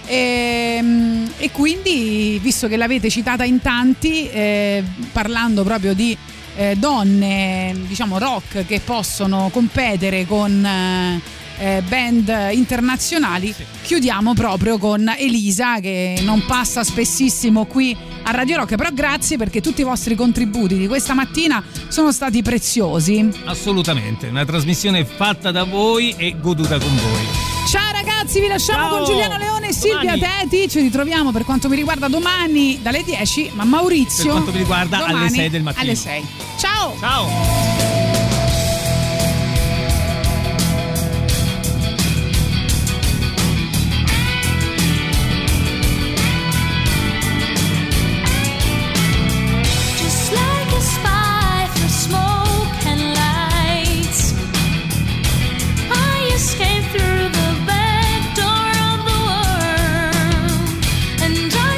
e, e quindi, visto che l'avete citata in tanti, eh, parlando proprio di eh, donne, diciamo rock, che possono competere con eh, eh, band internazionali, sì. chiudiamo proprio con Elisa, che non passa spessissimo qui a Radio Rock, però grazie, perché tutti i vostri contributi di questa mattina sono stati preziosi. Assolutamente, una trasmissione fatta da voi e goduta con voi. Ciao ragazzi, vi lasciamo Ciao. con Giuliano Leone e Silvia Teti. Ci ritroviamo per quanto mi riguarda domani dalle dieci, ma Maurizio per quanto mi riguarda alle sei del mattino. Alle sei. Ciao. Ciao.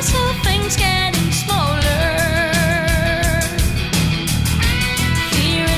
Getting smaller. Fear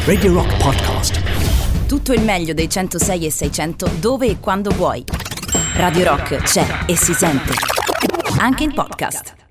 Radio Rock Podcast. Tutto il meglio dei centosei e seicento dove e quando vuoi. Radio Rock c'è e si sente. Anche in podcast.